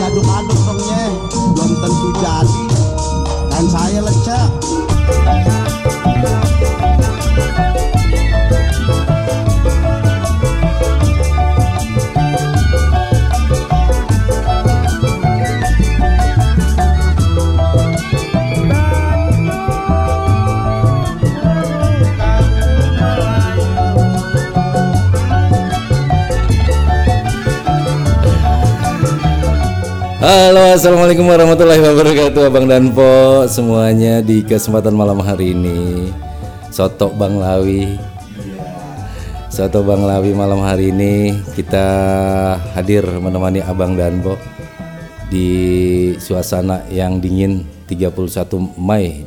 diaduk-aduk dongnya, belum tentu jadi. Dan saya lecek. Halo, assalamualaikum warahmatullahi wabarakatuh, Abang dan Po semuanya. Di kesempatan malam hari ini Soto Bang Lawi. Soto Bang Lawi malam hari ini kita hadir menemani Abang dan Po di suasana yang dingin 31 Mei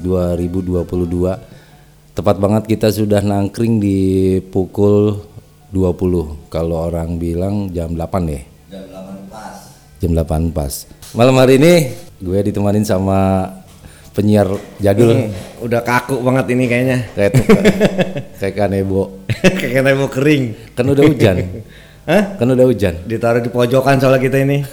2022. Tepat banget kita sudah nangkring di pukul 20. Kalau orang bilang jam 8 ya. Jam 8 pas. Malam hari ini gue ditemanin sama penyiar jadul. Udah kaku banget ini kayaknya. Kayak kanebo. Kayak kanebo kering. Kan udah hujan. Hah? Kan udah hujan. Ditaruh di pojokan soalnya kita ini.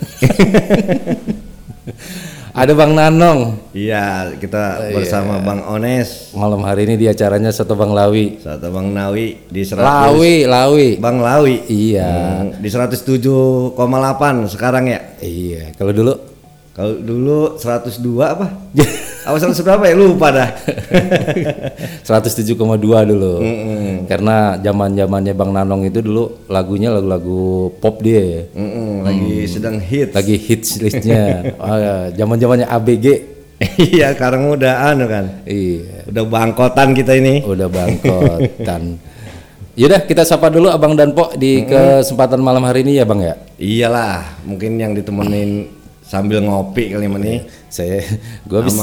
Ada Bang Nanong. Iya, kita bersama Bang Ones. Malam hari ini di acaranya Soto Bang Lawi. Soto Bang Lawi di 100. Lawi. Bang Lawi. Iya. Di 107,8 sekarang ya. Iya. Kalau dulu 102 apa? Apa 100 berapa ya? Lupa dah. 107,2 dulu. Karena zamannya Bang Nanong itu dulu lagunya lagu-lagu pop dia. Lagi sedang hits. Lagi hits listnya. Zaman-zamannya ABG. Iya, sekarang udah anu kan. Iya. Udah bangkotan kita ini. Udah bangkotan. Yaudah kita sapa dulu Abang dan Po di kesempatan malam hari ini ya Bang ya. Iyalah, mungkin yang ditemenin sambil ngopi kali ini. Gue habis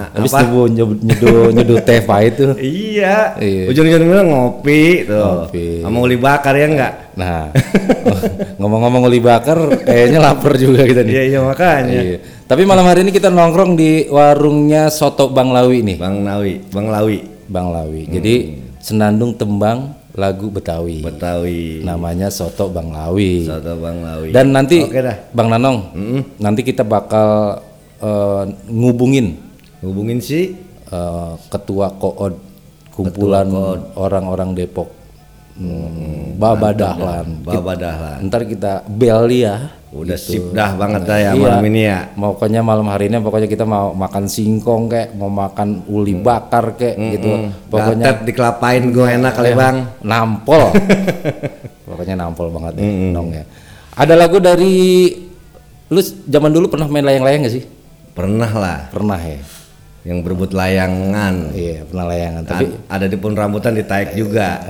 nyeduh teh pahit tuh. Iya. Ujung-ujungnya ngopi tuh. Sama uli bakar ya enggak? Nah, ngomong-ngomong uli bakar, kayaknya lapar juga kita nih. Iya makanya. Iya. Tapi malam hari ini kita nongkrong di warungnya Soto Bang Lawi nih. Bang Lawi. Jadi senandung tembang lagu Betawi. Namanya Soto Bang Lawi. Dan nanti Bang Nanong, nanti kita bakal ngubungin si ketua Kood kumpulan orang-orang Depok. Baba Dahlan. Ntar kita bel ya. Udah gitu. Sip dah banget dah ya malam ini ya. Pokoknya malam hari ini kita mau makan singkong kek, mau makan uli bakar kek gitu. Pokoknya gatet dikelapain gue enak kali Bang. Nampol. Pokoknya nampol banget ya, Nong ya. Ada lagu dari lu zaman dulu pernah main layang-layang gak sih? Pernah lah. Pernah ya. Yang berebut layangan. Iya, pernah layangan. Tapi ada di pun rambutan ditaik juga.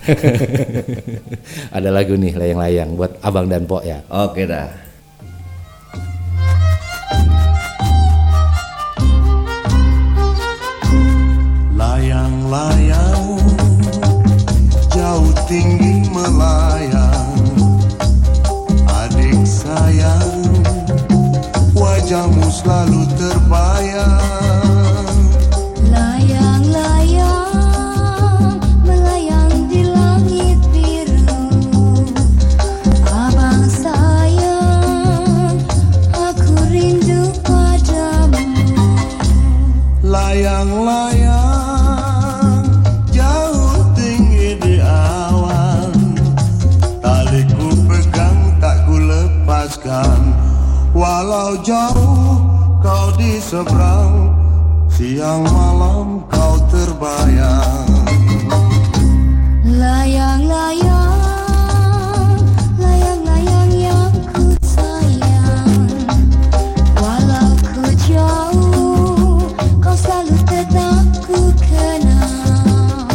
Ada lagu nih layang-layang buat Abang dan Po ya. Oke dah. Layang-layang jauh tinggi melayang, adik sayang, wajahmu selalu terbayang. Layang-layang melayang di langit biru, abang sayang, aku rindu padamu. Layang-layang jauh tinggi di awan, taliku pegang tak ku lepaskan. Walau jauh kau di seberang, siang malam kau terbayang. Layang-layang, layang-layang yang ku sayang, walau ku jauh, kau selalu tetap ku kenang.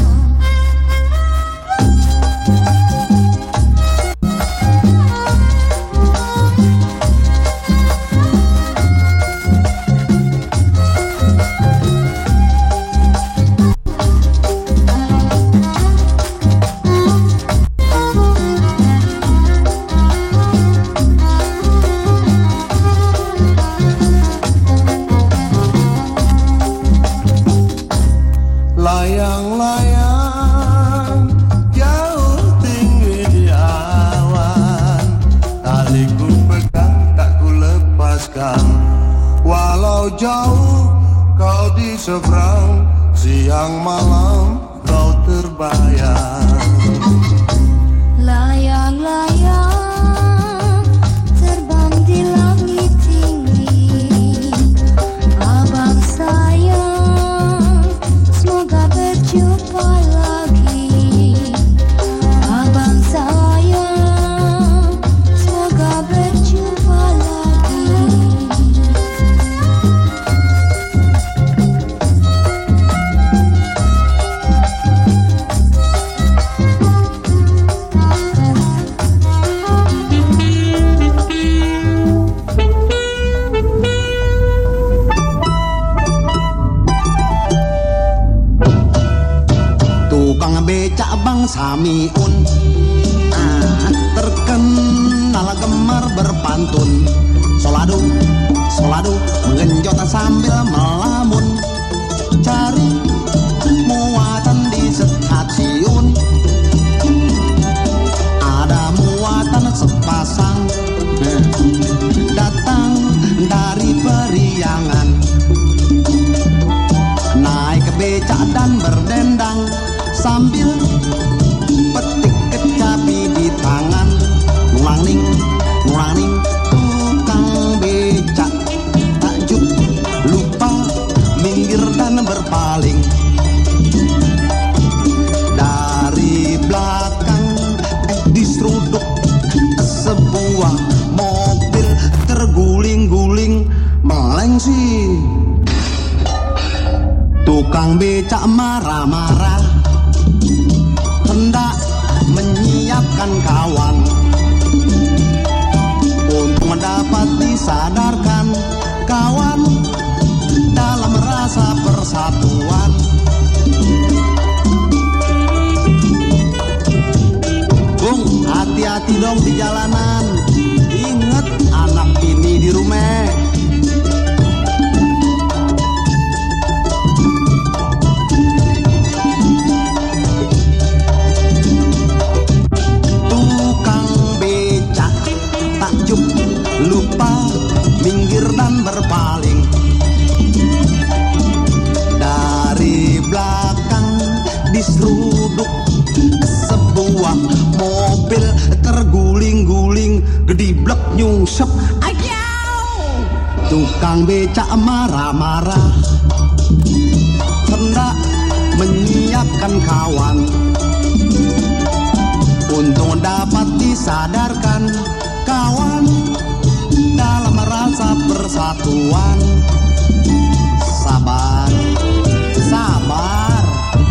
dekat. Walau jauh kau di seberang, siang malam kau terbayang. Layang-layang terbang di langit tinggi. Abang sayang, semoga berjumpa lagi. Abang sayang, semoga berjumpa lagi. Tukang becak Bang Samiun, terkenal gemar berpantun. Solado, solado, menggenjot sambil melamun, cari muatan di stasiun. Ada muatan sepasang datang dari Periangan, naik ke becak dan berdendang sambil petik kecapi di tangan. Ngurangning, ngurangning, tukang becak takjub lupa minggir dan berpaling. Dari belakang diseruduk sebuah mobil terguling-guling melengsi. Tukang becak marah-marah hendak menyiapkan kawan untuk mendapat disadarkan kawan dalam rasa persatuan. Bung, hati-hati dong di jalanan, inget anak ini di rumah. Lupa minggir dan berpaling. Dari belakang diseruduk sebuah mobil terguling-guling, gediblek nyungsep. Ayau! Tukang becak marah-marah hendak menyiapkan kawan untuk dapat disadarkan kawan dalam rasa persatuan. Sabar, sabar.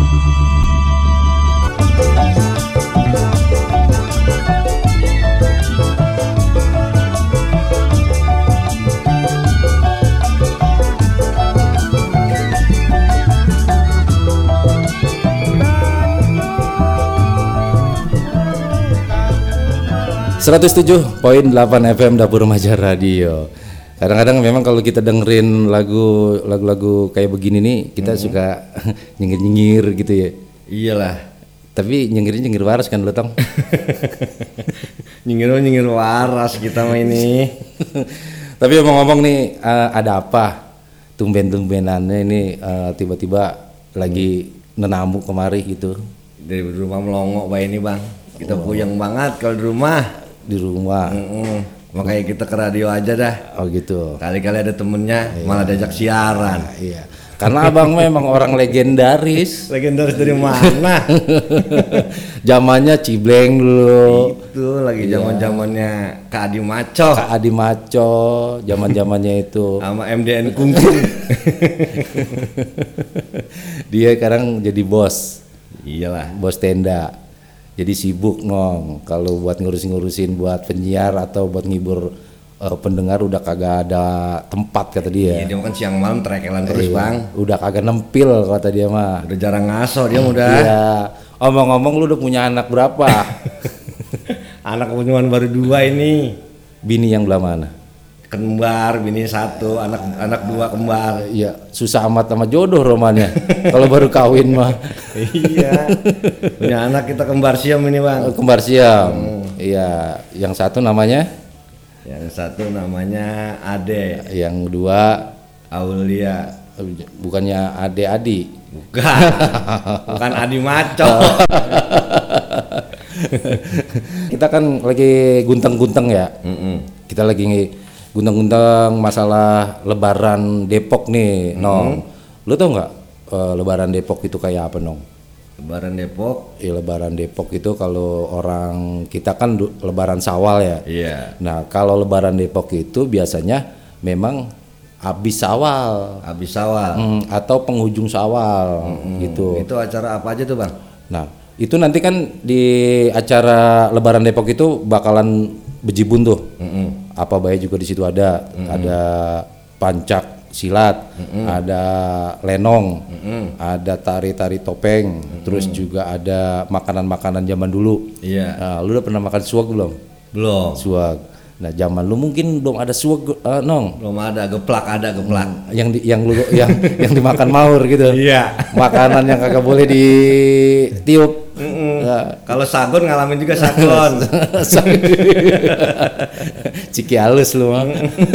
.8 FM Dapur Remaja Radio. Kadang-kadang memang kalau kita dengerin lagu-lagu kayak begini nih, kita suka nyengir-nyengir gitu ya. Iyalah. Tapi nyengir waras kan lo Tong? nyengir waras kita mah ini. Tapi ngomong nih, ada apa? Tumben-tumbenannya ini tiba-tiba lagi nenamu kemari gitu. Dari rumah melongo bae ini Bang. Kita puyeng banget kalau di rumah. Di rumah. Makanya kita ke radio aja dah. Oh gitu. Kali-kali ada temennya malah diajak siaran. Iya. Karena abang memang orang legendaris. Legendaris dari mana? Zamannya Cibleng dulu. Itu lagi zaman-zamannya Kak Adi Maco. Kak Adi Maco, zaman-zamannya itu. Sama MDN Kungkung. Dia sekarang jadi bos. Iyalah. Bos tenda. Jadi sibuk nong. Kalau buat ngurusin buat penyiar atau buat ngibur pendengar udah kagak ada tempat kata dia. Iya, dia kan siang malam trekelan terus Bang. Udah kagak nempil kata dia mah. Udah jarang ngaso dia udah. Iya. Omong-omong lu udah punya anak berapa? Anak cuma baru 2 ini. Bini yang belah mana? Kembar, bini 1, anak 2 kembar. Iya, susah amat sama jodoh romannya. Kalau baru kawin mah. Iya. Punya anak kita kembar siam ini Bang. Kembar siam. Iya, yang satu namanya? Yang satu namanya Ade. Yang kedua Aulia. bukannya Ade Adi. Bukan. Bukan Adi Maco. Kita kan lagi gunteng-gunteng ya. Kita lagi gunteng-gunteng masalah Lebaran Depok nih, Nong. Lu tau nggak Lebaran Depok itu kayak apa, Nong? Lebaran Depok. Ya, Lebaran Depok itu kalau orang kita kan Lebaran Sawal ya. Iya. Nah, kalau Lebaran Depok itu biasanya memang habis Sawal. Habis Sawal. Atau penghujung Sawal gitu. Itu acara apa aja tuh, Bang? Nah, itu nanti kan di acara Lebaran Depok itu bakalan bejibun tuh. Apa baik juga di situ ada. Ada pancak silat, ada lenong, ada tari-tari topeng, terus juga ada makanan-makanan zaman dulu. Iya. Nah, lu udah pernah makan suwag belum? Belum. Suwag. Nah, zaman lu mungkin belum ada suwag, Nong. Belum ada, geplak ada geplak. Yang dimakan maur gitu. Iya. Makanan yang kagak boleh ditiup. Nah, Kalau sagon ngalamin juga sagon. Ciki halus lu mah.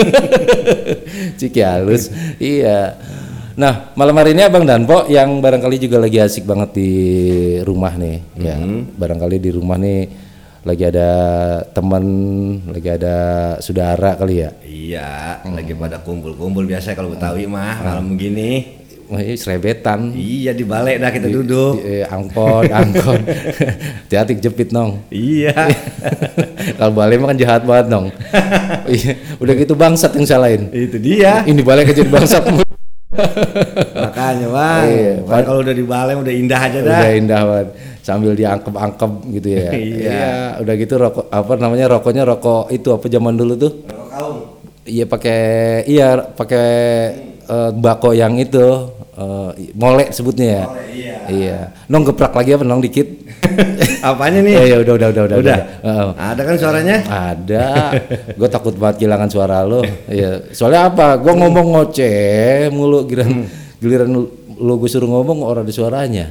Ciki halus. Iya. Nah, malam hari ini Abang Danpo yang barangkali juga lagi asik banget di rumah nih. Ya, barangkali di rumah nih lagi ada teman, lagi ada saudara kali ya. Iya, lagi pada kumpul-kumpul biasa kalau Betawi mah malam begini. Wah, ini serebetan. Iya, di balai dah kita duduk. Angkot. Hati-hati jepit, Nong. Iya. Kalau balai mah kan jahat banget, Nong. Udah gitu bangsat yang salahin. Itu dia. Ini balai kejadi bangsat. Makanya, Bang. Iya, kalau udah di balai udah indah aja dah. Udah indah banget. Sambil diangkep-angkep gitu ya. Iya. Udah gitu rokok rokoknya rokok itu apa zaman dulu tuh? Rokok kaum. Iya pakai bako yang itu molek sebutnya ya. Molek, iya. Iya. Nong geprak lagi apa, Nong, dikit? Apanya nih? Ya udah. Udah. Ada kan suaranya? Ada. Gue takut banget kehilangan suara lo. Iya. Soalnya apa? Gue ngomong ngoceh mulu, giliran lo gue suruh ngomong orang ada suaranya.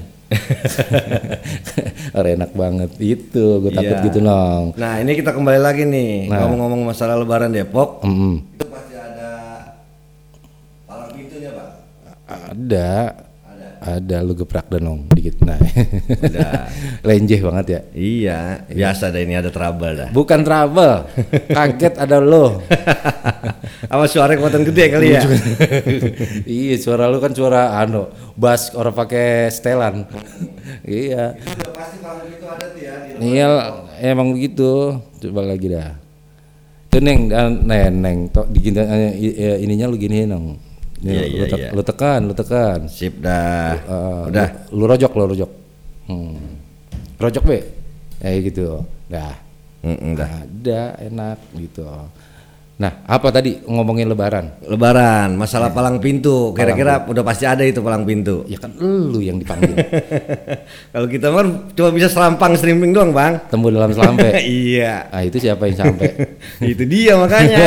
Enak banget itu. Gue takut gitu, Nong. Nah, ini kita kembali lagi nih. Ngomong-ngomong masalah Lebaran Depok. Itu pasti ada palang pintunya, Pak. Ada lu geprak dan, Nong, dikit. Nah. Udah. Lenjeh banget ya. Iya, biasa dah ini ada trouble dah. Bukan trouble, kaget ada lo. Apa suara kekuatan gede kali ya? Iya, suara lu kan suara bass orang pakai setelan. Iya. Udah pasti palang pintu ada tuh ya. Iya, emang begitu. Coba lagi dah. Itu Neng, tok ininya lu giniin, Nong. Iya. Lu tekan. Sip dah. Udah. Lu rojok. Rojok be. Gitu. Dah. Dah. Ada enak gitu. Nah, apa tadi ngomongin Lebaran, masalah palang pintu. Kira-kira udah pasti ada itu palang pintu. Ya kan lu yang dipanggil. Kalau kita mah cuma bisa selampang streaming doang, Bang. Temu dalam selampe. Iya. Nah, itu siapa yang sampai? Itu dia makanya.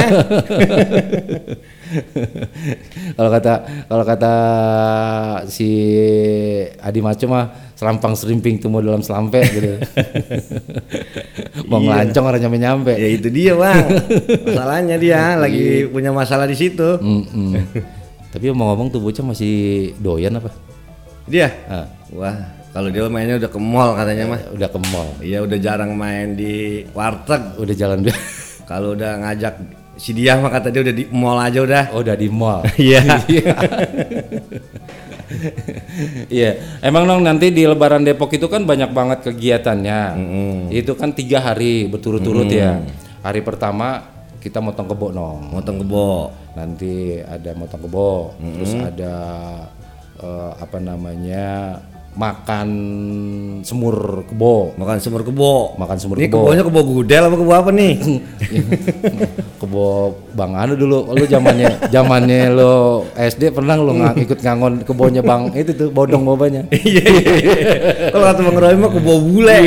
Kalau kata si Adi Maco mah selampang serimping temu dalam selampe gitu. Mau ngelancong orang nyampe. Ya itu dia, Bang. Masalahnya dia lagi punya masalah di situ. Tapi ngomong tuh bocah masih doyan apa? Dia? Wah, kalau dia mainnya udah ke mall katanya mah. Udah ke mall. Iya, udah jarang main di warteg. Udah jalan dia. Kalau udah ngajak si dia mah kata dia udah di mall aja udah. Oh, udah di mall. Iya. Iya, emang, Nong, nanti di Lebaran Depok itu kan banyak banget kegiatannya. Itu kan 3 hari berturut-turut ya. Hari pertama kita motong kebo, Nong. Motong kebo. Nanti ada motong kebo, terus ada makan semur kebo. Makan semur kebo. Ini kebo. kebonya kebo gudel apa kebo apa nih? Kebo Bang Anu dulu. Lu zamannya lo SD pernah lu ikut ngangon kebonya Bang itu tuh bodong bobanya. Iya. Kalau kata Bang Roy mah kebo bule.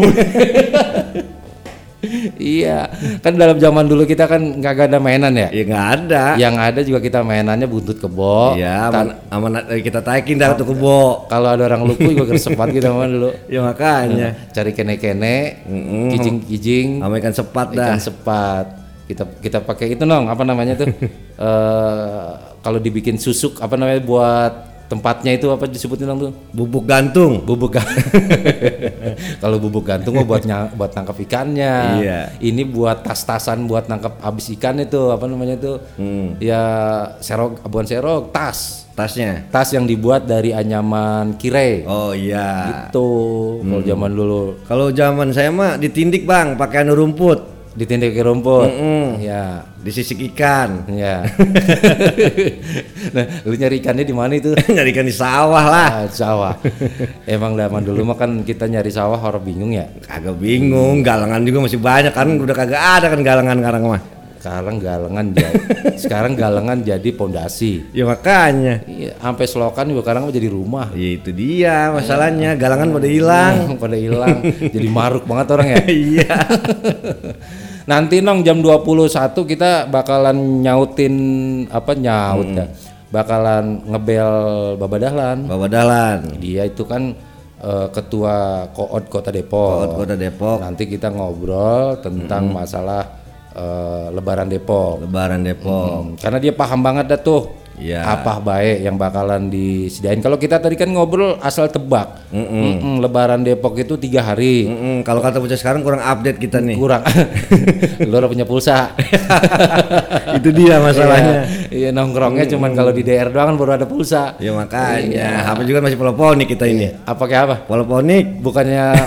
Iya, kan dalam zaman dulu kita kan nggak ada mainan ya? Iya, nggak ada. Yang ada juga kita mainannya buntut kebo. Iya, aman kita taikin dah tuh kebo. Kalau ada orang lupu juga gersepat gitu mana dulu. Ya makanya. Cari kene-kene, kijing-kijing, sama ikan sepat dah. Ikan sepat. Kita pakai itu Nong, apa namanya tuh? Kalau dibikin susuk apa namanya buat tempatnya itu apa disebutin Nong tuh? Bubuk gantung. Bubuk gantung. Kalau bubuk gantung mah buat nangkap ikannya. Iya. Ini buat tas-tasan buat nangkap abis ikan itu apa namanya tuh? Ya serok, bukan serok, Tasnya. tas yang dibuat dari anyaman kire. Oh iya. Gitu. Kalau zaman dulu Kalau zaman saya mah ditindik Bang, pakai anu rumput. ditindik ke rumput. Ya. Disisik ikan. Ya. Nah, lu nyari ikannya di mana itu? Nyari ikan di sawah lah. Sawah. Emang zaman dulu mah kan kita nyari sawah orang bingung ya. Kagak bingung, galangan juga masih banyak kan, udah kagak ada kan galangan sekarang mah. Sekarang galengan jadi pondasi. Ya makanya. Iya, sampai selokan juga sekarang jadi rumah. Ya itu dia masalahnya, galangan pada hilang. Pada hilang. Jadi maruk banget orang ya. Iya. Nanti Nong jam 21 kita bakalan nyautin ya. Bakalan ngebel Baba Dahlan. Dia itu kan ketua Koot Kota Depok. Kota Depok. Nanti kita ngobrol tentang masalah Lebaran Depok. Karena dia paham banget dah tuh. Ya. Apa baik yang bakalan disediain. Kalau kita tadi kan ngobrol asal tebak. Lebaran Depok itu 3 hari. Kalau kata bocah sekarang kurang update kita nih. Kurang. Lu udah punya pulsa. Itu dia masalahnya. Iya, nongkrongnya cuman kalau di DR doang kan baru ada pulsa. Ya makanya. HP juga masih poloponik kita ini. Apa kayak apa? Poloponik. Bukannya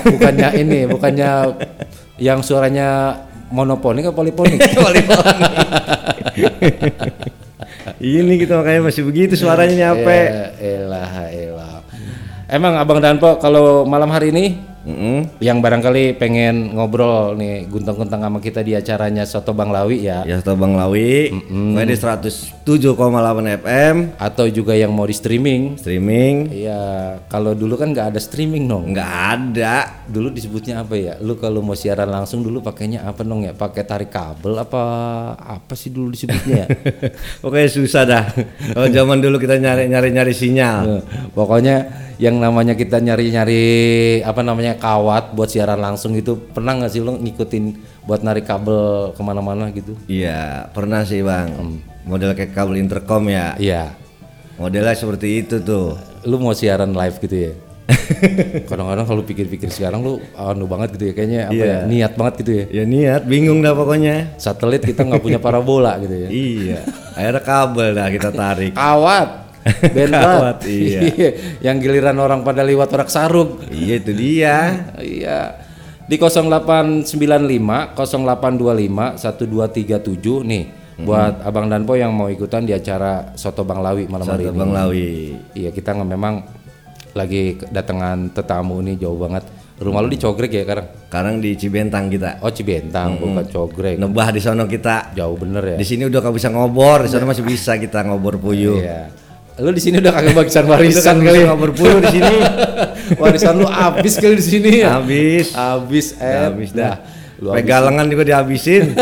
yang suaranya monoponik atau poliponik? Ini kita makanya masih begitu suaranya nyampe. Elah. Emang Abang Danpo kalau malam hari ini yang barangkali pengen ngobrol nih guntang-guntang sama kita di acaranya Soto Bang Lawi ya. Ya Soto Bang Lawi. Di 107,8 FM Atau juga yang mau di streaming. Iya, kalau dulu kan nggak ada streaming Nong. nggak ada. Dulu disebutnya apa ya? Lu kalau mau siaran langsung dulu pakainya apa Nong ya? Pakai tarik kabel apa sih dulu disebutnya ya? Pokoknya susah dah. Kalau zaman dulu kita nyari sinyal. Pokoknya yang namanya kita nyari kawat buat siaran langsung itu, pernah nggak sih lo ngikutin buat narik kabel kemana-mana gitu? Iya, pernah sih Bang. Model kayak kabel intercom ya. Iya. Modelnya seperti itu tuh. Lu mau siaran live gitu ya? Kadang-kadang kalau pikir-pikir sekarang lu anu banget gitu ya, kayaknya niat banget gitu ya. Ya niat, bingung dah pokoknya. Satelit kita nggak punya parabola gitu ya. Iya, akhirnya kabel dah kita tarik. Kawat. Kawat, iya. Yang giliran orang pada liwat orak sarung. Iya itu dia. Iya. Di 0895 0825 1237 nih. Buat Abang Danpo yang mau ikutan di acara Soto Bang Lawi malam hari ini. Soto Bang Lawi. Iya, kita memang lagi kedatangan tetamu nih jauh banget. Rumah lu di Cogreg ya sekarang? Sekarang di Cibentang kita. Oh Cibentang, bukan Cogreg. Nebah di sono kita. Jauh bener ya. Di sini udah gak bisa ngobor, di sono masih bisa kita ngobor puyuh. Iya. Lu di sini udah kagak bagian warisan kali ya? Ngobor puyuh di sini. Warisan lu habis kali di sini ya? Habis dah. Pegalengan juga dihabisin.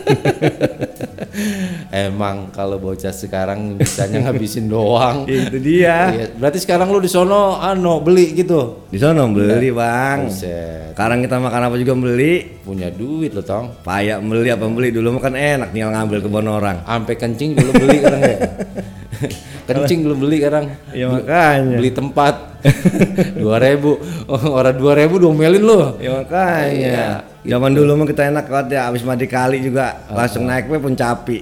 Emang kalau bocah sekarang bisanya ngabisin doang. Itu dia. Iya, berarti sekarang lu di sono beli gitu. Di sono beli, Bang. Buset. Sekarang kita makan apa juga beli. Punya duit lo Tong. Payak beli apa beli, dulu makan enak tinggal ngambil kebun orang. Sampai kencing dulu beli sekarang ya. Kencing belum beli sekarang. Ya makanya. Beli tempat 2.000. Orang 2.000 domelin lu. Ya makanya. Iya. Zaman dulu mah kita enak banget ya, habis mandi kali juga langsung naik we pun capi.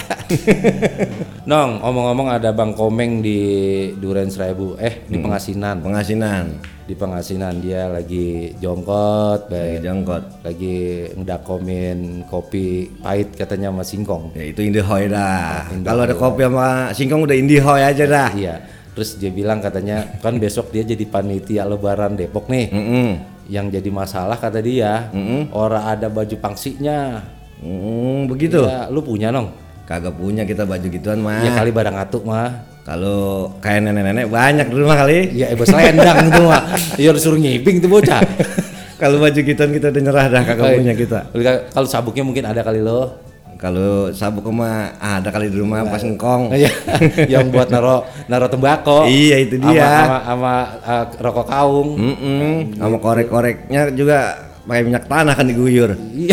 Nong, omong-omong ada Bang Komeng di Duren Seribu, di Pengasinan. Di Pengasinan dia lagi jongkot, lagi ngedakomin kopi pahit katanya sama singkong. Ya itu Indihoy dah. Kalau ada kopi sama singkong udah Indihoy aja dah. Iya. Terus dia bilang katanya kan besok dia jadi panitia Lebaran Depok nih. Yang jadi masalah kata dia, orang ada baju pangsinya. Begitu. Ya, lu punya Nong? Kagak punya kita baju gituan mah. Ya kali barang atuk mah. Kalau kayak nenek-nenek banyak di rumah kali. Ya bos selendang gitu mah. Ya disuruh ngibing tuh bocah. Kalau baju gituan kita udah nyerah dah, kagak punya kita. Kalau sabuknya mungkin ada kali lo. Kalau sabuk mah ada kali di rumah pas ngkong. Yang buat naro tembakau. Iya itu dia. Sama rokok kaung. Sama korek-koreknya juga pakai minyak tanah kan diguyur. Iya.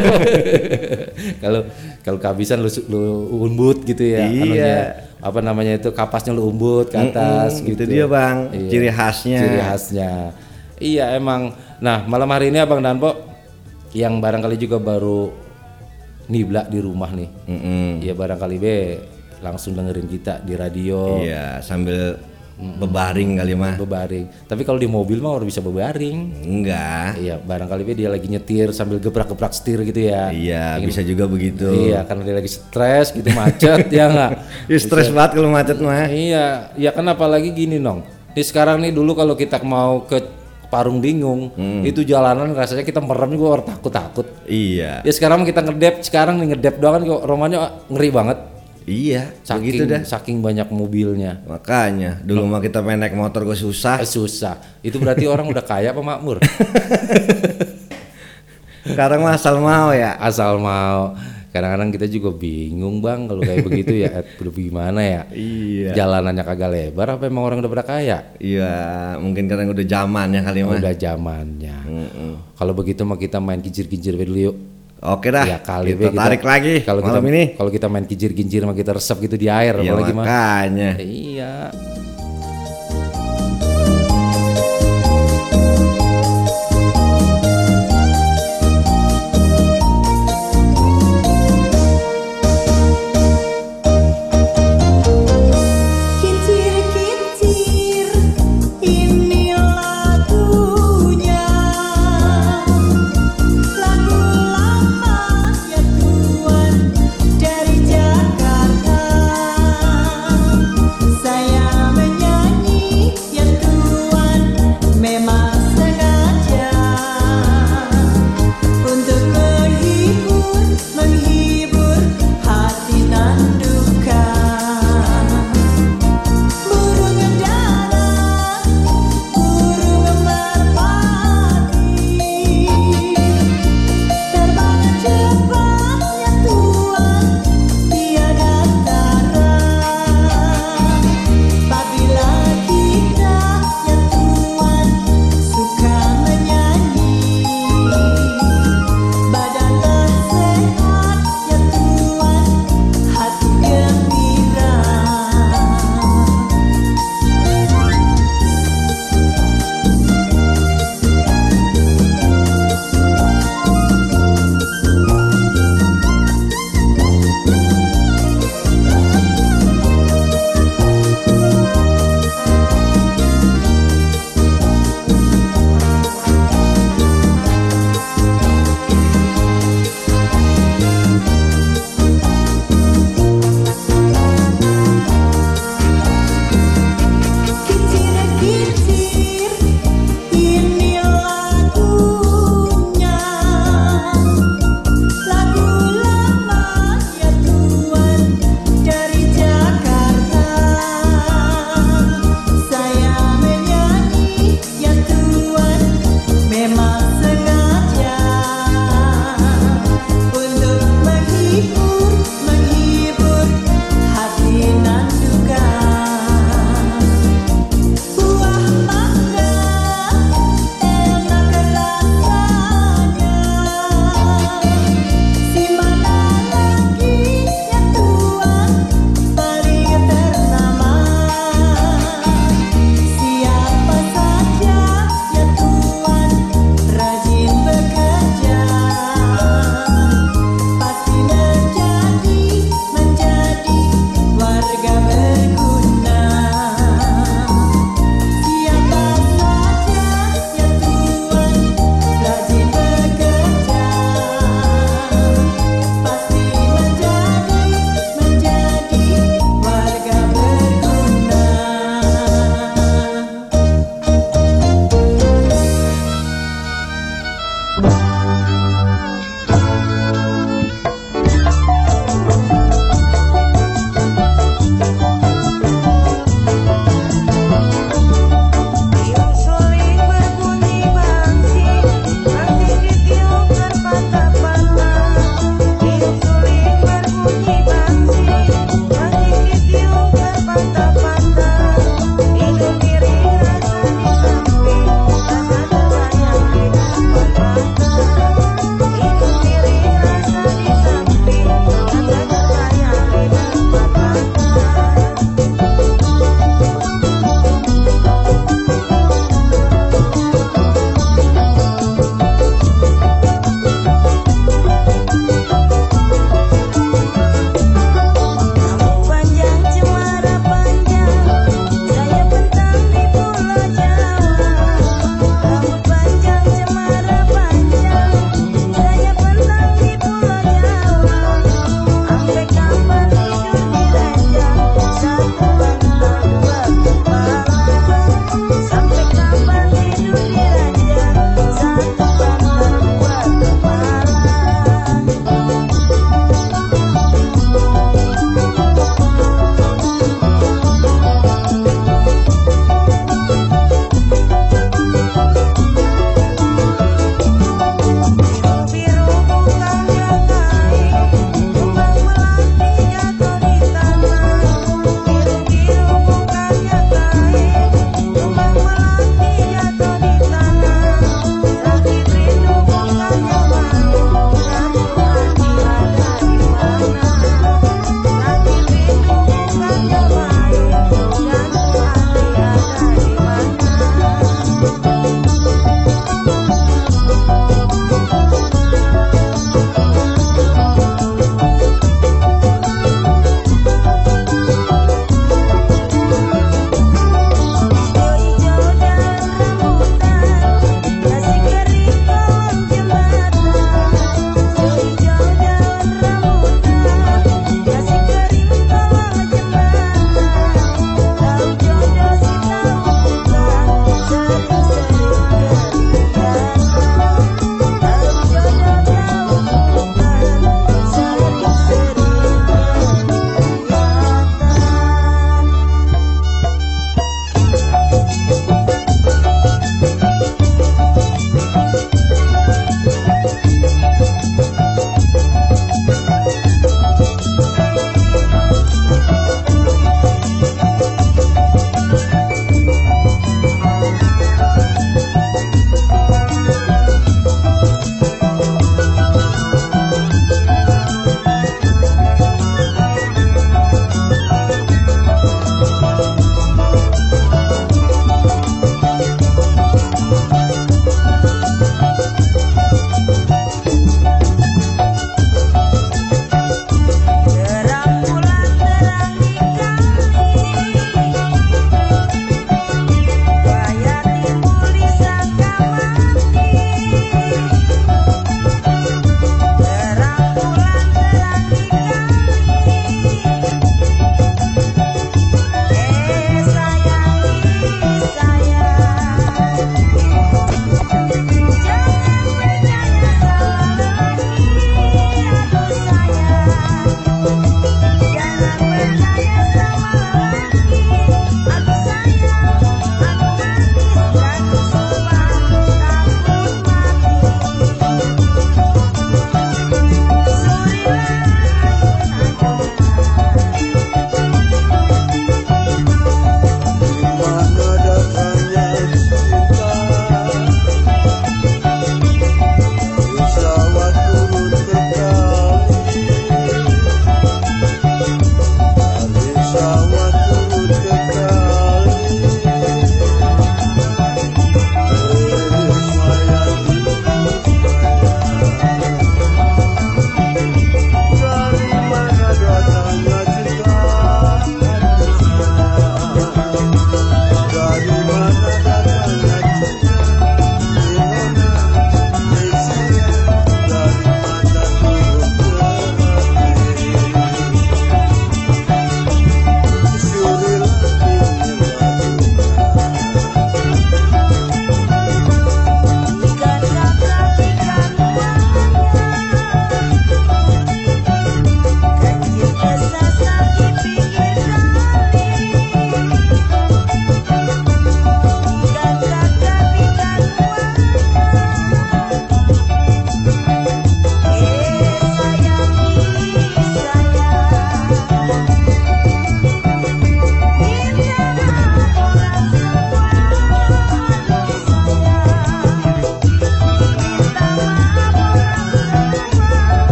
Kalau kalau kehabisan lu umbut gitu ya. Iya. Anunya, apa namanya itu kapasnya lu umbut ke atas gitu. Itu dia Bang, Iya. ciri khasnya. Ciri khasnya. Iya emang. Nah malam hari ini Abang Danpo yang barangkali juga baru niblak di rumah nih. Ya barangkali langsung dengerin kita di radio. Iya, sambil bebaring kali mah. Bebaring. Tapi kalau di mobil mah udah bisa bebaring. Enggak. Iya, barangkali dia lagi nyetir sambil gebrak-gebrak setir gitu ya. Iya, bisa juga begitu. Iya, karena dia lagi stres gitu macet ya enggak. Ih, stres banget kalau macet mah. Iya, ya kan apalagi gini nong. Nih sekarang nih dulu kalau kita mau ke Parung Bingung, itu jalanan rasanya kita merem juga takut-takut. Iya. Ya sekarang kita ngedep, sekarang nih ngedep doang kan kok rumahnya ngeri banget. Iya, begitu dah. Saking banyak mobilnya. Makanya, dulu mah kita main naik motor gue susah. Susah. Itu berarti orang udah kaya apa makmur? Sekarang mah asal mau ya. Asal mau. Kadang-kadang kita juga bingung bang kalau kayak begitu ya. Udah gimana ya? Iya. Jalanannya kagak lebar apa emang orang udah pada kaya? Iya, mungkin karena udah zamannya kali mah. Udah zamannya. Kalau begitu mah kita main kincir-kincir dulu yuk. Oke dah. Ya kali kita tarik lagi kalau malam kita, ini. Kalau kita main kincir-kincir mah kita resep gitu di air Iya, apalagi mah. makanya. Iya. Kincir-kincir ini lagunya, lagu lama ya tuan dari Jakarta. Sayang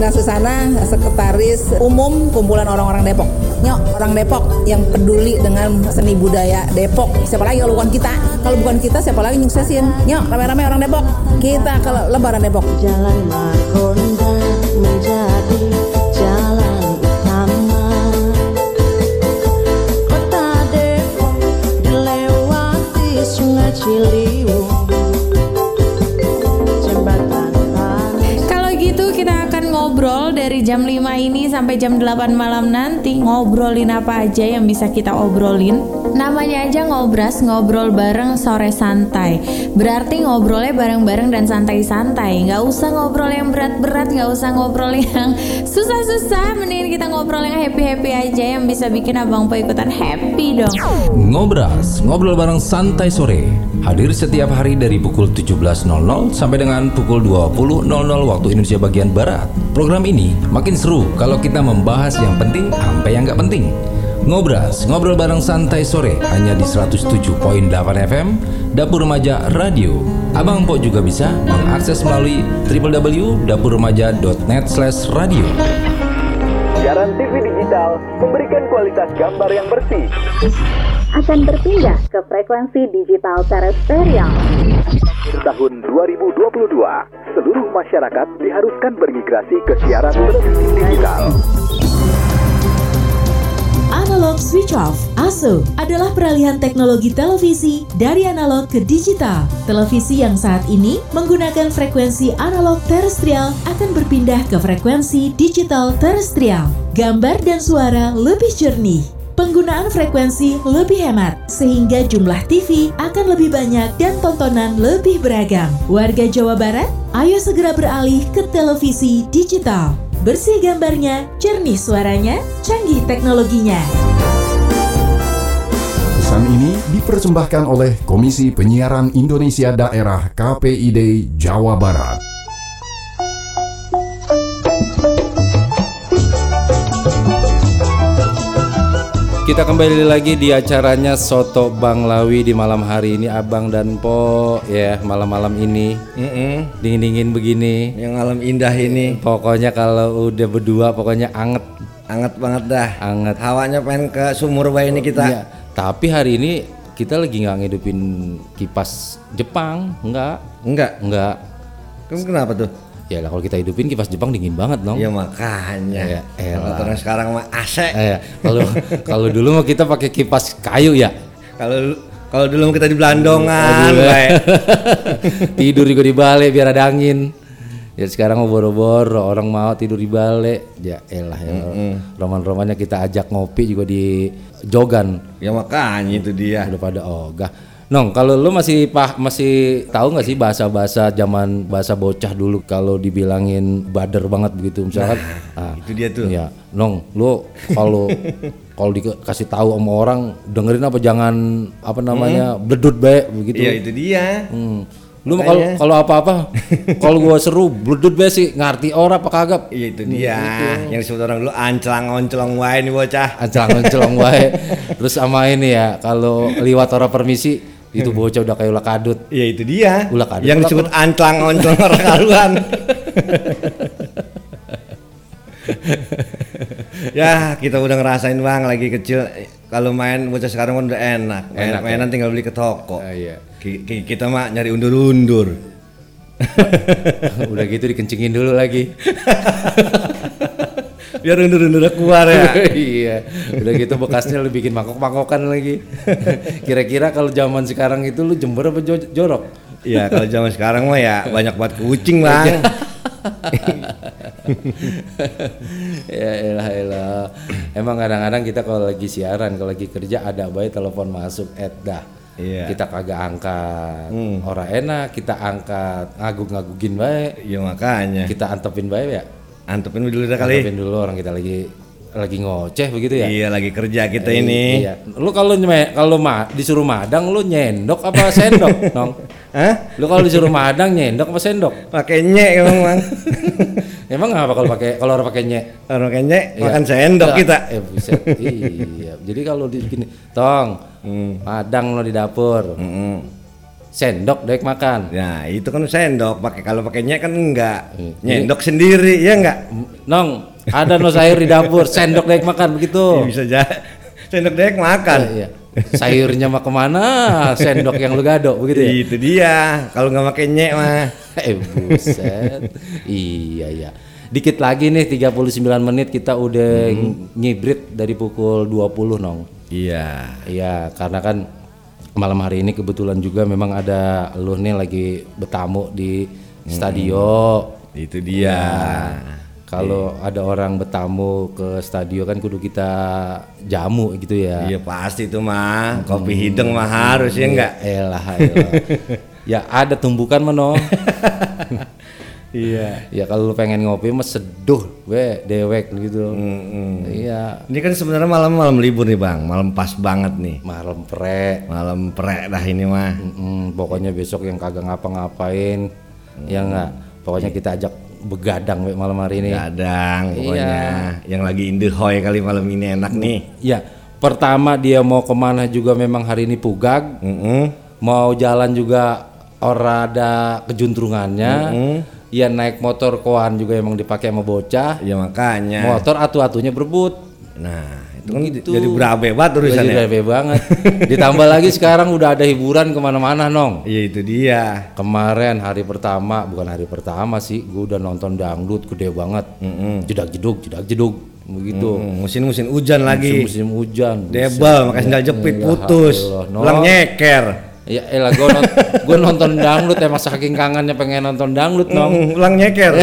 Nina Susana, sekretaris umum kumpulan orang-orang Depok. Nyok, orang Depok yang peduli dengan seni budaya Depok. Siapa lagi kalau bukan kita? Kalau bukan kita siapa lagi nyuksesin? Nyok, rame-rame orang Depok. Kita ke Lebaran Depok. Jalan Margonda menjadi jalan utama. Kota Depok dilewati Sungai Ciliwung. Ngobrol dari jam 5 ini sampai jam 8 malam nanti. Ngobrolin apa aja yang bisa kita obrolin. Namanya aja ngobras, ngobrol bareng sore santai. Berarti ngobrolnya bareng-bareng dan santai-santai. Gak usah ngobrol yang berat-berat, gak usah ngobrol yang susah-susah. Mending kita ngobrol yang happy-happy aja, yang bisa bikin Abang Po ikutan happy dong. Ngobras, ngobrol bareng santai sore. Hadir setiap hari dari pukul 17.00 sampai dengan pukul 20.00 waktu Indonesia bagian Barat. Program ini makin seru kalau kita membahas yang penting sampai yang gak penting. Ngobras, ngobrol bareng santai sore hanya di 107.8 FM Dapur Remaja Radio. Abang Po juga bisa mengakses melalui www.dapurremaja.net/radio. Siaran TV digital memberikan kualitas gambar yang bersih. Akan berpindah ke frekuensi digital terestrial. Tahun 2022, seluruh masyarakat diharuskan bermigrasi ke siaran televisi digital. Analog Switch Off (ASO) adalah peralihan teknologi televisi dari analog ke digital. Televisi yang saat ini menggunakan frekuensi analog terestrial akan berpindah ke frekuensi digital terestrial. Gambar dan suara lebih jernih. Penggunaan frekuensi lebih hemat, sehingga jumlah TV akan lebih banyak dan tontonan lebih beragam. Warga Jawa Barat, ayo segera beralih ke televisi digital. Bersih gambarnya, jernih suaranya, canggih teknologinya. Pesan ini dipersembahkan oleh Komisi Penyiaran Indonesia Daerah KPID Jawa Barat. Kita kembali lagi di acaranya Soto Bang Lawi di malam hari ini, Abang dan Po ya, malam-malam ini dingin-dingin begini, yang malam indah ini. Pokoknya kalau udah berdua pokoknya anget banget dah. Anget. Hawanya pengen ke sumur bayi ini kita. Ya, tapi hari ini kita lagi nggak ngidupin kipas Jepang, enggak. Kenapa tuh? Ya lah, kalau kita hidupin kipas Jepang dingin banget dong. Ya makanya. Kalau sekarang mah AC. Kalau dulu mah kita pakai kipas kayu ya. Kalau dulu kita di Belandongan, tidur juga di balai biar ada angin. Ya sekarang mau boro-boro orang mau tidur di balai. Ya elah ya. Roman-romannya kita ajak ngopi juga di Jogan. Ya makanya itu dia. Udah pada ogah. Nong, kalau lu masih tahu nggak sih bahasa zaman bahasa bocah dulu kalau dibilangin bader banget begitu misalkan? Itu dia tuh. Ya, Nong, lu kalau dikasih tahu sama orang dengerin apa jangan bledut bae begitu. Iya itu dia. Lu kalau apa-apa kalau gua seru bledut bae sih ngerti orang apa kagak? Iya itu dia. Yang disebut orang dulu anclang-onclong wae nih bocah. Anclang-onclong wae. Terus sama ini ya kalau liwat orang permisi itu bocah udah kayak ulah kadut. Iya itu dia. Ulah kadut. Yang disebut anclang-onclong orang karuan. Ya kita udah ngerasain Bang lagi kecil. Kalau main bocah sekarang kan udah enak. Mainan tinggal beli ke toko. Iya. Kita mah nyari undur-undur. Udah gitu dikencingin dulu lagi. Biar undur-undurnya keluar ya. Iya. Udah gitu bekasnya lu bikin mangkok-mangkokan lagi. Kira-kira kalau zaman sekarang itu lu jember apa jorok? Iya, kalau zaman sekarang mah ya banyak banget kucing, Bang. Ya elah. Emang kadang-kadang kita kalau lagi siaran, kalau lagi kerja ada baik telepon masuk dah. Iya. Kita kagak angkat. Orang enak kita angkat, ngaguk-ngagugin baik. Iya makanya. Kita antepin baik ya. Antepin dulu dah kali. Antepin dulu orang kita lagi ngoceh begitu ya. Iya, lagi kerja kita ini. Iya. Lu kalau disuruh madang lu nyendok apa sendok, Nong? Hah? Lu kalau disuruh madang nyendok apa sendok? Pakai nyek emang, Bang. Emang apa kalau orang pakai nyek? Orang pakai nyek makan sendok kita. Buset. Iya. Jadi kalau di gini, tong, madang lo di dapur. sendok dek makan. Nah itu kan sendok, kalau pakai nyek kan enggak, nyendok sendiri ya enggak. Nong, ada no sayur di dapur, sendok dek makan begitu. Ya, bisa aja, sendok dek makan. Iya. Sayurnya mah kemana? Sendok yang lu gadok begitu ya? Itu dia, kalau nggak pakai nyek mah. Buset. Iya. Dikit lagi nih 39 menit kita udah ngibrit dari pukul 20 Nong. Iya. Iya, karena kan malam hari ini kebetulan juga memang ada lu nih lagi bertamu di stadio. Itu dia. Kalau ada orang bertamu ke stadio kan kudu kita jamu gitu ya. Iya pasti itu mah, kopi hidung mah harus ya enggak? Elah. Ya ada tumbukan mah Iya. Ya kalau lu pengen ngopi mah seduh dewek gitu. Iya. Ini kan sebenarnya malam libur nih Bang, malam pas banget nih. Malam prek dah ini mah. Pokoknya besok yang kagak ngapa-ngapain, ya enggak. Pokoknya kita ajak begadang malam hari ini. Begadang pokoknya. Yang lagi indehoy kali malam ini enak nih. Iya. Pertama dia mau kemana juga memang hari ini pugag. Mau jalan juga ada kejuntrungannya. Ya naik motor koan juga emang dipakai sama bocah. Ya makanya. Motor atu-atunya berebut. Nah itu kan gitu. Jadi berabe banget urusannya. Jadi berabe banget. Ditambah lagi sekarang udah ada hiburan kemana-mana Nong. Iya itu dia. Kemarin bukan hari pertama sih, gue udah nonton dangdut gede banget. Jedak-jeduk begitu. Musim hujan lagi. Musim hujan. Debal pakai sandal jepit putus. Pulang nyeker. Ya elah gue nonton dangdut emang saking kangennya pengen nonton dangdut Nong. Pulang nyeker.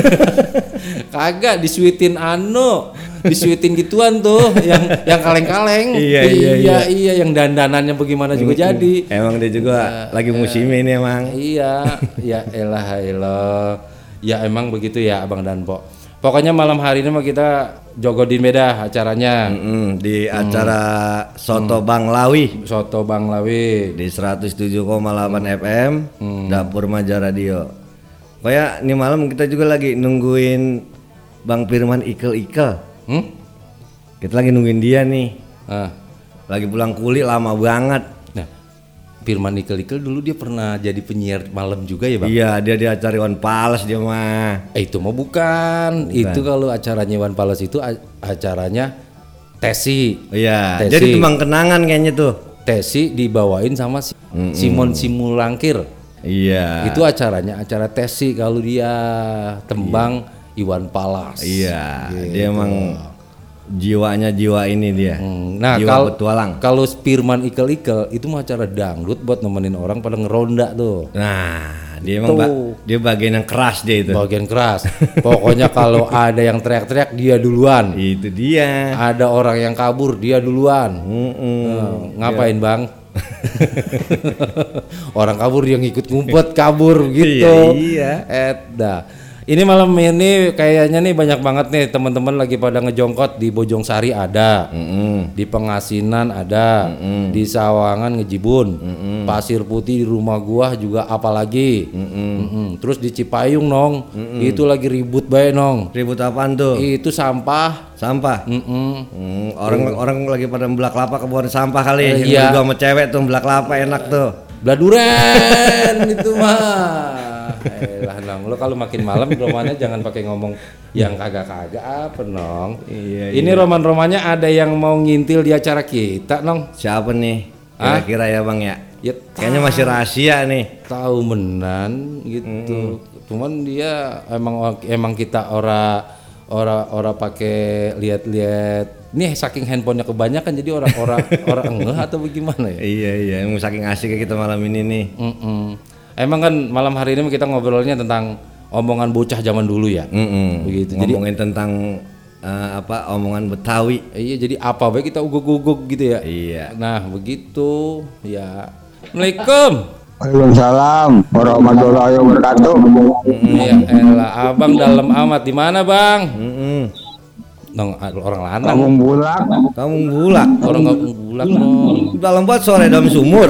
Kagak disuitin disuitin gituan tuh yang kaleng-kaleng. Iya yang dandanannya bagaimana juga jadi. Emang dia juga lagi musim ini emang. Iya, ya elah. Ya emang begitu ya Abang Danpo. Pokoknya malam hari ini mah kita jogodin beda acaranya. Di acara Soto Bang Lawi. Soto Bang Lawi di 107,8 FM Dapur Maja Radio. Kayak ini malam kita juga lagi nungguin Bang Firman Ikel. Kita lagi nungguin dia nih. Lagi pulang kuliah lama banget. Nah, Firman Ikel dulu dia pernah jadi penyiar malam juga ya Bang? Iya, dia di acara Iwan Fals dia mah. Itu mah bukan. Itu kalau acaranya Iwan Fals itu acaranya Tesi. Iya. Jadi Tembang Kenangan kayaknya tuh. Tesi dibawain sama Simon Simulangkir. Iya. Itu acara Tesi kalau dia Tembang Iwan Fals. Iya. Gitu. Dia emang jiwanya jiwa ini dia. Nah, jiwa petualang. Kalau Firman Ikel itu mah acara dangdut buat nemenin orang pada ngeronda tuh. Nah, dia emang dia bagian yang keras dia itu. Bagian keras. Pokoknya kalau ada yang teriak-teriak dia duluan. Itu dia. Ada orang yang kabur dia duluan. Ngapain Bang? Orang kabur dia ngikut ngumpet kabur gitu. Iya. Ini malam ini kayaknya nih banyak banget nih teman-teman lagi pada ngejongkot di Bojong Sari ada, di Pengasinan ada, di Sawangan Ngejibun, Pasir Putih di rumah gua juga apalagi, terus di Cipayung Nong, itu lagi ribut bae Nong. Ribut apaan tuh? Itu sampah. Orang lagi pada belak kelapa kebuang sampah kali. Iya. Juga sama cewek tuh belak kelapa enak tuh. Bladuren itu mah. Nong, lo kalau makin malam romannya jangan pakai ngomong yang kagak-kagak apa Nong. Ini roman-romannya ada yang mau ngintil di acara kita Nong. Siapa nih? Kira-kira ya Bang ya? Kayaknya masih rahasia nih. Tahu menan gitu. Cuman dia emang kita ora pakai lihat-lihat. Nih saking handphonenya kebanyakan jadi orang ngeh atau bagaimana ya? Iya, emang saking asik kita malam ini nih. Emang kan malam hari ini kita ngobrolnya tentang omongan bocah zaman dulu ya. Begitu. Ngomongin tentang omongan Betawi. Iya, jadi apa baik kita uguk-uguk gitu ya. Iya. Nah, begitu ya. Assalamualaikum. Waalaikumsalam warahmatullahi wabarakatuh. Ya elah, Abang dalam amat di mana, Bang? Nong orang lanang. Kampung Bulak. Orang Kampung Bulak Nong. Dalam buat sore dalam sumur.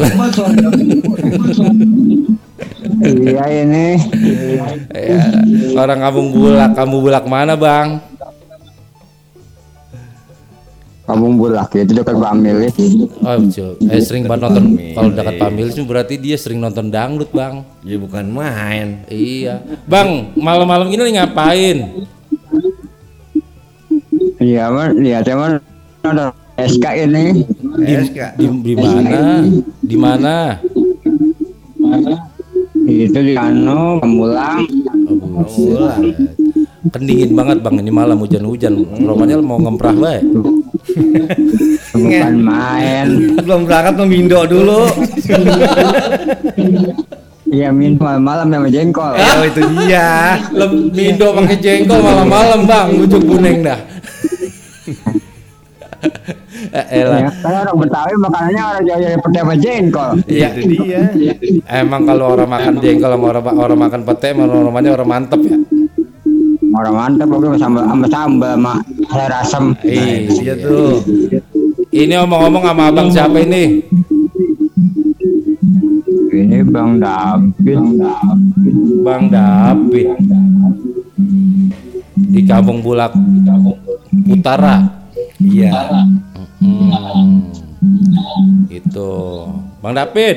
Iya ini. Ya, orang Kampung Bulak mana Bang? Kampung Bulak itu dekat Pamil. Oh, sering banget nonton. Kalau dekat Pamil itu berarti dia sering nonton dangdut, Bang. Ya bukan main. Iya. Bang, malam-malam ini lagi ngapain? Iya, lihat teman ada SK ini. Di mana? Di mana? Itu di Pamulang. Pamulang. Kan dingin banget Bang, ini malam hujan-hujan. Romanya mau ngemprah bae. Bukan main. Belum berangkat memindo dulu. Iya, mindo malam sama jengkol. Oh, itu dia. Mindo pakai jengkol malam-malam Bang, bujuk kuning dah. Ya, kalau orang Betawi makanannya orang Jawa pete sama jengkol. Iya, itu dia. Emang kalau orang makan jengkol sama orang makan pete, namanya orang mantep ya. Orang mantep pokoknya sama sambal air asam. Iya tuh. Ini omong-omong sama abang siapa ini? Ini Bang David. Bang David. Di Kampung Bulak Utara. Iya. Itu. Bang David.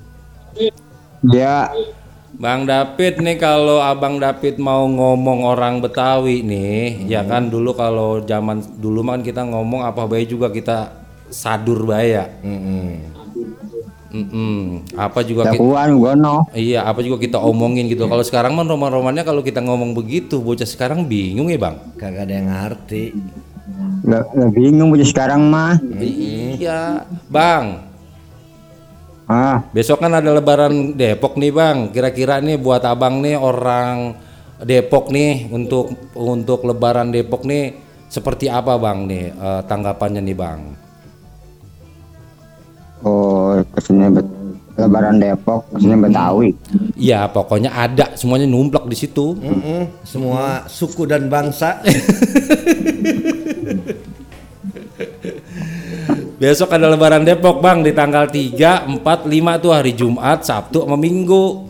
Dia Bang David nih, kalau Abang David mau ngomong orang Betawi nih, ya kan dulu kalau zaman dulu kan kita ngomong apa bae juga kita sadur bae ya. Apa juga iya, apa juga kita omongin gitu. Kalau sekarang mah roman-romannya kalau kita ngomong begitu, bocah sekarang bingung ya, Bang. Kagak ada yang ngerti. Nggak bingung bocah sekarang mah. Iya, Bang. Besok kan ada Lebaran Depok nih Bang. Kira-kira nih buat Abang nih orang Depok nih untuk Lebaran Depok nih seperti apa Bang nih tanggapannya nih Bang? Oh, kesini Lebaran Depok, kesini Betawi. Iya, pokoknya ada semuanya numplak di situ. Semua suku dan bangsa. Besok ada Lebaran Depok Bang di tanggal 3, 4, 5 tuh hari Jumat, Sabtu sama Minggu.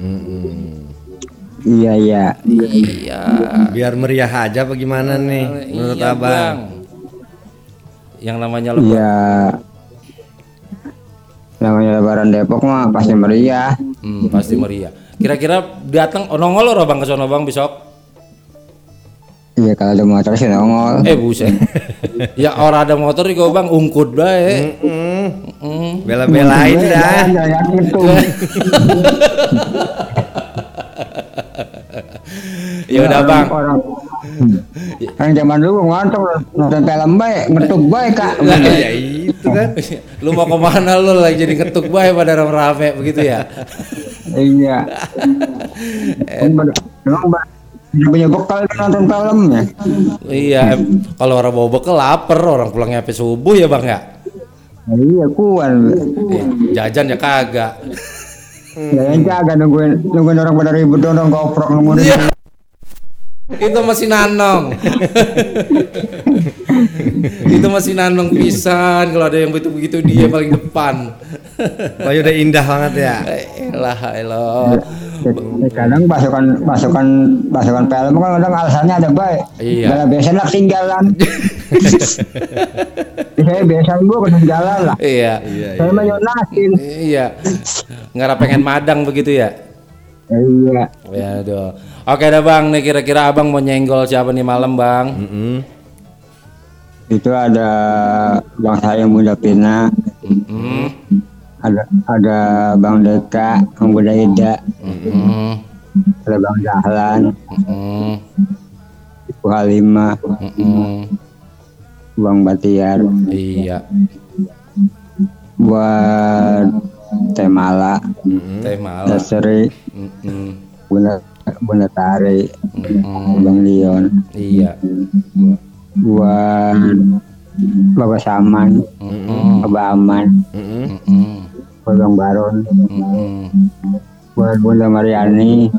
Iya. Biar meriah aja apa gimana nih menurut Abang? Bang. Yang namanya Lebaran. Iya. Namanya Lebaran Depok mah pasti meriah. Pasti meriah. Kira-kira datang nongol lo Bang ke sono Bang besok? Iya, kalau ada motor sih nongol. Buset. Ya orang ada motor juga Bang ungkut bae. Bela-belain dah. Ya udah Bang. Orang zaman dulu nonton film bae, ngetuk bae Kak. Ya itu kan. Lu mau kemana lu lagi jadi ngetuk bae pada rame begitu ya? Iya. Punya bekal nonton filmnya. Iya, kalau orang bawa bekal lapar, orang pulangnya sampai subuh ya Bang ya. Iya, kuan. Jajan ya kagak. Jajan kagak nungguin orang pada ribut dong goprok ngomong. Itu masih nanong. Itu masih nanong pisan. Kalau ada yang begitu dia paling depan. Oh, udah indah banget ya. Elah. Kadang pasukan film kan kadang alasannya ada baik. Iya. Biasanya ketinggalan. Saya biasa gua ketinggalan lah. Iya. Saya mah nyonakin. Iya. Ngarap pengen madang begitu ya. Iya. Ya aduh. Oke dah Bang, nih kira-kira Abang mau nyenggol siapa nih malam Bang? Itu ada Bang saya Muda Pina. Ada Bang Deka, Bang Buda Ida. Ada Bang Dahlan. Ibu Halimah. Bang Batiar. Iya. Buat Temala. Dasri. Bunda Tari. Bang Leon. Iya. Buat Bapak Saman. Bapak Aman. Buat Bang Baron. Buat Bunda Mariani.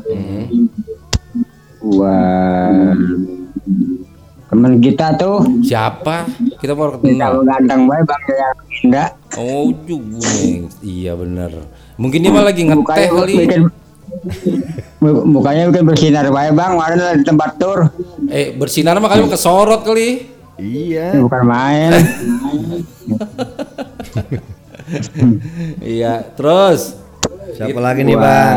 Buat teman kita tuh. Siapa? Kita mau kenal. Ganteng baik Bang Indah. Oh juga. Iya bener. Mungkin dia mah lagi ngeteh kali. Mukanya mungkin bersinar baik Bang. Kemarin di tempat tur. Bersinar mah kali kesorot kali. Iya. Ini bukan main. Iya, terus Siapa lagi nih Bang?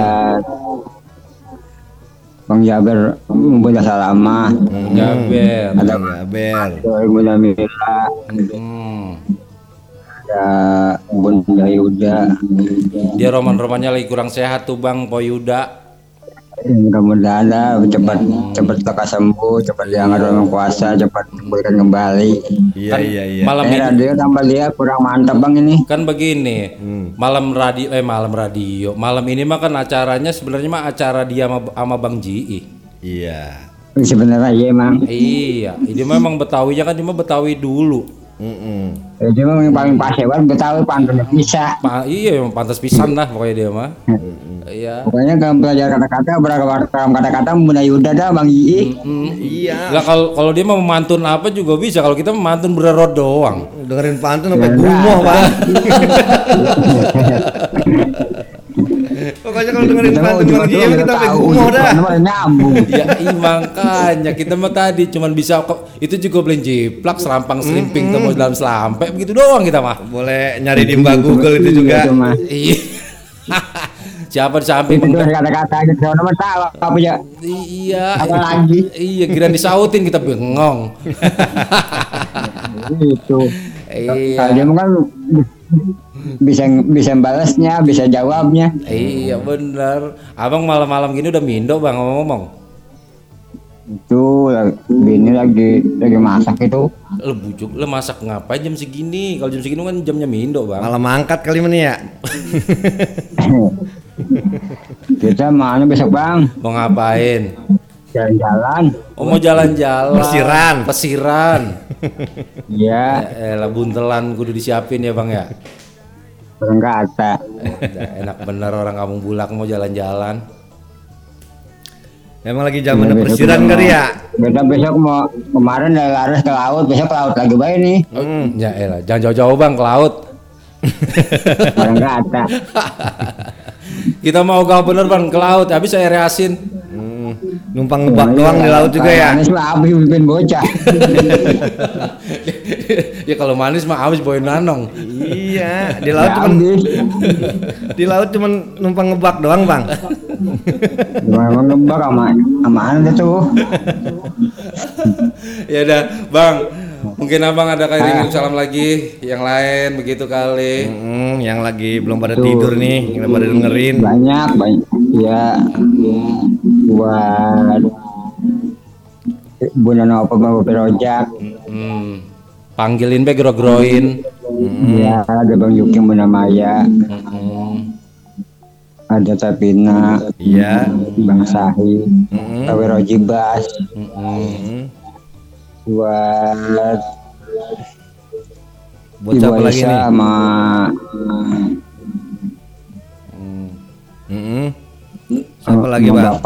Bang Jaber, Bunda Salama. Jaber. Ada Jaber. Bunda Mila. Ada Bunda Yuda. Dia roman-romannya lagi kurang sehat tuh Bang Po Yuda. Mudah-mudahan lah cepat lekas sembuh, cepat diangkat dalam kuasa, cepat diberikan kembali. Iya iya iya. Malam ini radio tambah dia kurang mantap Bang ini. kan begini. Malam radio. Malam ini mah kan acaranya sebenarnya mah acara dia sama Bang Ji. Iya. Sebenarnya iya Mang. Iya, ini memang Betawinya kan dia mah Betawi dulu. Dia memang yang paling pas hebat Betawi pantun bisa. Iya, emang pantas pisan lah pokoknya dia mah. Iya. Pokoknya kalau belajar kata-kata beragam kata-kata Bunda Yuda dah Bang Yi. Iya. Lah kalau dia mau memantun apa juga bisa. Kalau kita memantun bererot doang. Dengerin pantun sampai gumoh Bang. Pokoknya kalau dengerin pantun Bang Ji kita sampai gumoh dah. Nyambung. Ya makanya kita mah tadi cuman bisa itu juga beli jiplak serampang selimping temu dalam selampe begitu doang kita mah. Boleh nyari di Mbak Google itu juga. Iya. Siapa di samping kata-kata gitu nomor tahu apa ya? Iya. Apa lagi? Iya, kira disautin kita bengong. Itu. Iya. Kalau dia kan bisa balasnya, bisa jawabnya. Iya benar. Abang malam-malam gini udah mindo Bang ngomong. Itu bini lagi masak itu. Lu bujuk, lu masak ngapain jam segini? Kalau jam segini kan jamnya mindo Bang. Malah mangkat kali mana ya? Kita mana besok Bang? Mau ngapain? Jalan-jalan. Oh mau jalan-jalan. Pesiran. Iya. Lah buntelan kudu disiapin ya Bang ya. Enggak ada. Enak bener orang kampung Bulak mau jalan-jalan. Emang lagi zamannya persiran kali ya? Besok mau kemarin dari Laras ke laut, besok ke laut lagi baik nih. Ya elah, jangan jauh-jauh Bang ke laut. Enggak ada. Kita mau kau bener Bang ke laut, habis saya reasin. Numpang ngebak doang di laut juga ya. Manis mah abis bikin bocah. Ya kalau manis mah abis boy nanong. Iya, di laut cuman di laut cuman numpang ngebak doang Bang. Gimana ngebak sama anda tuh. Ya udah Bang, mungkin Abang ada kirim salam lagi yang lain begitu kali. Yang lagi belum pada tidur nih, yang pada dengerin. Banyak ya. Buat Bunda Nova Bang Rojak. Panggilin be gro-groin. Ya, ada Bang Yuki Bunda Maya. Ada Tapina. Iya. Bang Sahi. Tawe Rojibas. Buat siapa lagi nih? Sama siapa lagi Bang?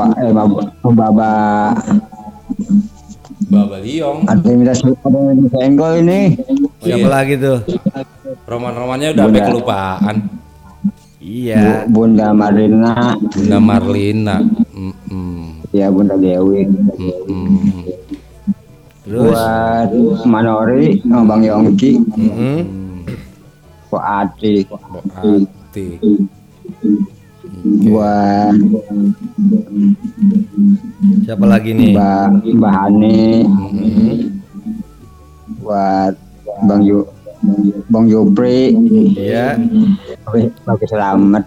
Baba Liong. Ada yang minta senggol ini. Siapa lagi tuh? Roman-romannya udah sampai kelupaan. Iya. Bunda Marlina. Ya Bunda Dewi. Terus buat Manori, Bang Yongki. Kok Ati. Buat siapa lagi nih? Mbak Hani. Buat Bang Yupri. Iya. Bagi selamat.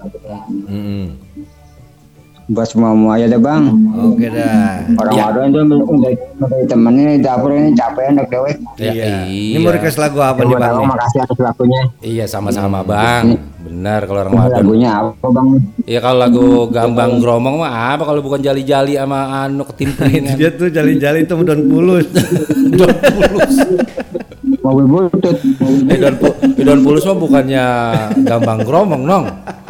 Buat semua aja deh Bang. Oke dah. Orang-orang itu udah temennya di dapur ini capek anak dewek. Iya. Ini mau request lagu apa nih Bang? Makasih atas lagunya. Iya sama-sama Bang. Benar kalau orang wadon. Lagunya apa Bang? Iya kalau lagu Gambang Gromong mah apa kalau bukan jali-jali sama anu ketimplin. Dia tuh jali-jali itu Don Pulus. Don Pulus. Mobil butut. Don Pulus mah bukannya Gambang Gromong nong.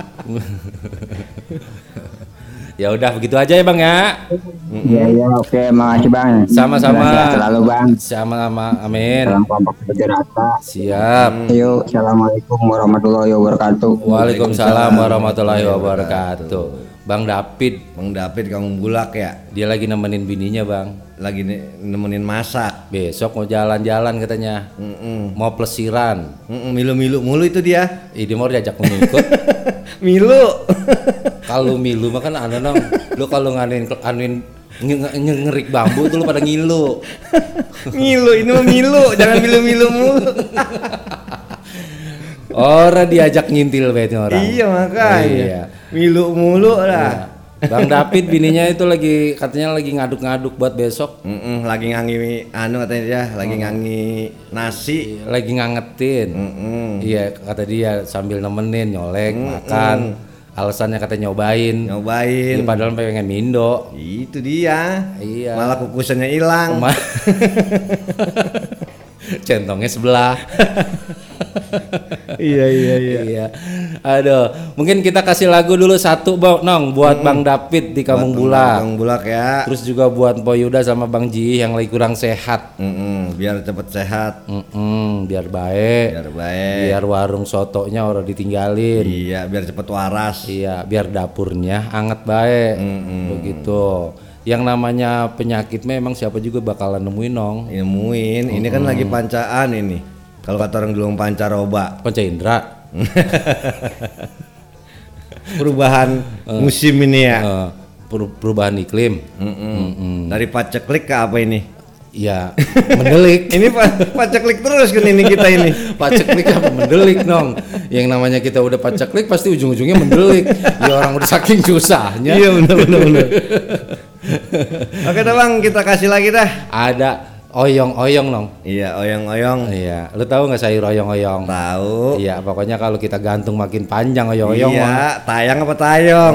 Ya udah begitu aja ya Bang ya. Iya oke, makasih Bang. Sama-sama. Selalu Bang. Sama-sama, amin. Salam kelompok kerja rata. Siap. Assalamualaikum warahmatullahi wabarakatuh. Waalaikumsalam warahmatullahi wabarakatuh. Bang David. Bang David Kampung Bulak ya. Dia lagi nemenin bininya bang. Lagi nemenin masak. Besok mau jalan-jalan katanya. Mau plesiran. Milu-milu mulu itu dia. Dia mau diajak mengikut. Milu. Kalau milu mah kan nong. Lu kalau nganuin ngerik bambu tuh lu pada ngilu. Ngilu ini mah milu, jangan milu-milu mulu. Orang diajak ngintil bete orang. Iya makanya. Iya. Milu mulu lah. Bang David bininya itu katanya lagi ngaduk-ngaduk buat besok. Lagi ngangi katanya dia, lagi ngangi nasi, lagi ngangetin. Iya kata dia sambil nemenin nyolek makan. Alasannya katanya nyobain. Ya, padahal pengen mindo. Itu dia. Iya. Malah kukusannya hilang. Centongnya sebelah. Iya. Aduh, mungkin kita kasih lagu dulu satu Nong buat Bang David di Kampung Bulak. Kampung Bulak ya. Terus juga buat Mpo Yuda sama Bang Ji yang lagi kurang sehat. Biar cepet sehat. Biar baik. Biar warung sotonya orang ditinggalin. Iya, biar cepet waras. Iya, biar dapurnya anget baik. Begitu. Yang namanya penyakit memang siapa juga bakalan nemuin Nong. Nemuin. Ini kan lagi pancaan ini. Kalau kata orang dulu pancaroba. Panca indera. Perubahan musim ini ya. Perubahan iklim. Dari paceklik ke apa ini? Ya, mendelik. Ini paceklik terus kan ini kita ini. Paceklik apa mendelik Nong? Yang namanya kita udah paceklik pasti ujung-ujungnya mendelik. Ya orang udah saking susahnya. Iya benar. Oke dah Bang, kita kasih lagi dah. Ada oyong-oyong Nong. Iya, oyong-oyong. Iya, lu tahu nggak sayur oyong-oyong? Tahu. Iya, pokoknya kalau kita gantung makin panjang oyong-oyong. Iya, tayang apa tayong?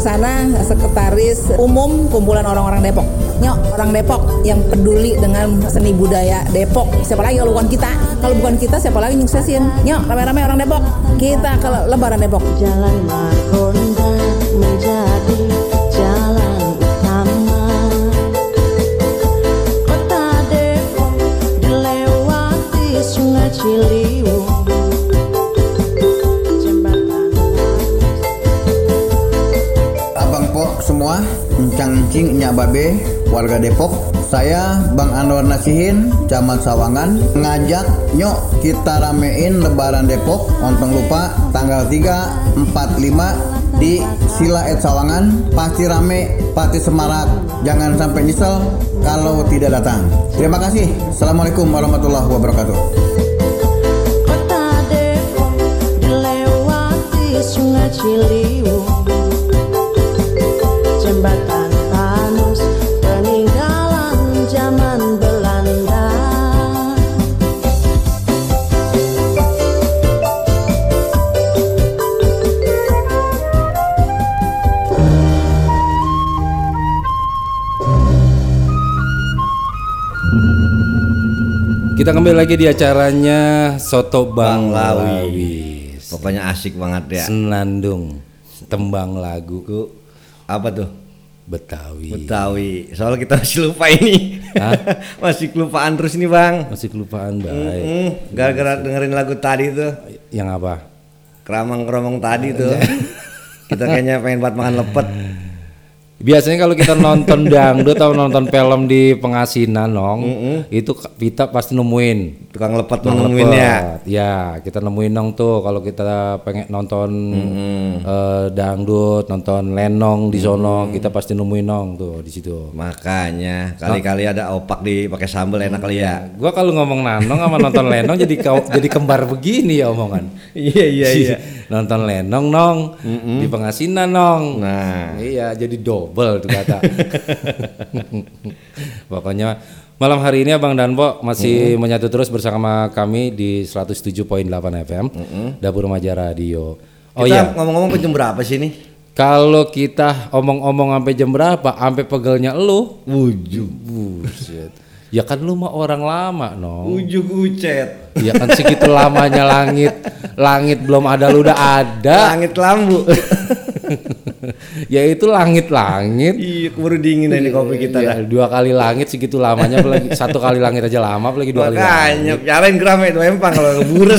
sana sekretaris umum kumpulan orang-orang Depok. Nyok, orang Depok yang peduli dengan seni budaya Depok. Siapa lagi kalau bukan kita? Kalau bukan kita siapa lagi nyuksesin? Nyok, rame-rame orang Depok. Kita ke lebaran Depok. Jalan Margonda menjadi jalan utama. Kota Depok dilewati Sungai Ciliwung. Abang Po semua, encang-encing, nyak babe, warga Depok. Saya Bang Anwar Nasihin, Camat Sawangan, ngajak nyok kita ramein Lebaran Depok. Ontong lupa tanggal 3, 4, 5 di Sila Ed Sawangan. Pasti rame, pasti semarak. Jangan sampai nyesel kalau tidak datang. Terima kasih. Assalamualaikum warahmatullahi wabarakatuh. Kota Depok dilewati Sungai Ciliwung. Jembatan Tanus peninggalan zaman Belanda. Kita kembali lagi di acaranya Soto Bang Lawi. Pokoknya asik banget ya. Senandung tembang lagu apa tuh? Betawi. Soalnya kita masih lupa ini. Masih kelupaan terus nih Bang. Masih kelupaan baik. Gara-gara dengerin lagu tadi tuh. Yang apa? Keramang-keromong tadi tuh. Kita kayaknya pengen buat makan lepet. Biasanya kalau kita nonton dangdut atau nonton film di Pengasinan nong, itu kita pasti nemuin tukang lepet nemuin ya. Ya, kita nemuin nong tuh kalau kita pengen nonton dangdut, nonton lenong di sono, kita pasti nemuin nong tuh di situ. Makanya kali-kali ada opak dipakai sambal enak kali ya. Gua kalau ngomong nanong sama nonton lenong jadi kembar begini ya omongan. Iya. Nonton lenong nong di Pengasinan nong. Nah, iya jadi double tuh kata. Pokoknya malam hari ini Abang Danpo masih menyatu terus bersama kami di 107.8 FM Dapur Remaja Radio. Oh kita ngomong-ngomong jam berapa sih nih? Kalau kita omong-omong sampai jam berapa? Sampai pegelnya lu. Buset. Ya kan lu mah orang lama Ujuk ucet. Ya kan segitu lamanya langit belum ada lu udah ada. Langit lambu. Ya itu langit-langit. Iya, keburu dingin ini kopi kita ya, 2 kali langit segitu lamanya, apalagi 1 kali langit aja lama, apalagi 2 kali. Makanya nyalain gerame itu empang kalau kebures.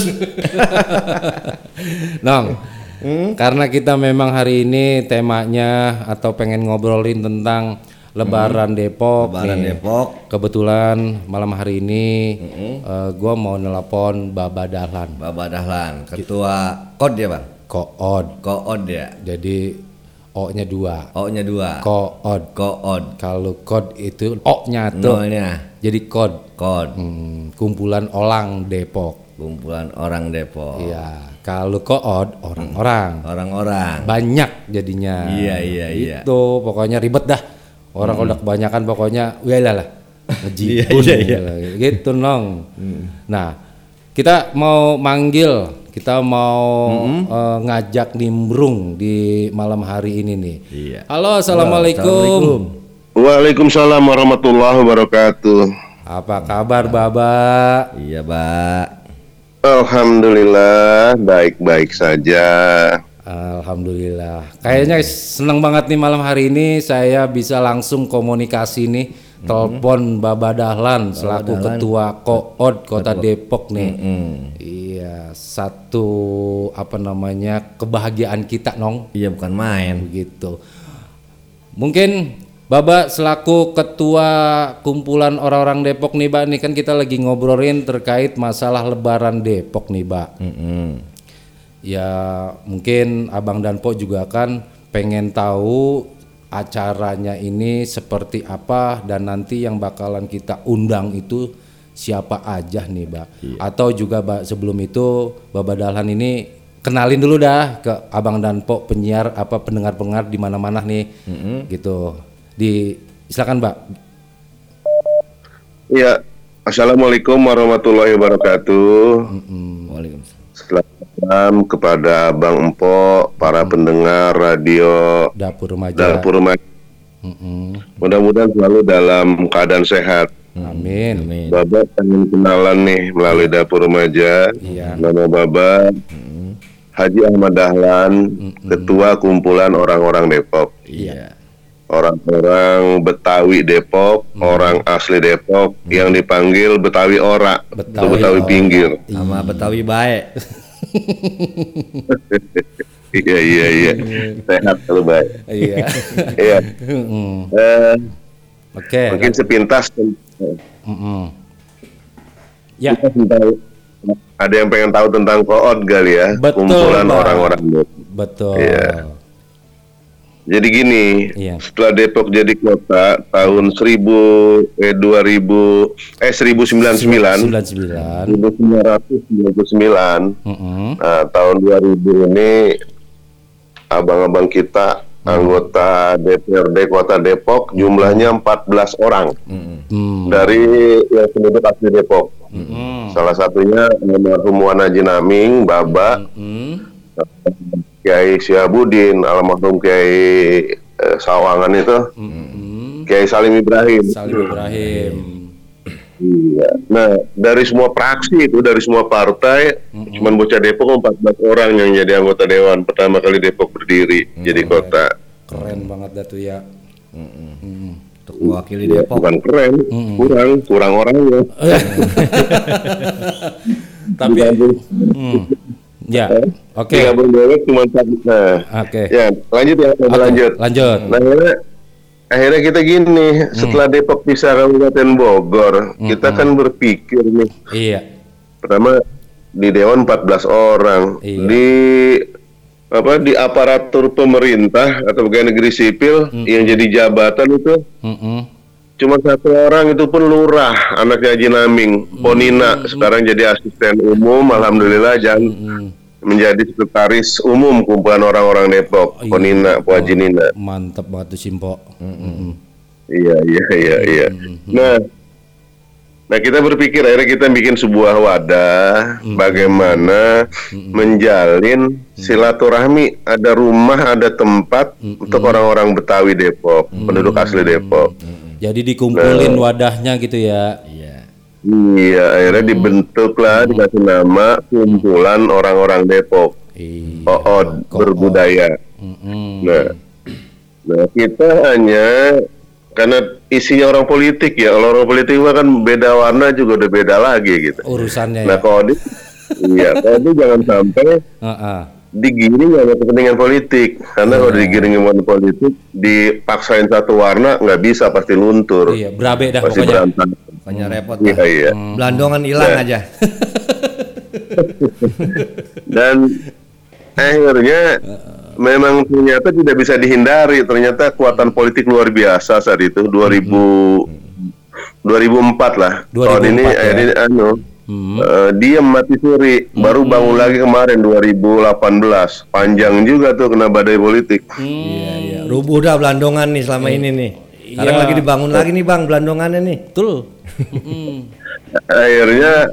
Nong. Karena kita memang hari ini temanya atau pengen ngobrolin tentang Lebaran Depok. Lebaran nih. Depok. Kebetulan malam hari ini gue mau nelpon Baba Dahlan. Ketua KOD ya Bang? Kood ya. Jadi O-nya 2. Kood. Kalau kod itu O-nya tuh. Nolnya. Jadi kod. Kumpulan orang Depok. Iya. Kalau kood orang-orang. Banyak jadinya. Iya. Itu pokoknya ribet dah. Orang kalau udah kebanyakan pokoknya lah ngejibun gitu nong. Nah kita mau ngajak nimbrung di malam hari ini nih. Iya. Halo, assalamualaikum. Waalaikumsalam warahmatullahi wabarakatuh. Apa kabar Baba? Iya Pak. Alhamdulillah baik-baik saja. Alhamdulillah. Kayaknya senang banget nih malam hari ini saya bisa langsung komunikasi nih. Telepon Baba Dahlan selaku Ketua KOD Kota Depok nih. Iya, satu kebahagiaan kita nong. Iya, bukan main gitu. Mungkin Baba selaku Ketua kumpulan orang-orang Depok nih, Mbak, nih kan kita lagi ngobrolin terkait masalah Lebaran Depok nih, Mbak. Ya mungkin Abang Danpo juga kan pengen tahu acaranya ini seperti apa dan nanti yang bakalan kita undang itu siapa aja nih, Mbak. Atau juga sebelum itu Baba Dahlan ini kenalin dulu dah ke Abang Danpo penyiar pendengar-pendengar di mana-mana nih gitu. Silakan, Mbak. Ya, Assalamualaikum warahmatullahi wabarakatuh. Waalaikumsalam. Selamat malam kepada Bang Empok, para pendengar radio Dapur Remaja. Mudah-mudahan selalu dalam keadaan sehat. Amin. Bapak pengen kenalan nih melalui Dapur Remaja. Iya. Nama Bapak Haji Ahmad Dahlan, Ketua Kumpulan Orang-Orang Depok. Iya. Orang-orang Betawi Depok, orang asli Depok yang dipanggil Betawi Ora, Betawi pinggir, sama Betawi baik. Iya, sehat kalau baik. Iya. Iya. Oke. Mungkin sepintas. Ya. Ada yang pengen tahu tentang Kood kali ya? Betul, kumpulan Bang. Orang-orang Depok. Betul. Iya. Jadi gini, setelah Depok jadi kota tahun 1999, nah, tahun 2000 ini abang-abang kita anggota DPRD Kota Depok jumlahnya 14 orang dari yang penduduk asli Depok. Salah satunya almarhum Wan Haji Naming, Baba, Kiai Syihabudin, almarhum Kiai Sawangan itu, Kiai Salim Ibrahim. Iya. Nah, dari semua fraksi itu, dari semua partai, cuman bocah Depok 14 orang yang jadi anggota dewan pertama kali Depok berdiri jadi kota. Keren banget dah tuh ya. Untuk mewakili Depok. Bukan keren, kurang orangnya. Tapi ya, oke. Tidak berdewek cuma satu. Nah, ya, lanjut ya, lanjut. Nah, akhirnya kita gini, setelah Depok bisa Kabupaten Bogor, kita kan berpikir nih. Iya. Pertama di Dewan 14 orang, di aparatur pemerintah atau pegawai negeri sipil yang jadi jabatan itu cuma satu orang, itu pun lurah, anaknya Haji Naming, Ponina, sekarang jadi asisten umum, alhamdulillah menjadi sekretaris umum kumpulan orang-orang Depok, Ponina, Po Haji Nina. Mantap banget tuh Simpo. Iya. Nah kita berpikir akhirnya kita bikin sebuah wadah bagaimana menjalin silaturahmi, ada rumah, ada tempat untuk orang-orang Betawi Depok, penduduk asli Depok. Jadi dikumpulin wadahnya gitu ya. Iya, akhirnya dibentuklah, dikasih nama Kumpulan Orang-orang Depok, Kood Berbudaya. Nah, kita hanya karena isinya orang politik ya, kalau orang politik kan beda warna juga udah beda lagi gitu. Urusannya. Nah, Kood, Kood jangan sampai digiring oleh kepentingan politik, karena kalau digiring oleh politik, dipaksain satu warna nggak bisa, pasti luntur. Iya, berabe dah pasti pokoknya. Pokoknya repot. Iya. Belandongan hilang aja. Dan akhirnya memang ternyata tidak bisa dihindari, ternyata kekuatan politik luar biasa saat itu 2004 lah. Tahun ini akhirnya dia mati suri, baru bangun lagi kemarin 2018. Panjang juga tuh kena badai politik. Iya. Rubuh dah Belandongan nih selama ini nih. Sekarang lagi dibangun lagi nih Bang Belandongannya nih. Betul. Akhirnya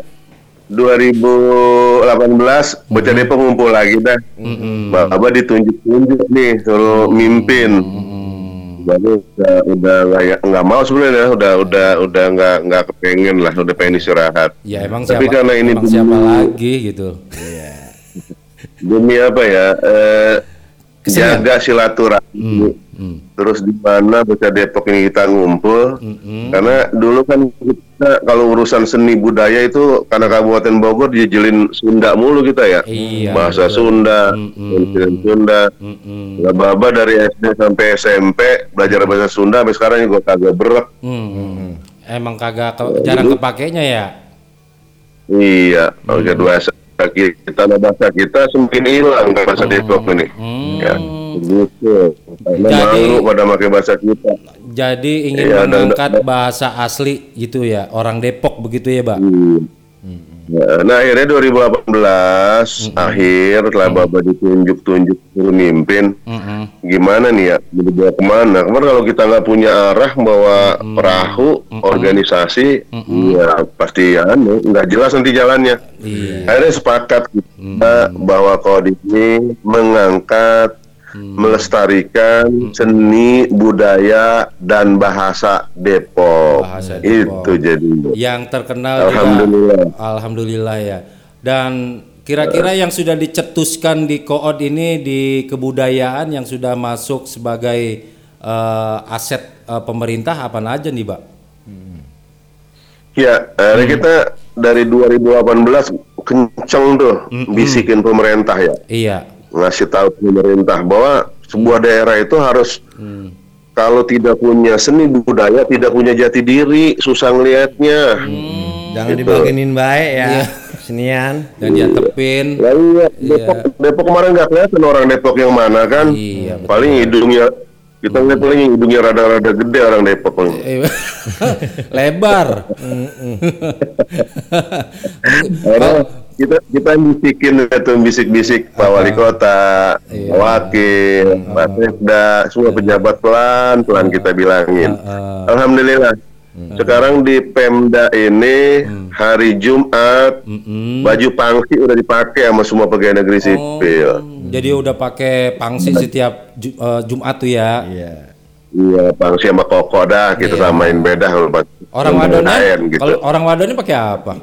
2018 bocah Depok ngumpul lagi dah. Bapak ditunjuk-tunjuk nih suruh mimpin. Baru udah nggak mau sebenarnya, udah nggak kepengen lah, udah pengen istirahat. Ya emang tapi siapa, karena ini siapa lagi gitu. Demi apa ya? Jaga silaturahmi. Terus di mana bocah Depok ini kita ngumpul, karena dulu kan kita kalau urusan seni budaya itu karena Kabupaten Bogor dijelin Sunda mulu kita ya, bahasa Sunda, Sunda. Baba dari SD sampai SMP belajar bahasa Sunda, sampai sekarang juga kagak berat. Emang kagak jarang kepakainya ya. Iya, bahasa kita, bahasa kita semakin hilang bahasa Depok ini. Ya. Gitu. Karena malu pada pakai bahasa kita. Jadi ingin mengangkat bahasa asli gitu ya, orang Depok begitu ya, Pak? Nah akhirnya 2018 akhir setelah Bapak ditunjuk suruh mimpin, gimana nih ya, mau dibawa kemana? Kemarin kalau kita nggak punya arah bawa perahu organisasi, ya pasti ya nggak jelas nanti jalannya. Akhirnya sepakat kita bahwa Kodim ini mengangkat, melestarikan seni, budaya, dan bahasa Depok. Itu jadi yang terkenal Alhamdulillah ya. Dan kira-kira yang sudah dicetuskan di Kood ini di kebudayaan yang sudah masuk sebagai aset pemerintah apa aja nih, Pak? Ya, kita dari 2018 kenceng tuh bisikin pemerintah ya. Iya. Ngasih tahu pemerintah bahwa sebuah daerah itu harus kalau tidak punya seni budaya, tidak punya jati diri, susah ngelihatnya. Jangan dibaginin baik ya, senian. Dan diantepin. Ya, iya. Depok kemarin nggak kelihatan orang Depok yang mana kan? Iya, paling hidungnya kita ngeliat paling hidungnya rada-rada gede orang Depok. Lebar. Kita bisikin itu bisik-bisik Pak Wali Kota, Wakil, Pak Sekda, semua pejabat pelan-pelan kita bilangin. Alhamdulillah. Sekarang di Pemda ini hari Jumat baju pangsi udah dipakai sama semua pegawai negeri sipil. Jadi udah pakai pangsi setiap Jumat tuh ya. Iya, pangsi sama koko dah kita samain beda kalau orang wadonnya gitu. Kalau orang wadonnya pakai apa?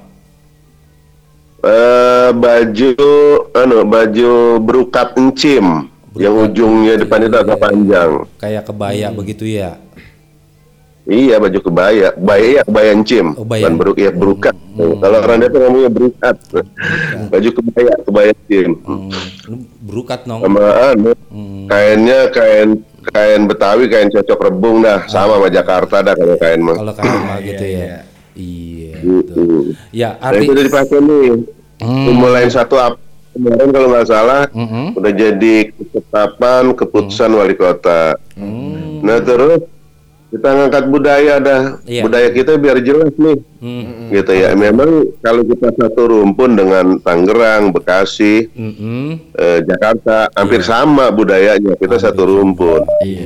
Baju berukat encim yang ujungnya depan itu agak panjang. Kayak kebaya begitu ya. Iya, baju kebaya encim. Bukan berukat. Kalau orang Depok ngomongnya berukat. Baju kebaya encim. Berukat nong. Sama kainnya kain Betawi, kain cocok rebung dah, sama sama Jakarta dah kalau kain mah. Kalau kain mah gitu ya. Iya. Ya, itu udah dipakai nih. Mulai 1 April kemarin kalau nggak salah udah jadi ketetapan keputusan wali kota. Nah terus kita ngangkat budaya dah, budaya kita biar jelas nih, gitu ya. Memang kalau kita satu rumpun dengan Tangerang, Bekasi, Jakarta, hampir sama budayanya. Kita satu rumpun.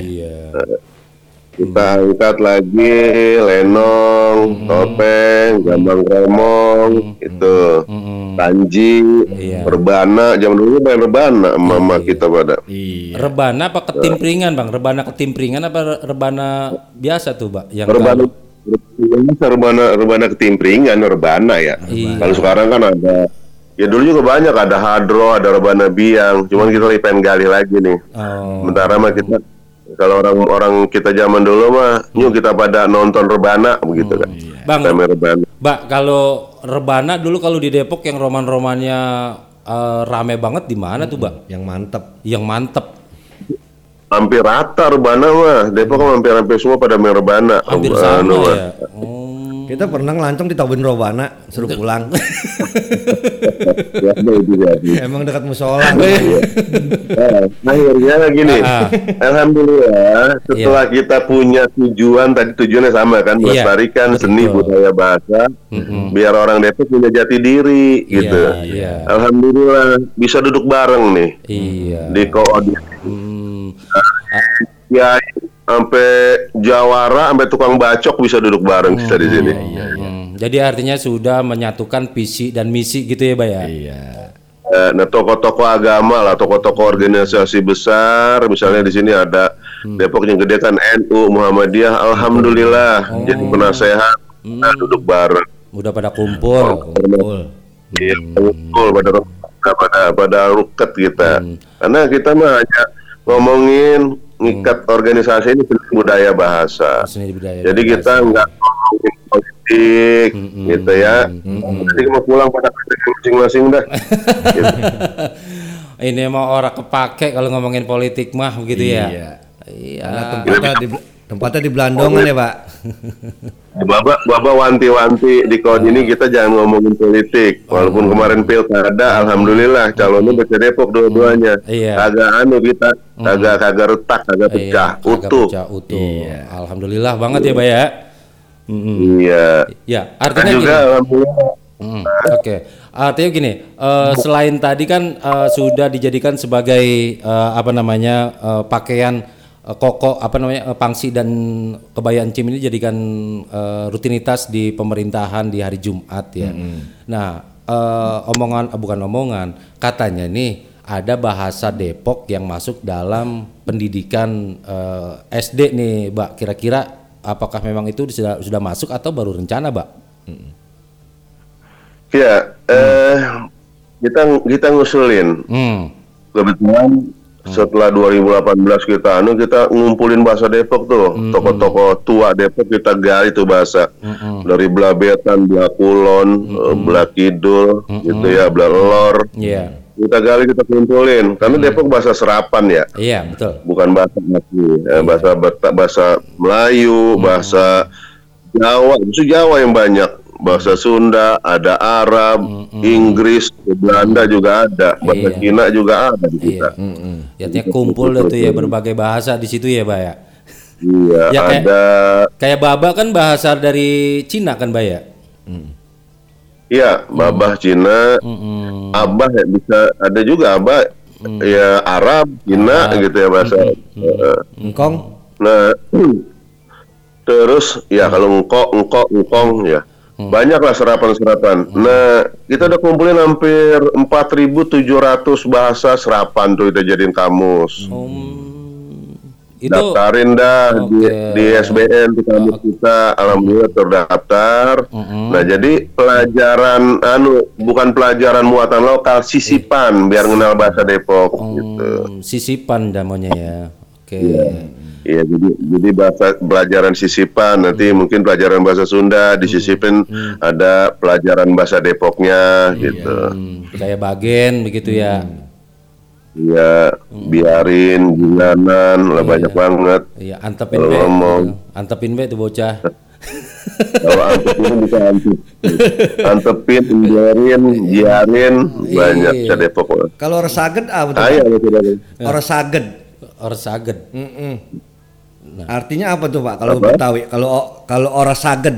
Kita angkat lagi lenong, topeng, gambang kromong, itu, tanji, rebana. Zaman dulu main rebana, mama kita pada. Rebana apa ketimpringan, Bang? Rebana ketimpringan apa rebana biasa tuh, Pak? Yang rebana ketimpringan, rebana ya. Kalau sekarang kan ada, ya dulu juga banyak, ada hadro, ada rebana biang. Cuman kita lagi pengen gali lagi nih. Sementara mah kita, kalau orang kita zaman dulu mah, yuk kita pada nonton rebana begitu kan. Bang, Mbak, kalau rebana dulu kalau di Depok yang roman-romannya rame banget di mana tuh, Mbak? Yang mantep. Hampir rata rebana mah. Depok hampir semua pada main rebana. Hampir sama ya. Kita pernah ngelancong ditawin rebana, suruh pulang. Emang dekat musola. Akhirnya gini, alhamdulillah setelah kita punya tujuan, tadi tujuannya sama kan, melestarikan seni budaya bahasa, biar orang Depok punya jati diri gitu. Alhamdulillah bisa duduk bareng nih di koordinasi. Ya sampai jawara, sampai tukang bacok bisa duduk bareng kita di sini. Jadi artinya sudah menyatukan visi dan misi gitu ya, Pak ya. Nah, tokoh-tokoh agama lah, tokoh-tokoh organisasi besar, misalnya di sini ada Depok yang gede kan NU, Muhammadiyah, alhamdulillah jadi penasehat, duduk bareng. Udah pada kumpul. Iya, kumpul pada ruket kita. Karena kita mah hanya ngomongin ngikat organisasi ini seni budaya bahasa. Jadi kita nggak ngomongin politik, gitu ya. Jadi mau pulang pada masing-masing dah. Gitu. Ini mau orang kepake kalau ngomongin politik mah begitu ya. Karena tempatnya di Belandongan ya, Pak. Bapak wanti-wanti di KOD ini kita jangan ngomongin politik. Walaupun kemarin pilkada, alhamdulillah calonnya Bece Depok dua-duanya. Kagak kita, kagak retak, kagak pecah, utuh. Alhamdulillah banget ya, Pak ya. Iya. Ya, artinya juga alhamdulillah Oke. Artinya gini, selain tadi kan sudah dijadikan sebagai pakaian koko pangsi dan kebaya encim ini jadikan rutinitas di pemerintahan di hari Jumat ya. Nah, katanya nih ada bahasa Depok yang masuk dalam pendidikan SD nih, Mbak. Kira-kira apakah memang itu sudah masuk atau baru rencana, Mbak? Ya, kita ngusulin. Kebetulan setelah 2018 kita ngumpulin bahasa Depok tuh, tokoh-tokoh tua Depok kita gali tuh bahasa dari belah Betan, belah Kulon, belah Kidul, gitu ya, belah Lor. Kita gali, kita kumpulin karena Depok bahasa serapan ya. Iya, betul. Bukan bahasa asli, bahasa Melayu, bahasa Jawa, itu Jawa yang banyak. Bahasa Sunda, ada Arab, Inggris, Belanda juga ada, bahasa Cina juga ada di kita. Artinya kumpul itu ya berbagai bahasa di situ ya, Mbak ya. Iya, ya, ada. Kayak Baba kan bahasa dari Cina kan, Mbak ya. Iya, Babah Cina, Abah ya bisa ada juga Abah ya Arab, Cina gitu ya bahasa. Engkong. Nah, terus ya kalau engkong ya. Banyaklah serapan-serapan. Nah, kita udah kumpulin hampir 4.700 bahasa serapan tuh kita jadiin kamus. Daftarin dah di SBN di kamus kita, alhamdulillah terdaftar. Nah, jadi pelajaran bukan pelajaran muatan lokal, sisipan biar kenal bahasa Depok gitu. Sisipan namanya ya. Oke. Iya, jadi bahasa pelajaran sisipan, nanti mungkin pelajaran bahasa Sunda disisipin, ada pelajaran bahasa Depoknya gitu. Kayak bagen begitu ya. Iya, biarin, gilanan, lah banyak banget. Iya, antepin be. Antepin be itu bocah. Kalau antepin bisa antepin, biarin, giarin, banyak bisa Depok. Kalau Orsaged apa tuh? Orsaged. Nah. Artinya apa tuh Pak kalau Betawi? Kalau Orsaged.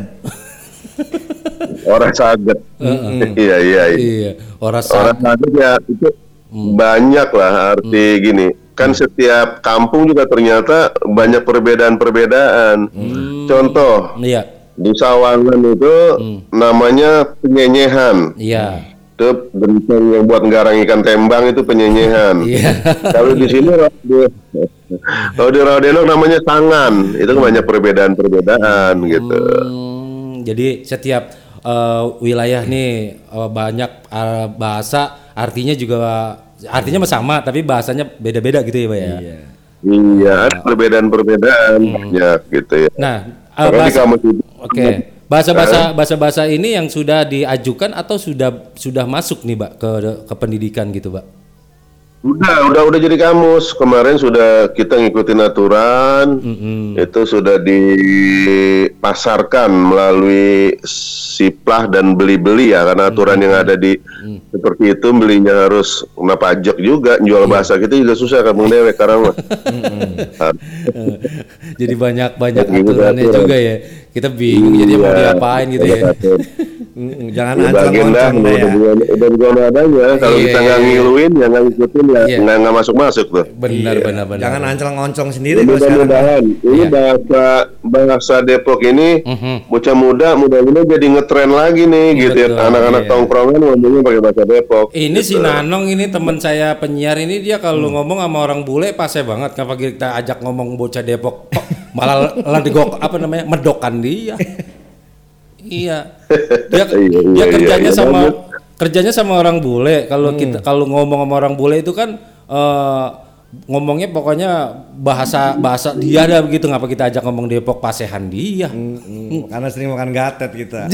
Orsaged. Iya. Orsaged ya itu banyak lah arti gini. Kan setiap kampung juga ternyata banyak perbedaan-perbedaan. Contoh, di Sawangan itu namanya penyenyehan. Iya. Itu genteng yang buat nggarang ikan tembang itu penyenyehan. Kalau di sini kalau di Rawadenok namanya sangan. Itu banyak perbedaan-perbedaan gitu. Jadi setiap wilayah nih banyak bahasa, artinya sama tapi bahasanya beda-beda gitu ya, Pak ya. Iya, ada perbedaan-perbedaan banyak gitu ya. Nah, bahasa-bahasa ini yang sudah diajukan atau sudah masuk nih, Mbak, ke pendidikan gitu, Mbak? Udah jadi kamus. Kemarin sudah kita ngikutin aturan. Itu sudah dipasarkan melalui siplah dan beli-beli ya, karena aturan yang ada di seperti itu belinya harus kena pajak juga. Jual bahasa kita juga susah kan Bang Dewek sekarang mah. Jadi banyak aturannya juga ya. Kita bingung jadi mau diapain gitu ya. Jangan ancang-ancang udah bukan adanya. Kalau kita nggak ngiluin ya nggak ngikutin ya nggak masuk tuh. Benar. Jangan ancang-ancang sendiri. Mudah-mudahan ini bahasa Depok ini bocah muda-mudahan jadi ngetren lagi nih gitu ya. Anak-anak tongkrongan ngomongnya pakai bahasa Depok. Ini si Nanong ini teman saya penyiar ini, dia kalau ngomong sama orang bule pase banget. Kenapa kita ajak ngomong bocah Depok malah medokan dia. Iya. Dia kerjanya sama orang bule. Kalau ngomong sama orang bule itu kan ngomongnya pokoknya bahasa dia dah begitu. Ngapa kita ajak ngomong Depok pasehan dia? Karena sering makan gatet kita.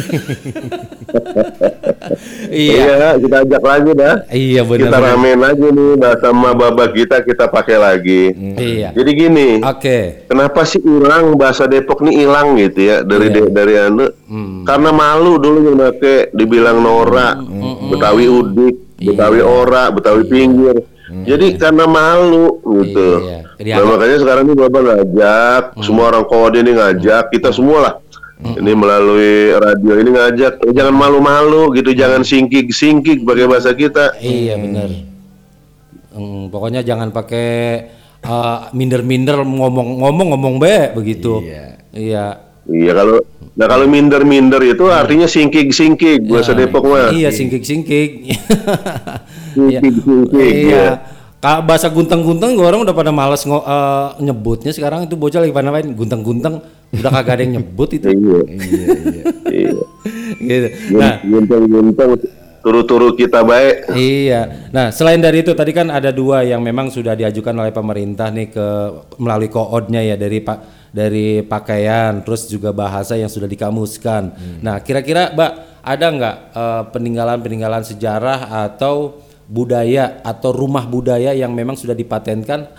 Iya, kita ajak lagi dah. Iya benar. Kita ramein lagi nih bahasa Baba kita pakai lagi. Iya. Jadi gini. Kenapa sih hilang bahasa Depok nih hilang gitu ya dari karena malu dulu yang pakai dibilang Nora, Betawi Udik, Betawi Ora, Betawi Pinggir. Jadi karena malu gitu. Nah, makanya sekarang ini Baba ngajak semua orang kode ini ngajak kita semua lah. Ini melalui radio ini ngajak, jangan malu-malu gitu, jangan singkik pakai bahasa kita. Iya benar. Pokoknya jangan pakai minder-minder ngomong be begitu. Iya. Iya kalau minder-minder itu artinya singkik bahasa Depok mah. Iya singkik. Singkik. Iya. Bahasa guntang-guntang orang udah pada malas nyebutnya sekarang. Itu bocah lagi pada main guntang-guntang udah kagak ada yang nyebut itu. Iya. Gitu. Nah, guntang-guntang turu-turu kita baik. Iya. Nah, selain dari itu tadi kan ada 2 yang memang sudah diajukan oleh pemerintah nih melalui koodnya ya, dari pakaian, terus juga bahasa yang sudah dikamuskan. Nah, kira-kira Mbak ada nggak peninggalan sejarah atau budaya atau rumah budaya yang memang sudah dipatenkan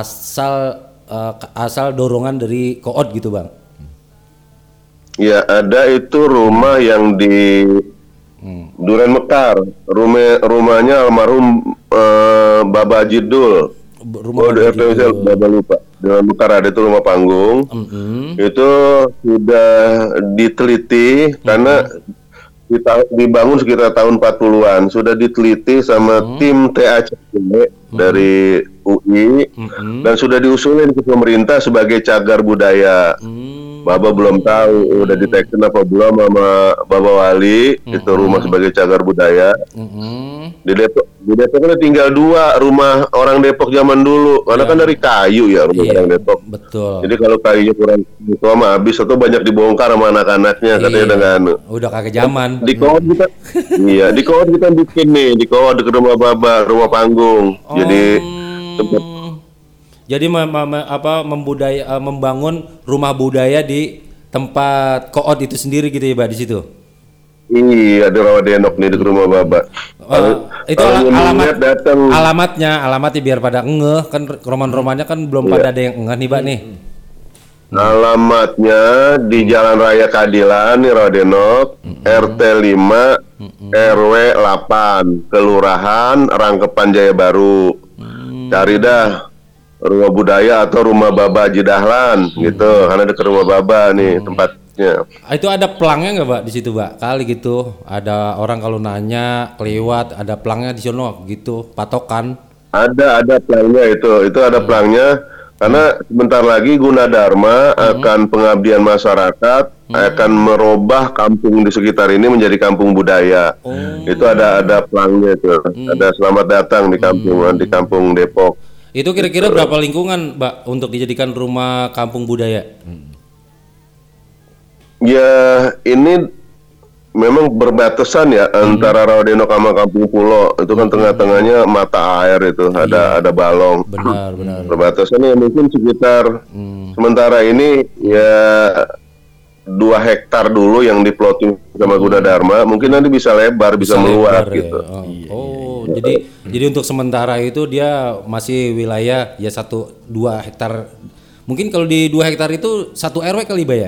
asal dorongan dari kood gitu, Bang? Ya, ada itu rumah yang di Duren Mekar, rumahnya almarhum Baba Jidul. Baba lupa. Duren Mekar ada itu rumah panggung. Itu sudah diteliti karena dibangun sekitar tahun 40-an. Sudah diteliti sama tim TACP dari UI dan sudah diusulin ke pemerintah sebagai cagar budaya. Baba belum tahu udah ditekstin apa belum sama Baba Wali itu rumah sebagai cagar budaya. Di Depok kan tinggal 2 rumah orang Depok zaman dulu karena kan dari kayu ya rumah orang Depok. Betul. Jadi kalau kayunya kurang tua mah habis atau banyak dibongkar sama anak-anaknya katanya dengan udah kagak zaman. Di kood kita di kood kita bikin nih di kood ke rumah Baba, rumah panggung. Jadi membangun rumah budaya di tempat kood itu sendiri gitu ya, Pak, di situ. Iya, di Rawadenok nih di rumah Baba. Itu alamatnya biar pada ngeh kan roman-romannya kan belum pada ada yang ngeh nih, Pak nih. Alamatnya di Jalan Raya Keadilan nih Rawadenok, RT 5 RW 8, Kelurahan Rangkepan Jaya Baru. Cari dah rumah budaya atau rumah Baba Haji Dahlan gitu, karena dekat rumah Baba nih tempatnya. Itu ada pelangnya nggak, Pak, di situ, Pak? Kali gitu, ada orang kalau nanya kelewat, ada pelangnya di sono gitu, patokan. Ada pelangnya itu ada pelangnya, karena sebentar lagi Gunadarma akan pengabdian masyarakat, akan merubah kampung di sekitar ini menjadi kampung budaya. Itu ada pelangnya itu, ada selamat datang di kampung Depok. Itu kira-kira berapa lingkungan, Mbak, untuk dijadikan rumah kampung budaya? Ya, ini memang berbatasan ya antara Rawadenok sama Kampung Pulo. Itu kan tengah-tengahnya mata air itu, ada balong. Benar. Berbatasan ya mungkin sekitar sementara ini ya 2 hektar dulu yang diploting sama Gunadarma. Mungkin nanti bisa lebar, bisa meluas gitu. Jadi untuk sementara itu dia masih wilayah ya 1-2 hektar. Mungkin kalau di 2 hektar itu 1 RW kali, Mbak ya?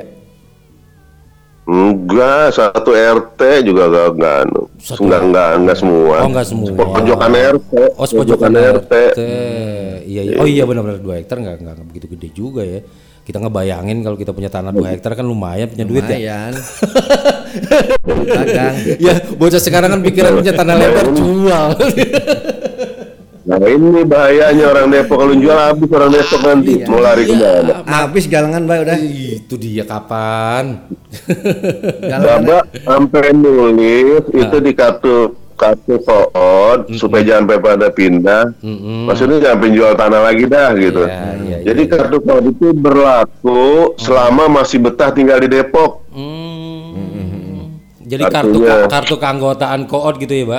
Enggak, 1 RT juga enggak semua. Oh, enggak semua. Pojokan RT. Oh, pojokan RT. Iya. Oh iya benar 2 hektar enggak begitu gede juga ya. Kita ngebayangin kalau kita punya tanah 2 hektar kan lumayan punya duit ya. Dagang. Ya, bocah sekarang kan pikiran punya tanah lebar jual. Nah ini bahayanya orang Depok, kalau jual habis orang Depok nanti mau lari kemana? Habis galangan, Mbak, udah. Itu dia kapan? Baba sampai nulis itu di kartu kood supaya jangan sampai pada pindah. Maksudnya jangan penjual tanah lagi dah gitu. Jadi kartu kood itu berlaku selama masih betah tinggal di Depok. Jadi kartu keanggotaan kood gitu ya, Mbak?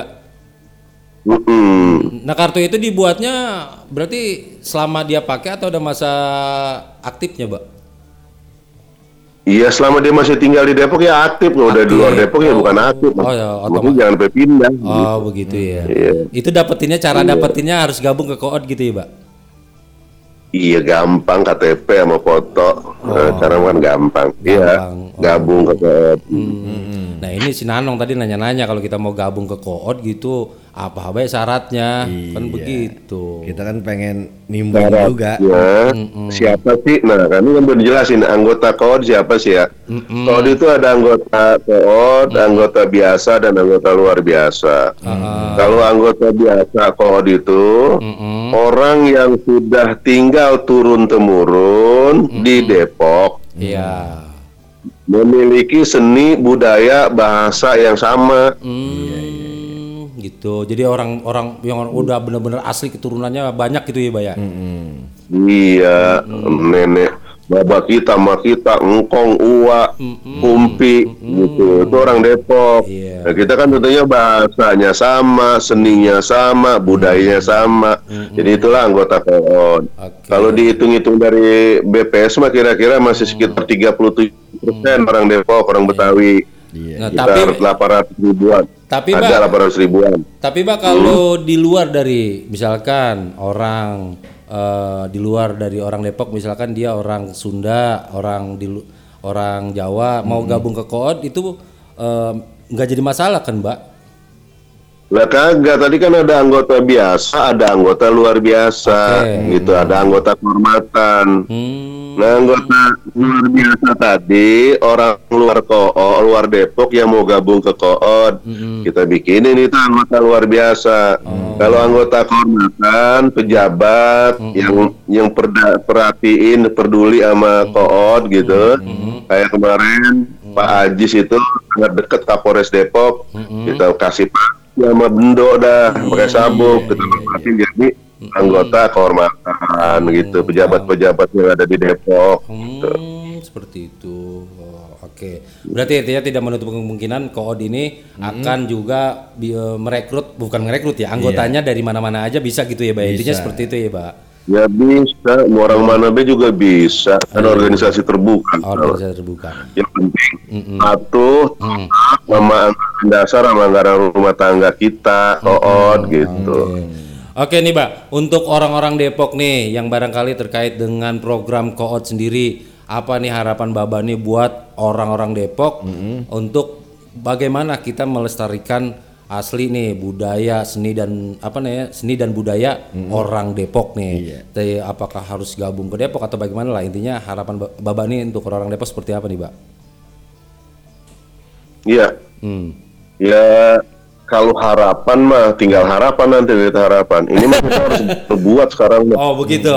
Nah kartu itu dibuatnya berarti selama dia pakai atau ada masa aktifnya, Mbak? Iya, selama dia masih tinggal di Depok ya aktif. Kalau udah di luar Depok ya bukan aktif. Mungkin jangan sampai pindah. Oh begitu ya. Itu cara dapetinnya harus gabung ke kood gitu ya, Mbak? Iya, gampang, KTP sama foto. Sekarang kan gampang. Iya, gabung ke kood. Nah ini si Nanong tadi nanya-nanya kalau kita mau gabung ke Koot gitu apa baik syaratnya kan begitu. Kita kan pengen nimbang juga. Siapa sih? Nah kan ini kan udah dijelasin anggota Koot siapa sih ya. Koot itu ada anggota Koot, anggota biasa dan anggota luar biasa. Kalau anggota biasa Koot itu orang yang sudah tinggal turun-temurun di Depok. Iya. Memiliki seni, budaya, bahasa yang sama. Gitu. Jadi orang-orang yang udah benar-benar asli keturunannya banyak gitu ya, Pak ya. Iya, nenek baba kita, mak kita, engkong, uwa, kumpi, gitu. Itu orang Depok. Nah, kita kan tentunya bahasanya sama, seninya sama, budayanya sama. Jadi itulah anggota Koot. Kalau dihitung-hitung dari BPS mah kira-kira masih sekitar 37% orang Depok, orang Betawi. Nah, sekitar 800 ribuan. Tapi ada 800 ribuan. Tapi Pak kalau di luar dari misalkan orang di luar dari orang Depok, misalkan dia orang Sunda, orang Jawa mau gabung ke Koot itu nggak jadi masalah kan, Mbak? Lah kagak, tadi kan ada anggota biasa, ada anggota luar biasa, gitu, ada anggota kehormatan. Nah anggota luar biasa tadi orang luar luar Depok yang mau gabung ke Koot, kita bikinin itu anggota luar biasa. Kalau anggota kehormatan, pejabat yang perhatiin, peduli sama Koot gitu, kayak kemarin Pak Ajis itu sangat dekat Kapolres Depok, kita kasih sama bendo dah pakai sabuk, kita lepasin jadi anggota kehormatan gitu, pejabat-pejabat yang ada di Depok. Gitu. Seperti itu. Oke. Berarti artinya tidak menutup kemungkinan Koot ini akan juga bukan merekrut ya, anggotanya dari mana-mana aja bisa gitu ya, Pak. Intinya seperti itu ya, Pak. Ya bisa, mau orang mana be juga bisa. Kan organisasi terbuka. Organisasi terbuka. Yang penting patuh sama dasar sama anggaran rumah tangga kita, Koot gitu. Oke nih, Pak. Untuk orang-orang Depok nih yang barangkali terkait dengan program Koot sendiri, apa nih harapan Baba nih buat orang-orang Depok untuk bagaimana kita melestarikan asli nih budaya seni dan budaya orang Depok nih. Apakah harus gabung ke Depok atau bagaimana lah, intinya harapan Baba nih untuk orang Depok seperti apa nih, Pak? Iya. Ya kalau harapan mah tinggal harapan, nanti kita harapan. Ini mah kita harus berbuat sekarang. Oh begitu.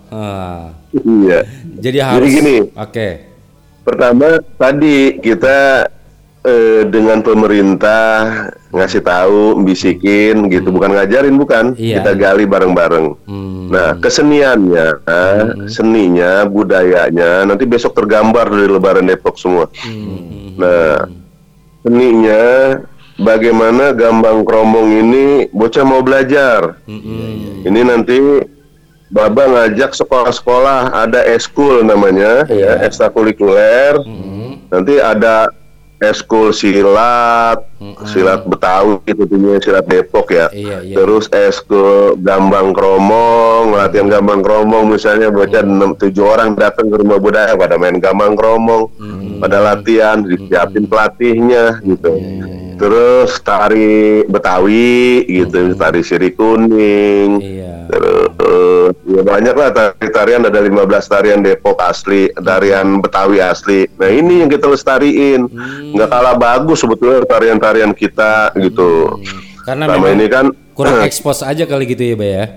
Iya. Jadi harus. Jadi gini. Oke. Pertama tadi kita dengan pemerintah ngasih tahu, bisikin gitu, bukan ngajarin, bukan. Kita gali bareng-bareng. Nah, keseniannya, seninya, budayanya nanti besok tergambar dari Lebaran Depok semua. Nah, seninya bagaimana Gambang Kromong ini bocah mau belajar. Ini nanti Baba ngajak sekolah-sekolah, ada eskul namanya, ya, ekstrakurikuler. Nanti ada eskul silat, silat Betawi itu punya silat Depok ya. Terus eskul Gambang Kromong, latihan Gambang Kromong misalnya bocah 6-7 orang datang ke rumah budaya pada main Gambang Kromong, pada latihan, disiapin pelatihnya gitu. Terus tari Betawi gitu, tari sirih kuning. Terus ya banyak lah tarian, ada 15 tarian Depok asli, tarian Betawi asli. Nah ini yang kita lestariin. Nggak kalah bagus sebetulnya tarian-tarian kita gitu. Karena sama ini kan kurang ekspos aja kali gitu ya, Bay ya.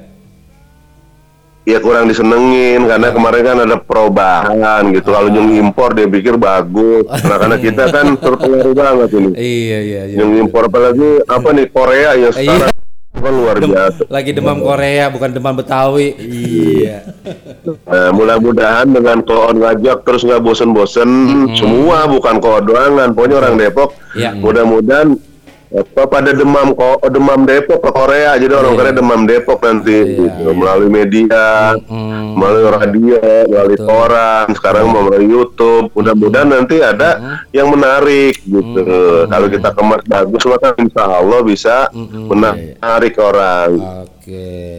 Ya kurang disenengin karena kemarin kan ada perubahan gitu. Kalau yang impor dia pikir bagus. Karena kita kan terpengaruh banget ini. Iya. Yang impor apalagi apa nih, Korea yang sekarang kan luar biasa. Lagi demam Korea bukan demam Betawi. Iya. Nah, mudah-mudahan dengan Koot ngajak terus nggak bosen-bosen, semua bukan Koot doangan, pokoknya orang Depok. Mudah-mudahan pada demam Depok ke Korea, jadi orang Korea demam Depok nanti gitu, melalui media, melalui radio, melalui koran, sekarang melalui YouTube. Mudah-mudahan nanti ada yang menarik gitu. Kalau kita kemas bagus maka insya Allah bisa menarik orang. Oke.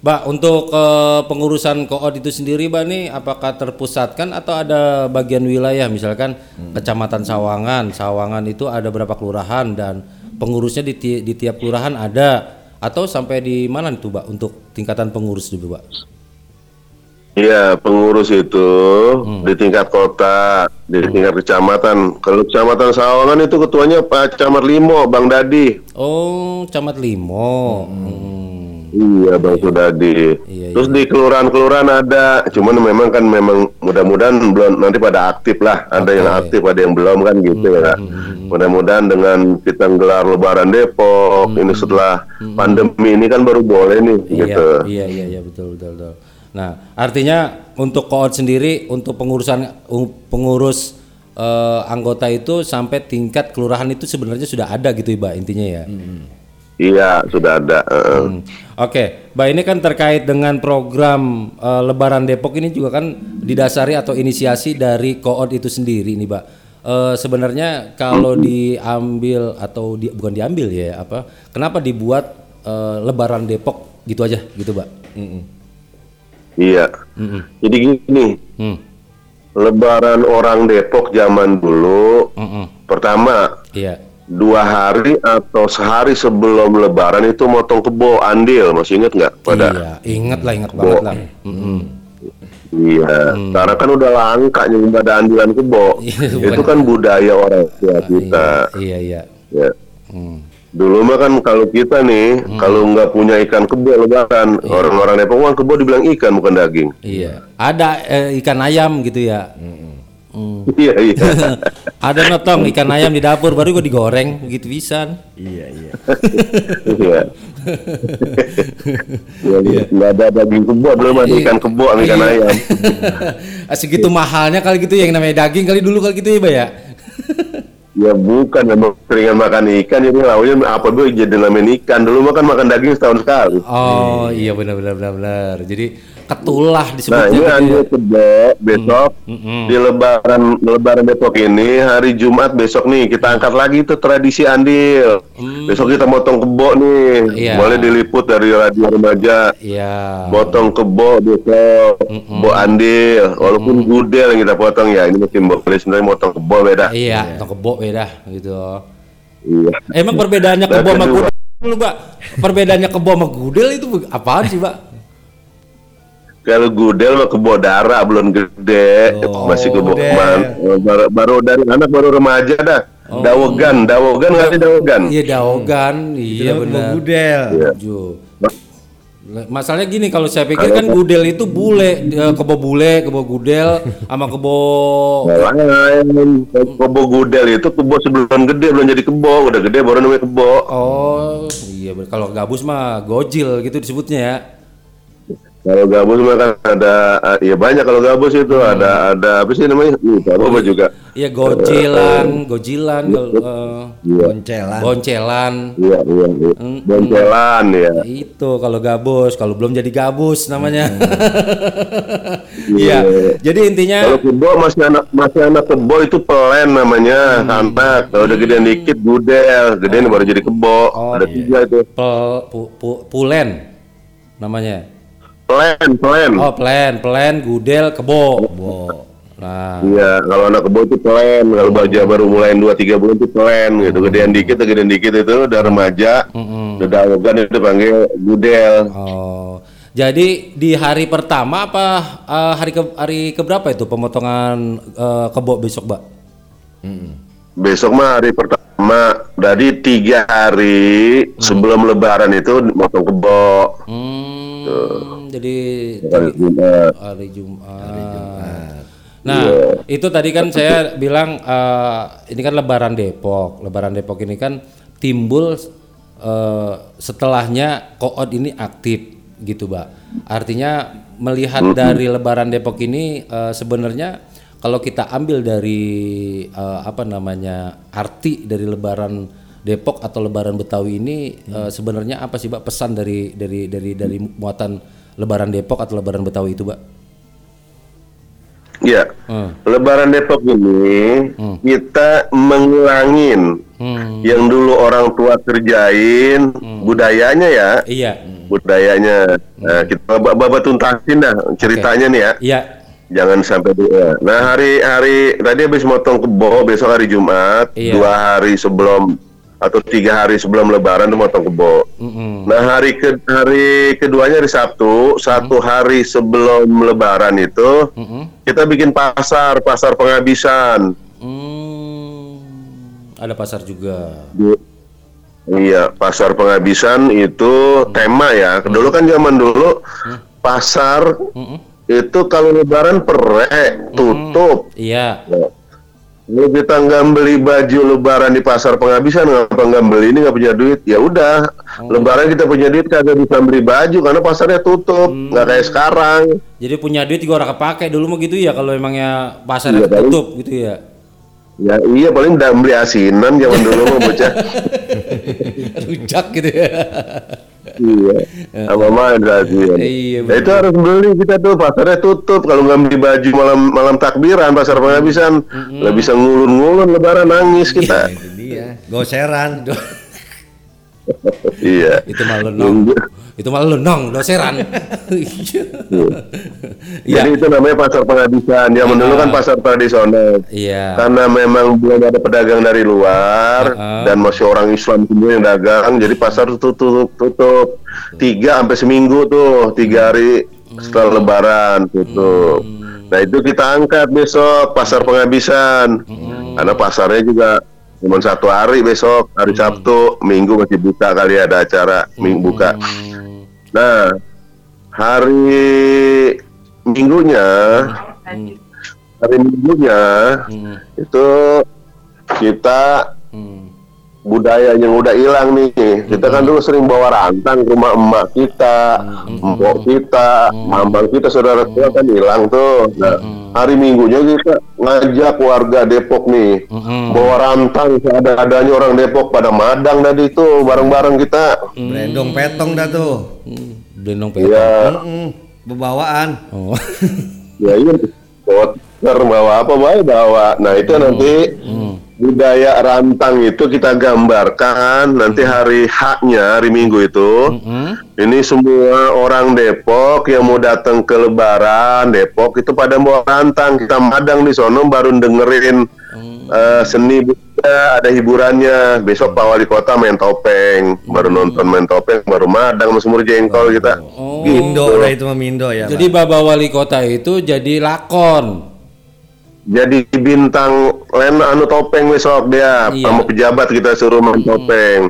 Mbak, untuk pengurusan koot itu sendiri, Mbak, nih apakah terpusatkan atau ada bagian wilayah, misalkan Kecamatan Sawangan itu ada berapa kelurahan dan pengurusnya di tiap kelurahan ada, atau sampai di mana itu, Mbak, untuk tingkatan pengurus dulu, Mbak? Iya, pengurus itu di tingkat kota, di tingkat kecamatan. Kalau Kecamatan Sawangan itu ketuanya Pak Camat Limo, Bang Dadi. Oh, Camat Limo. Iya, Bang Sudadi. Terus di kelurahan-kelurahan ada, cuman memang mudah-mudahan belum, nanti pada aktif lah. Ada yang aktif, ada yang belum kan gitu ya. Mudah-mudahan dengan kita gelar Lebaran Depok ini setelah pandemi ini kan baru boleh nih gitu. Iya, betul. Nah, artinya untuk koot sendiri, untuk pengurus anggota itu sampai tingkat kelurahan itu sebenarnya sudah ada gitu, Mbak, intinya ya. Iya, sudah ada. Oke, Mbak, ini kan terkait dengan program Lebaran Depok ini juga kan didasari atau inisiasi dari koot itu sendiri nih, Mbak. Sebenarnya kalau diambil atau bukan diambil ya, kenapa dibuat Lebaran Depok gitu aja gitu, Mbak? Iya. Jadi gini, Lebaran orang Depok zaman dulu, pertama, 2 hari atau sehari sebelum Lebaran itu motong kebo andil, masih ingat nggak? Iya, ingat banget lah. Iya, karena kan udah langka nyembah ada andilan kebo. Itu kan budaya orang tua kita. Iya. Ya. Dulu mah kan kalau kita nih, kalau nggak punya ikan kebo Lebaran, orang-orang Depok kan kebo dibilang ikan bukan daging. Iya, ada ikan ayam gitu ya. Iya. Ada notong ikan ayam di dapur baru gue digoreng gitu pisan. Iya. Iya. Nggak ada daging kebo, belum ada ikan kebo sama ikan ayam. Segitu mahalnya kali gitu yang namanya daging kali dulu kali gitu ya, Mbak ya. Ya bukan, memang seringan makan ikan, jadi lauknya apa dulu jadi namanya ikan. Dulu makan daging setahun sekali. Oh iya benar. Jadi ketulah disebutnya. Nah ini andil kebo besok di Lebaran Depok ini hari Jumat besok nih kita angkat lagi tuh tradisi andil. Besok kita motong kebo nih, boleh diliput dari radio remaja. Potong kebo besok, kebo andil, walaupun gudel yang kita potong ya, ini mungkin boleh sebenarnya motong kebo beda. Iya, motong kebo beda gitu. Iya. Emang perbedaannya kebo sama gudel dulu, Pak? Perbedaannya kebo sama gudel itu apaan sih, Pak? Kalau gudel mah kebo darah belum gede, masih kebo baru dari anak baru remaja dah. Dawogan nggak sih dawogan? Iya dawogan, iya benar. Gudel. Masalahnya gini, kalau saya pikir kan gudel itu bule, kebo gudel sama kebo. Kebo gudel itu kebo sebelum gede, belum jadi kebo, udah gede baru namanya kebo. Oh iya, kalau gabus mah gojil gitu disebutnya ya. Kalau gabus mah kan ada, ya banyak kalau gabus itu ada apa sih namanya? Apa juga? Iya gojilan, boncelan. Iya. Boncelan ya. Itu kalau gabus, kalau belum jadi gabus namanya. Iya. Jadi intinya. Kalau kebo masih anak kebo itu pelen namanya, anak. Kalau udah gedean dikit gudel, gedean baru jadi kebo. Ada 3 itu. Pulen namanya. Plen. Oh, plen, gudel, kebo. Nah. Iya, kalau anak kebo itu plen, kalau baru mulai 2-3 bulan itu plen gitu. Gedean dikit itu udah remaja. Udah dawogan itu panggil gudel. Oh. Jadi di hari pertama apa hari keberapa itu pemotongan kebo besok, Mbak? Besok mah hari pertama, dari 3 hari sebelum Lebaran itu motong kebo. Jadi hari Jumat. Nah, itu tadi kan saya bilang ini kan Lebaran Depok. Lebaran Depok ini kan timbul setelahnya koot ini aktif gitu, Mbak. Artinya melihat dari Lebaran Depok ini sebenarnya kalau kita ambil dari arti dari Lebaran Depok atau Lebaran Betawi ini sebenarnya apa sih, Mbak, pesan dari muatan Lebaran Depok atau Lebaran Betawi itu, Mbak? Ya, Lebaran Depok ini kita mengulangin yang dulu orang tua kerjain budayanya ya. Iya. budayanya. Nah, kita babat tuntasin dah ceritanya nih ya. Iya. Jangan sampai Nah, hari tadi habis motong kebo, besok hari Jumat, 2 hari sebelum atau 3 hari sebelum Lebaran tuh motong kebo. Nah, hari keduanya hari Sabtu, 1 hari sebelum Lebaran itu kita bikin pasar penghabisan. Ada pasar juga. Iya, pasar penghabisan itu tema ya. Dulu kan zaman dulu pasar itu kalau Lebaran perek tutup. Iya. Kalau kita nggak beli baju Lebaran di pasar penghabisan, ngapa nggak beli, ini nggak punya duit, ya udah. Lebaran kita punya duit kagak bisa beli baju karena pasarnya tutup, nggak kayak sekarang. Jadi punya duit juga orang kepake dulu mah gitu ya, kalau emangnya pasarnya tutup gitu ya. Ya iya, paling udah beli asinan zaman dulu mah bocah. Rujak gitu ya. Iya, sama main asinan. Nah, itu harus beli kita tuh, pasarnya tutup. Kalau nggak beli baju malam takbiran pasar penghabisan, nggak bisa ngulun-ngulun Lebaran, nangis kita. Itu dia, goseran. Iya. Itu malah lenong doseran. Jadi itu namanya pasar penghabisan. Zaman dulu kan pasar tradisional. Iya. Karena memang belum ada pedagang dari luar dan masih orang Islam semua yang dagang, jadi pasar tutup 3 sampai seminggu tuh, 3 hari setelah Lebaran tutup. Nah, itu kita angkat besok pasar penghabisan. Karena pasarnya juga cuma 1 hari besok, hari Sabtu, Minggu masih buka kali, ada acara Minggu buka. Nah, hari Minggunya itu kita budaya yang udah hilang nih. Kita kan dulu sering bawa rantang ke rumah emak kita, empok kita, mambang kita, saudara tua kan hilang tuh. Nah, hari Minggunya kita ngajak warga Depok nih, bawa rantang seadanya orang Depok pada madang tadi tuh, bareng-bareng kita. Brendong petong dah tuh. Brendong petong. Iya. Bebawaan. Ya iya, poster bawa apa bawa. Nah, itu nanti budaya rantang itu kita gambarkan nanti hari H-nya, hari Minggu itu. Ini semua orang Depok yang mau datang ke Lebaran Depok itu pada bawa rantang, kita madang di sono baru dengerin seni budaya, ada hiburannya. Besok Pak Wali Kota main topeng, baru nonton main topeng, baru madang sama semur jengkol kita. Mindo lah itu mah Mindo ya. Jadi Bapak Wali Kota itu jadi lakon. Jadi bintang topeng besok dia, sama pejabat kita suruh main topeng.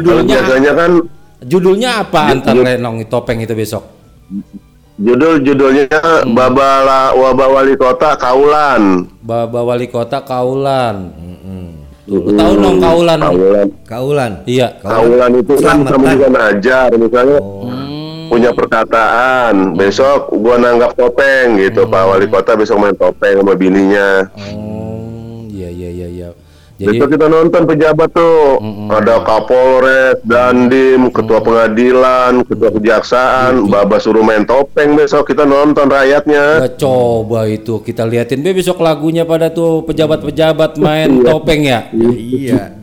Judulnya apa antar lenong topeng itu besok? Judulnya Bapak Wali Kota Kaulan. Bapak Wali Kota Kaulan. Lu tahu dong Kaulan? Kaulan. Iya. Kaulan itu kan sama juga ngajar misalnya. Punya perkataan, besok gua nanggap topeng gitu, Pak Wali Kota besok main topeng sama bininya. Iya. Besok kita nonton pejabat tuh, ada Kapolres, Dandim, Ketua Pengadilan, Ketua Kejaksaan, Baba suruh main topeng besok, kita nonton rakyatnya. Coba itu kita liatin besok lagunya pada tuh pejabat-pejabat main topeng ya. Iya.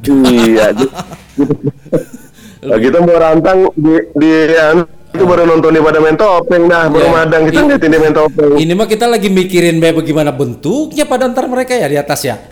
Nah, kita mau rantang di itu baru nonton pada main topeng dah, baru madang kita ngeliatin dia main topeng. Ini mah kita lagi mikirin bagaimana bentuknya pada antar mereka ya di atas ya.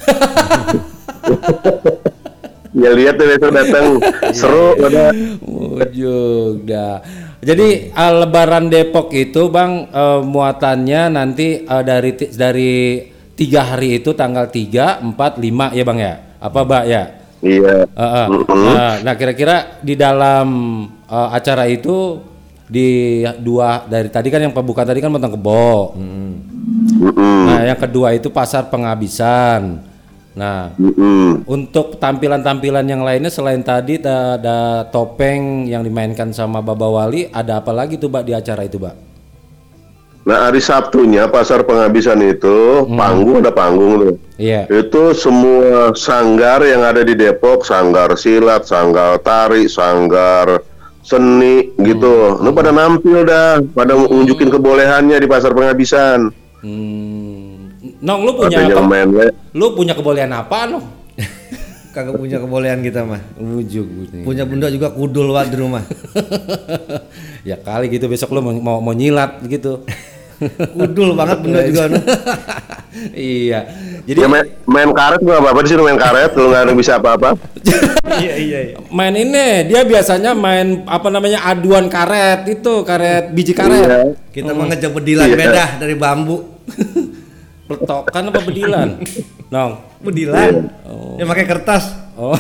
Ya lihat deh besok datang seru udah. Wujud dah. Jadi Lebaran Depok itu Bang muatannya nanti dari 3 hari itu tanggal 3, 4, 5 ya Bang ya. Apa Mbak ya? Iya. Nah kira-kira di dalam acara itu di 2 dari tadi kan yang pembukaan tadi kan motong kebo. Nah yang kedua itu pasar penghabisan. Nah untuk tampilan-tampilan yang lainnya selain tadi ada topeng yang dimainkan sama Baba Wali, ada apa lagi tuh Mbak di acara itu Mbak? Nah hari Sabtunya pasar penghabisan itu ada panggung tuh. Iya. Itu semua sanggar yang ada di Depok, sanggar silat, sanggar tari, sanggar seni gitu. Lu pada nampil dah, pada nunjukin kebolehannya di pasar penghabisan. Nong lu punya apa? Lu punya kebolehan apa Nong? kagak punya kebolehan kita mah. Ujuk. Punya bunda juga kudul di rumah. Ya kali gitu besok lu mau nyilat gitu. Kudul banget bunda juga. Iya. Jadi ya, main karet nggak apa-apa di sini main karet, lu nggak bisa apa-apa. Iya. Main ini dia biasanya main apa namanya aduan karet itu karet biji karet. Iya. Kita mau ngejak bedilan bedah dari bambu. Peletokan apa bedilan? Nong. Bedilan. Oh. Ya pakai kertas. Oh.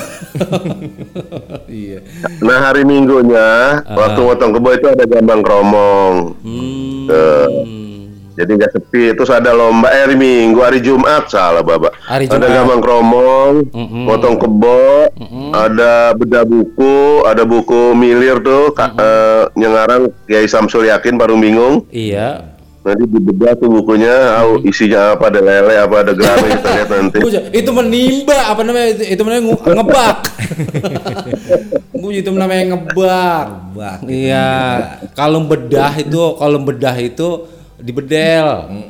Iya. Nah hari Minggunya waktu motong kebo itu ada gambang kromong. Jadi nggak sepi. Terus ada lomba hari Minggu, hari Jumat salah Bapak. Ada gambang kromong, potong kebo, ada bedah buku, ada buku milir tuh, nyengarang Kiai Samsul Yakin Parung Bingung. Iya. Nanti dibedah tuh bukunya, isinya apa, ada lele, apa ada gerami kita lihat nanti. Itu menimba apa namanya? Itu namanya ngebak. Itu namanya ngebak. Iya. Kalau bedah itu dibedel.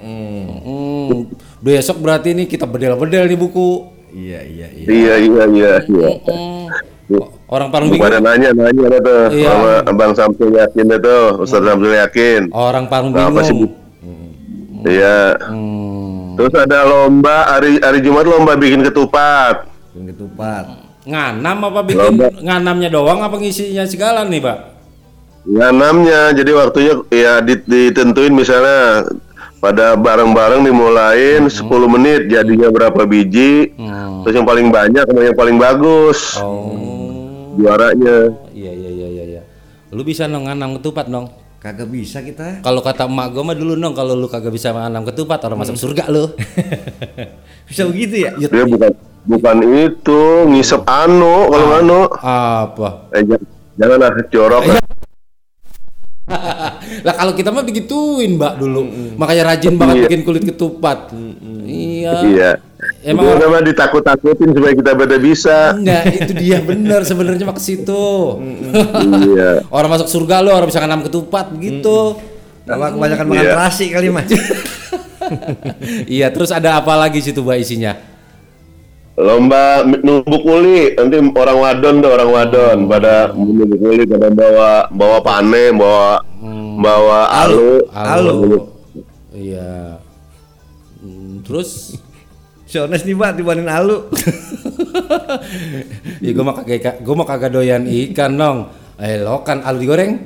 Besok berarti ini kita bedel-bedel nih buku. Iya. Orang Parung Bingung. Pada nanya tuh sama Abang Samsul Yakin itu, Ustaz Samsul Yakin. Orang Parung Bingung. Iya. Terus ada lomba hari Jumat lomba bikin ketupat. Nganam apa bikin nganamnya doang apa ngisinya segala nih, Pak? Nganamnya, jadi waktunya ya ditentuin misalnya pada bareng-bareng dimulain 10 menit jadinya berapa biji. Terus yang paling banyak sama yang paling bagus. Juaranya. Iya. Lu bisa nganam ketupat, Nong? Kagak bisa kita. Kalau kata emak gue mah dulu, Nong, kalau lu kagak bisa nganam ketupat orang masuk surga lu. Bisa begitu ya? Dia bukan itu, ngisep kalau anu. Apa? Janganlah jorok. Lah kalau kita mah begituin, Mbak, dulu. Makanya rajin banget bikin kulit ketupat. Iya. Emang orang ditakut-takutin supaya kita pada bisa. Enggak, itu dia bener sebenarnya mah ke situ. Iya. Orang masuk surga lo, orang bisa nganam ketupat gitu. Kebanyakan makan terasi kali mah. Iya, terus ada apa lagi situ, Mbak, isinya? Lomba numbuk uli, nanti orang wadon pada numbuk uli, pada bawa pane, bawa alu. Iya. Terus Siones nih Pak dibanding alu. Ya gue mah kagak doyan ikan, Nong. Lo kan alu digoreng.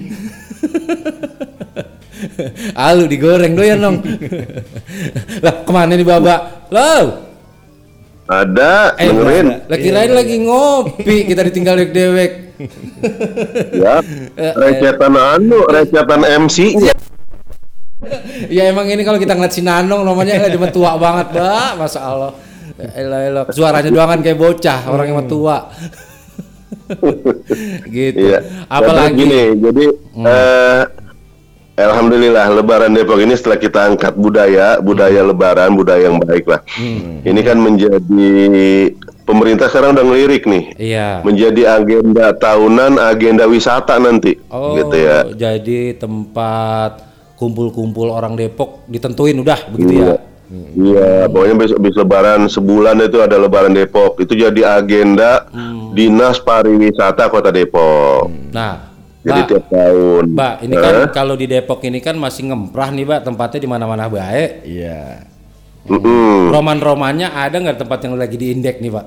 Alu digoreng doyan, Nong. Lah kemana nih Baba? Lo? Ada, dengerin. Lah kirain lagi ngopi, kita ditinggal dewek. Ya, recetan MC-nya. Ya emang ini kalau kita ngeliat si Nanong namanya dia tua banget, Mbak. Masya Allah. Elah. Suaranya doang kan kayak bocah, orang yang tua. Gitu. Iya. Apalagi gini, jadi alhamdulillah Lebaran Depok ini setelah kita angkat budaya Lebaran, budaya yang baik lah. Ini kan menjadi pemerintah sekarang udah ngelirik nih. Iya. Menjadi agenda tahunan, agenda wisata nanti. Gitu ya. Jadi tempat kumpul-kumpul orang Depok ditentuin udah begitu ya. Iya, pokoknya besok Lebaran sebulan itu ada Lebaran Depok. Itu jadi agenda Dinas Pariwisata Kota Depok. Nah, jadi tiap tahun. Mbak, ini kan kalau di Depok ini kan masih ngemprah nih, Mbak, tempatnya di mana-mana baik. Iya. Roman-romannya ada nggak tempat yang lagi diindek nih, Pak?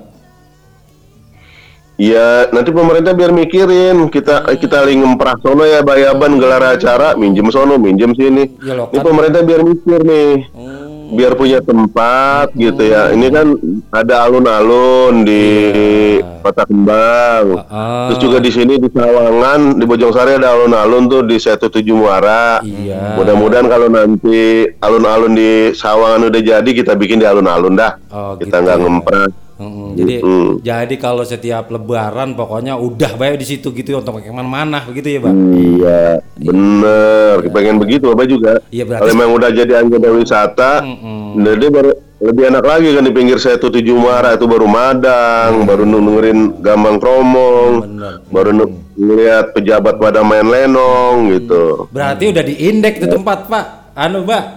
Ya nanti pemerintah biar mikirin kita lagi ngemprah sono ya bayaban gelar acara minjem sono minjem sini. Ya, ini pemerintah biar mikir nih, biar punya tempat gitu ya. Ini kan ada alun-alun di Kota Kembang, terus juga di sini di Sawangan di Bojongsari ada alun-alun tuh di Setu Tujuh Muara. Mudah-mudahan kalau nanti alun-alun di Sawangan udah jadi kita bikin di alun-alun dah. Kita nggak ngemprah. Jadi kalau setiap Lebaran pokoknya udah baik di situ gitu untuk kemana-mana begitu ya, Bang? Iya, bener. Pengen begitu Bapak juga. Iya, kalau memang udah jadi agenda wisata, jadi baru lebih enak lagi kan di pinggir Setu Tujuh Muara itu baru madang, baru dengerin gambang kromong, baru ngeliat pejabat pada main lenong gitu. Berarti udah diindek di tempat, Pak. Mbak.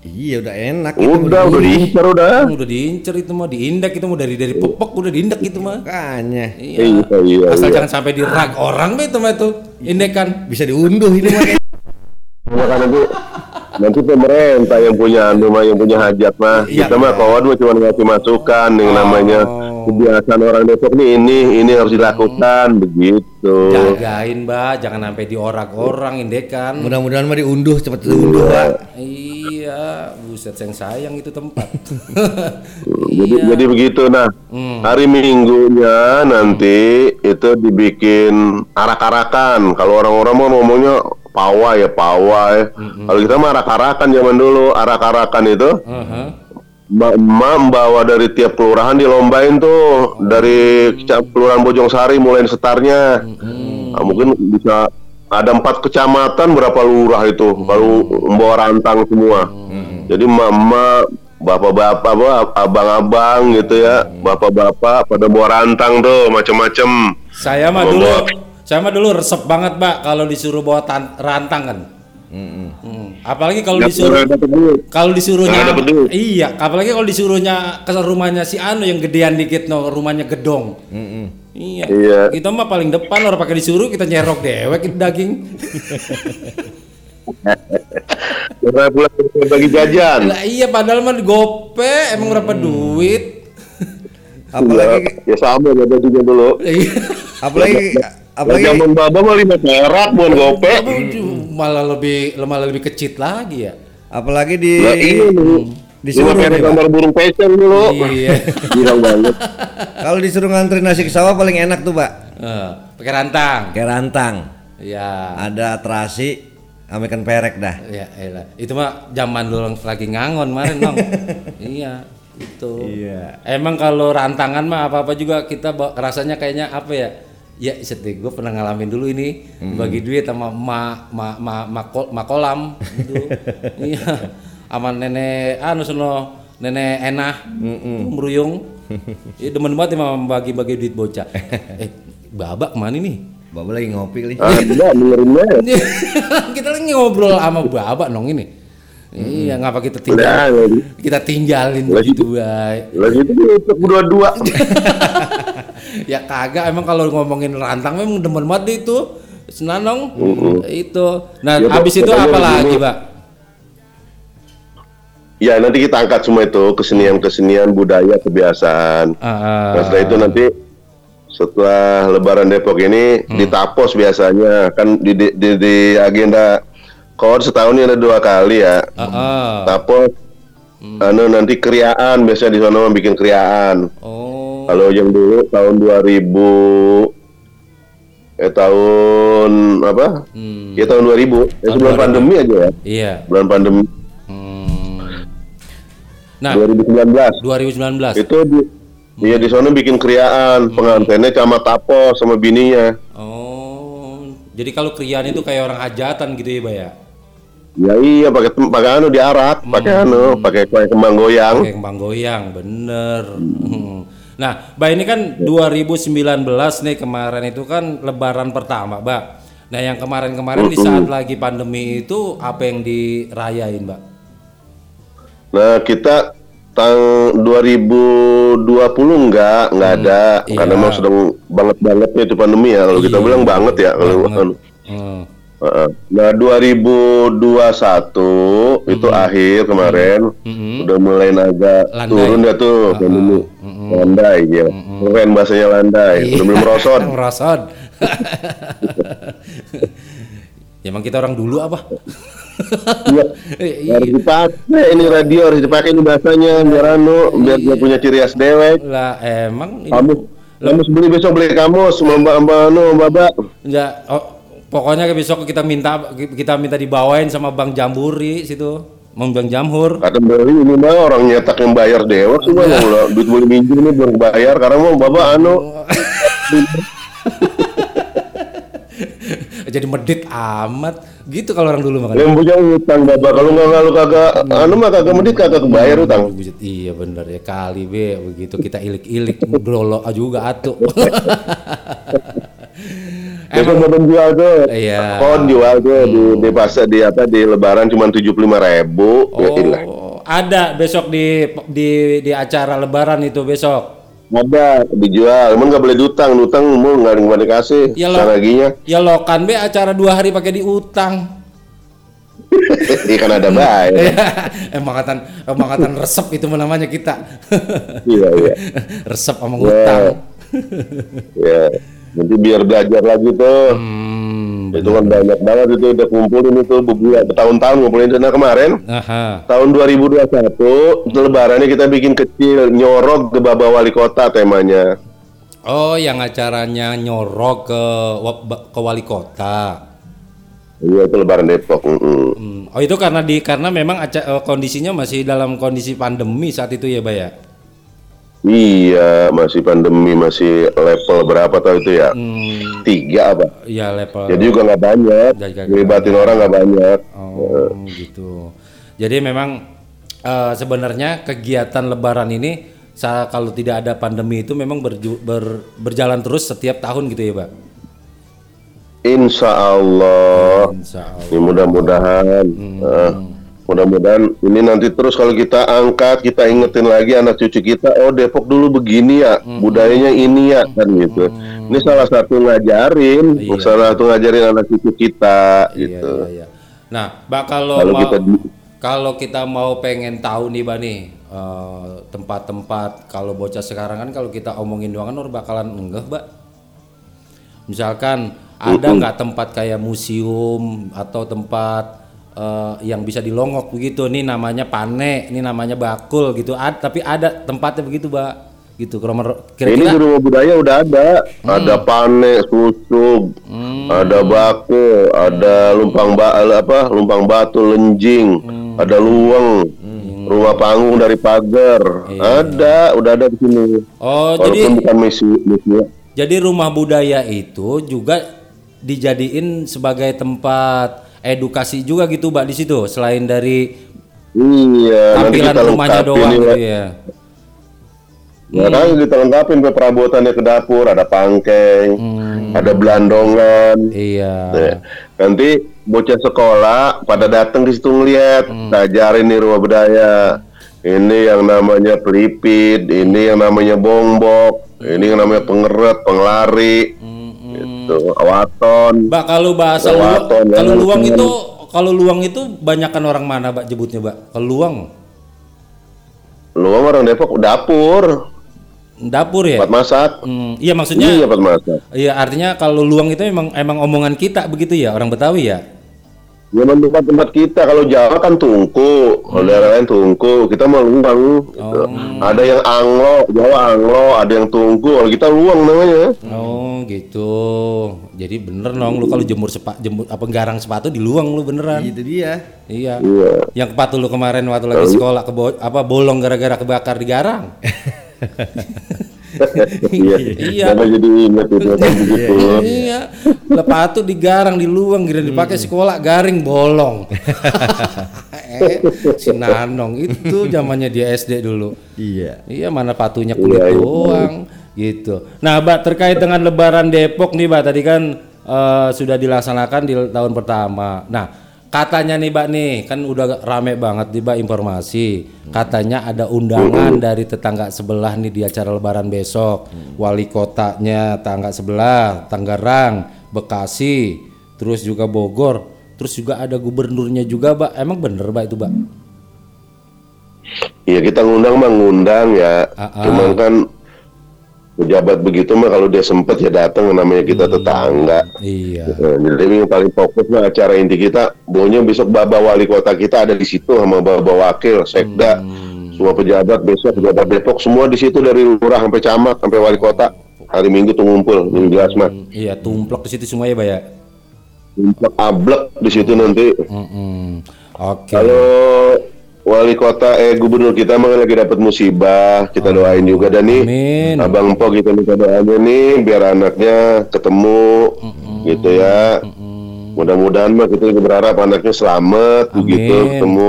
Iya udah enak. Udah diincar udah. Udah diincar itu mah, diindak itu mah dari pepek udah diindak itu mah. Makanya. Iya. Asal jangan sampai dirag orang itu mah itu. Indekan bisa diunduh ini mah. Maka nanti pemerintah yang punya yang punya hajat mah. Kita mah kawan cuma ngasih masukan yang namanya kebiasaan orang Depok nih ini harus dilakukan begitu. Jagain Mbak, jangan sampai diorak orang Indekan. Mudah-mudahan mah diunduh cepet diunduh Mbak. Iya, buset sayang itu tempat. Jadi begitu. Nah, hari Minggunya nanti itu dibikin arak-arakan. Kalau orang-orang mau ngomongnya pawai. Kalau kita mah arak-arakan zaman dulu. Arak-arakan itu emak bawa dari tiap kelurahan dilombain tuh. Dari kelurahan Bojongsari mulai setarnya. Nah, mungkin bisa ada 4 kecamatan berapa lurah itu. Kalau membawa rantang semua. Jadi mama, bapak-bapak, abang-abang gitu ya. Bapak-bapak pada bawa rantang tuh macam-macam. Saya mah dulu resep banget Mbak kalau disuruh bawa rantang kan. Apalagi kalau disuruhnya iya, apalagi kalau disuruhnya ke rumahnya si Anu yang gedean dikit rumahnya gedong. Iya. Kita mah paling depan orang pakai disuruh kita nyerok dewek itu daging. Pulang bagi jajan. Lah iya padahal mah gope emang berapa duit. Apalagi ya sama juga dulu. Apalagi zaman Baba mah 5 perak buat gope. Malah lebih kecil lagi ya. Apalagi disuruh gambar burung pecel dulu. Iya. Girang banget. Kalau disuruh ngantri nasi ke sawah paling enak tuh, Pak. Pakai rantang. Iya. Ada terasi, ikan perek dah. Iya, elah. Itu mah zaman dulu lagi ngangon kemarin, Nong. Iya, itu. Iya. Emang kalau rantangan mah apa-apa juga kita rasanya kayaknya apa ya? Ya, sedih gue pernah ngalamin dulu ini bagi duit sama makolam gitu. Iya. Sama nenek nenek Enah meruyung. Ya demen banget emang bagi-bagi duit bocah. Baba kemana nih? Baba lagi ngopi kali. Ada dengerin banget. Kita lagi ngobrol sama Baba Nong ini. Iya, ngapa kita tinggalin begitu baik. Lagi itu untuk berdua-dua. Ya kagak, emang kalau ngomongin rantang memang demen banget itu. Senanong itu. Nah, ya, habis itu apa lagi, Pak? Ya, nanti kita angkat semua itu kesenian budaya, kebiasaan. Nah, setelah itu nanti setelah Lebaran Depok ini ditapos biasanya kan di agenda kawan setahun ini ada 2 kali ya. Tahun nanti kriaan biasanya di sana bikin kriaan. Kalau yang dulu tahun 2000 tahun apa? Ya tahun 2000. Sebelum pandemi aja ya. Iya. Bulan pandemi. Nah, 2019. Itu di sana bikin kriaan, pengantinnya camat tapos sama bininya. Jadi kalau kriaan itu kayak orang hajatan gitu ya, Pak ya? Ya iya, pakai diarak, pakai kembang goyang. Pakai kembang goyang, bener. Nah, Mbak ini kan 2019 nih kemarin itu kan Lebaran pertama, Mbak. Nah, yang kemarin-kemarin di saat lagi pandemi itu apa yang dirayain, Mbak? Nah, kita tahun 2020 enggak ada karena memang sedang banget-bangetnya itu pandemi ya. Kalau kita bilang banget ya kalau Nah 2021 itu akhir kemarin udah mulai agak turun ya tuh pandemi. Landai ya, keren bahasanya landai, udah belum merosot. Merosot. Ya emang kita orang dulu apa? Harus dipakai ini radio, harus dipakai ini bahasanya biar dia punya ciri khas dewek. Lah emang kamus besok beli kamus Mbak. Ya, pokoknya besok kita minta dibawain sama Bang Jamburi situ. Bang Jamhur. Kata beli ini mah orang nyetak yang bayar dewek semua duit boleh minjem ini belum bayar karena mau Bapak jadi medit amat gitu kalau orang dulu makan. Yang punya utang Bapak kalau kagak mah kagak medit kagak kebayar utang. Iya benar ya kali begitu kita ilik-ilik brolo juga atuh. Emang mau jual tuh. Iya. Kon jual tuh di pasar di Lebaran cuma 75.000. Ya ilah. ada besok di acara Lebaran itu besok. Ada dijual, emang nggak boleh diutang mau nggak dikasih. Ya lo kan acara 2 hari pakai diutang. Iya kan ada baik. Emang katan resep itu namanya kita. Iya. Resep sama ngutang. Ya, nanti biar belajar lagi tuh. Itu kan banyak banget itu udah kumpulin itu bertahun-tahun ngumpulin itu. Nah kemarin tahun 2021 Lebarannya kita bikin kecil, nyorok ke Baba Wali Kota temanya. Oh, yang acaranya nyorok ke Wali Kota. Iya, itu Lebaran Depok. Oh, itu karena memang kondisinya masih dalam kondisi pandemi saat itu ya, Bay ya? Iya, masih pandemi, masih level berapa tahu itu ya? 3 apa? Iya, level. Jadi juga nggak banyak, ngelibatin orang nggak banyak. Oh, gitu. Jadi memang sebenarnya kegiatan Lebaran ini kalau tidak ada pandemi itu memang berjalan terus setiap tahun gitu ya, Pak? Insya Allah. Ya, mudah-mudahan. Mudah-mudahan ini nanti terus kalau kita angkat, kita ingetin lagi anak cucu kita, oh Depok dulu begini ya, budayanya ini ya, kan gitu. Ini salah satu ngajarin, salah satu ngajarin anak cucu kita, gitu. Iya. Nah, Mbak, kalau kita mau pengen tahu nih, Mbak nih, tempat-tempat kalau bocah sekarang kan kalau kita omongin doang kan bakalan enggak, Mbak. Misalkan ada nggak tempat kayak museum atau tempat yang bisa dilongok begitu, nih namanya Pane, ini namanya Bakul gitu, tapi ada tempatnya begitu, Mbak, gitu. Kira-kira ini di Rumah Budaya udah ada Pane, Susug, ada Bakul, ada Lumpang Batu, Lenjing, ada Luweng, Rumah Panggung dari Pagar, udah ada di sini. Oh, walaupun bukan misi. Jadi Rumah Budaya itu juga dijadiin sebagai tempat edukasi juga gitu, Mbak, di situ selain dari tampilan rumahnya doang gitu ya. Ya kan kita lengkapin perabotannya ke dapur, ada pangkeng, ada belandongan. Iya. Nanti bocah sekolah pada datang di situ ngeliat, ajarin nih Rumah Budaya. Ini yang namanya pelipit, ini yang namanya bongbok, ini yang namanya pengeret, penglari. Awaton. Mbak, kalau bahasa luwang itu banyakan orang mana, Mbak, jebutnya, Mbak? Kalau luwang orang Depok dapur ya? Tempat masak. Iya, maksudnya. Iya, tempat masak. Iya, artinya kalau luwang itu emang omongan kita begitu ya, orang Betawi ya? Ya, tempat kita. Kalau Jawa kan tungku, kalau daerah lain tungku, kita mau luwang. Gitu. Ada yang anglo, Jawa anglo, ada yang tungku, kalau kita luwang namanya. Oh, gitu. Jadi bener dong, lu kalau jemur garang sepatu di luwang lu beneran. Itu dia. Iya. Yang sepatu lu kemarin waktu lagi sekolah bolong gara-gara kebakar di garang. Iya. Jadi ingat itu begitu. Iya. Sepatu digarang di luwang, dipakai sekolah garing bolong. Si Nanong itu zamannya dia SD dulu. Iya, mana patunya kulit doang gitu. Nah, Mbak, terkait dengan Lebaran Depok nih, Mbak, tadi kan sudah dilaksanakan di tahun pertama. Nah, katanya nih, Mbak, nih kan udah rame banget nih, Mbak, informasi. Katanya ada undangan dari tetangga sebelah nih di acara Lebaran besok. Wali kotanya tetangga sebelah, Tangerang, Bekasi, terus juga Bogor, terus juga ada gubernurnya juga, Mbak. Emang bener, Mbak, itu, Mbak? Iya, kita ngundang ya. Cuman kan pejabat begitu mah kalau dia sempet ya datang, namanya kita tetangga. Iya. Jadi yang paling fokus mah acara inti kita, pokoknya besok Baba Wali Kota kita ada di situ sama Baba Wakil, Sekda, semua pejabat besok, pejabat Depok semua di situ dari lurah sampai camat sampai wali kota. Hari Minggu tuh ngumpul, Minggu jelas mah. Iya, tumplok di situ semua ya, Pak ya. Tumplok ablek di situ nanti. Oke. Kalau wali kota gubernur kita mah lagi dapat musibah, kita doain juga dan nih Abang Po kita minta doanya nih biar anaknya ketemu gitu ya. Mudah-mudahan mah kita berharap anaknya selamat begitu ketemu.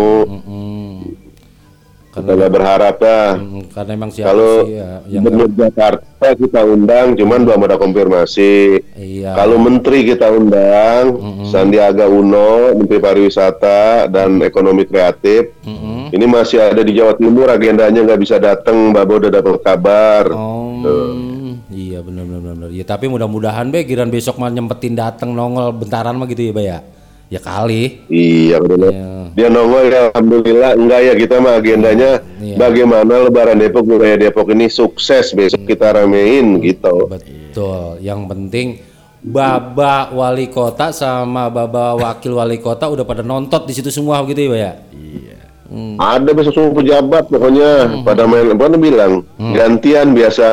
Kita nggak berharap dah. Karena emang kalau gubernur Jakarta kita undang, cuman belum ada konfirmasi. Kalau menteri kita undang, Sandiaga Uno, Menteri Pariwisata dan Ekonomi Kreatif, Ini masih ada di Jawa Timur, agendanya nggak bisa datang, Baba udah dapat kabar. Iya benar. Ya tapi mudah-mudahan giran besok mah nyempetin datang nongol bentaran mah gitu ya, Ba ya. Ya kali. Iya benar. Dia nongol ya, alhamdulillah. Enggak ya, kita mah agendanya bagaimana Lebaran Depok, budaya Depok ini sukses besok kita ramein gitu. Betul. Yang penting Baba wali kota sama Baba wakil wali kota udah pada nonton di situ semua gitu ya, Ba ya. Iya. Ada besok semua pejabat pokoknya pada main bilang gantian biasa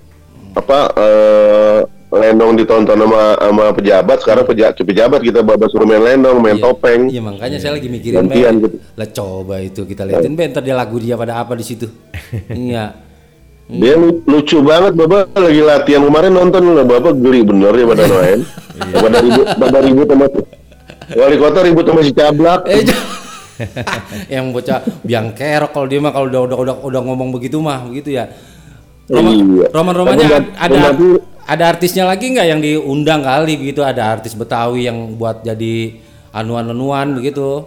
lenong ditonton sama pejabat, sekarang pejabat kita Baba suruh main lenong, main topeng. Iya makanya saya lagi mikirin gitu. Lah coba itu kita liatin ntar dia lagu dia pada apa di situ. Iya. Dia lucu banget Baba lagi latihan kemarin nonton lah, Baba geli bener ya pada main. pada ribut sama wali kota, ribut sama si Cablak. Yang bocah biang kerok kalau dia mah kalau udah ngomong begitu mah begitu ya. Roman-romannya ada artisnya lagi nggak yang diundang kali begitu, ada artis Betawi yang buat jadi anuan begitu?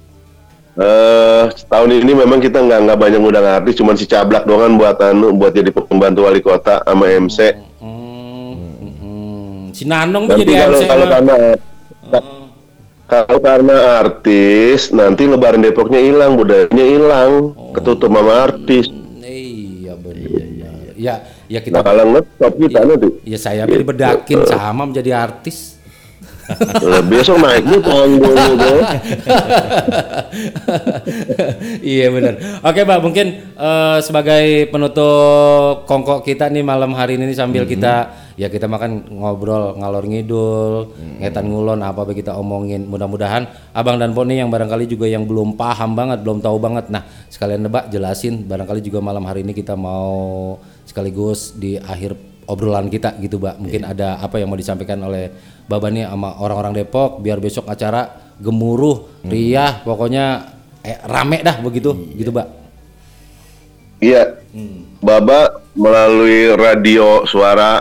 Tahun ini memang kita nggak banyak undang artis, cuman si Cablak doang buat jadi pembantu wali kota sama MC. Si Nanong tuh jadi MC. Kalau karena artis, nanti Lebaran Depoknya hilang, budayanya hilang, ketutup sama artis. Iya benar. Ya kita bakalan ngetop kita nanti. Ya saya dibedakin sama menjadi artis. Besok naik nih panggung gitu. Iya benar. Oke Pak, mungkin sebagai penutup kongkok kita nih malam hari ini sambil kita makan ngobrol ngalor ngidul, ngetan ngulon apa kita omongin. Mudah-mudahan Abang dan Poni yang barangkali juga yang belum paham banget, belum tahu banget. Nah, sekalian Mbak jelasin barangkali juga malam hari ini kita mau sekaligus di akhir obrolan kita gitu, Mbak. Mungkin ada apa yang mau disampaikan oleh Baba nih sama orang-orang Depok biar besok acara gemuruh, riah, pokoknya rame dah begitu gitu, Mbak. Iya. Baba melalui radio suara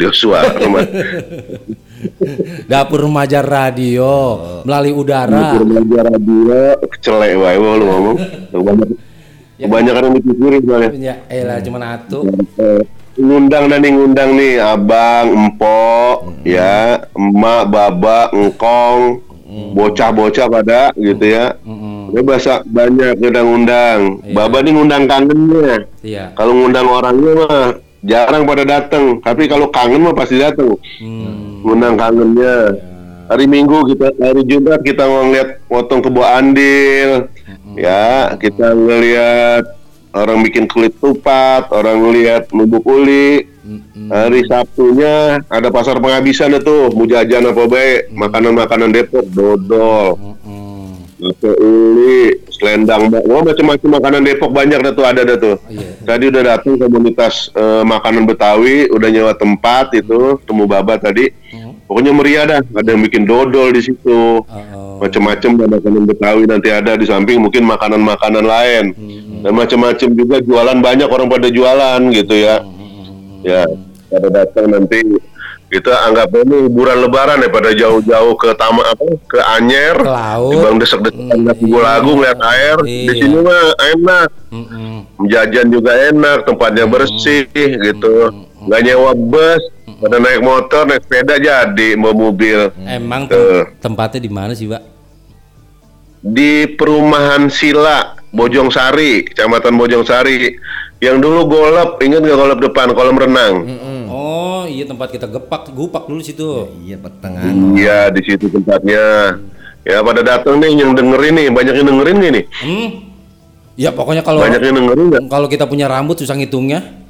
Dapur Remaja Radio melalui udara. Dapur Remaja Radio celek wae lu ngomong. Kebanyakan yang dipikirin soalnya. Ya elah cuman atu. Ngundang nih Abang, Empok, ya, Emak, Baba, Engkong, bocah-bocah pada gitu ya. Dia bahasa banyak ngundang. Baba nih ngundang kangennya. Iya. Kalau ngundang orangnya mah jarang pada datang, tapi kalau kangen mah pasti datang. Ngundang kangennya. Hari Jumat kita ngeliat potong kebo andil. Ya, kita ngeliat orang bikin kulit tupat, orang ngeliat nubuk uli. Hari Sabtunya ada pasar penghabisan itu, mau jajan apa baik, makanan-makanan Depok, dodol, nasi uli, selendang, macam-macam makanan Depok banyak dah tuh, ada dah tuh. Tadi udah datang komunitas makanan Betawi, udah nyewa tempat itu, temu Baba tadi. Pokoknya meriah dah, ada yang bikin dodol di situ, macam-macam makanan Betawi nanti ada di samping mungkin makanan-makanan lain, dan macam-macam juga jualan, banyak orang pada jualan gitu ya. Ya, pada datang nanti kita anggap ini hiburan Lebaran ya, pada jauh-jauh ke ke Anyer, di Bang desek-desekan lagu ngeliat air. Di sini mah enak, jajan juga enak, tempatnya bersih gitu, nggak nyewa bus. Pada naik motor, naik sepeda jadi, mau mobil. Emang tempatnya di mana sih, Pak? Di Perumahan Sila, Bojong Sari, Kecamatan Bojong Sari. Yang dulu golep, ingat nggak golep depan kolam renang? Oh iya, tempat kita gupak dulu situ. Iya, pertengahan. Iya, di situ tempatnya. Ya pada datang nih yang dengerin nih, banyak yang dengerin nih. Ya pokoknya kalau kita punya rambut susah ngitungnya.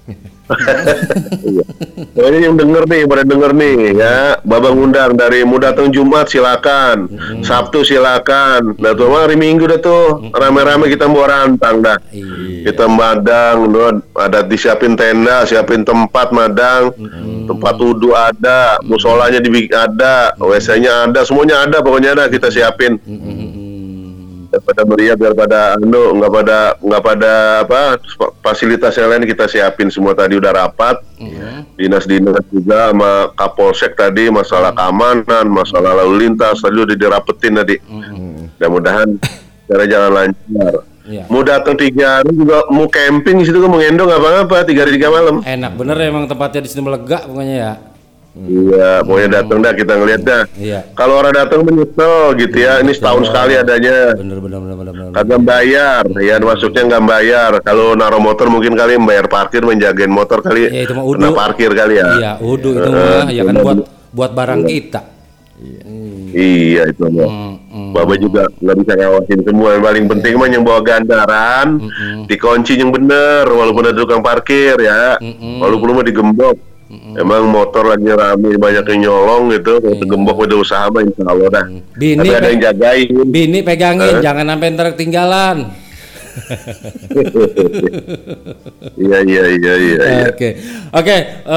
Pokoknya yang pada denger nih ya, Baba ngundang dari mau datang Jumat silakan, Sabtu silakan, nah tuh hari Minggu dah tuh rame-rame kita bawa rantang dah, kita madang, ada disiapin tenda, siapin tempat madang, tempat wudhu ada, musolanya ada, WC-nya ada, semuanya ada, pokoknya ada kita siapin. Pada meriah biar pada nggak pada apa fasilitas yang lain kita siapin semua. Tadi udah rapat dinas-dinas juga sama Kapolsek tadi, masalah keamanan, masalah lalu lintas tadi udah dirapetin tadi. Mudah-mudahan cara jalan lancar. Iya. Mau datang 3 hari juga, mau camping di situ, mau ngendong apa-apa 3 hari 3 malam. Enak bener emang tempatnya di sini melega pokoknya ya. Iya, pokoknya datang dah, kita ngeliat dah. Iya. Kalau orang datang menyesal gitu ya, ini setahun sekali adanya. Bener. Kagak bayar, ya masuknya nggak bayar. Kalau naruh motor mungkin kali bayar parkir, menjagain motor kali. Ya itu mah kena parkir kali ya. Iya, udu itu mah ya kan buat barang kita. Iya itu mah. Bapak juga nggak bisa ngawasin semua. Yang paling penting mah yang bawa gandaran, dikunci yang bener, walaupun ada tukang parkir ya, walaupun mah digembok. Emang motor lagi rame, banyak yang nyolong gitu, gembok udah usaha mah insya Allah dah. Tapi ada yang jagain. Bini pegangin, jangan sampai ntar ketinggalan. Iya. Oke.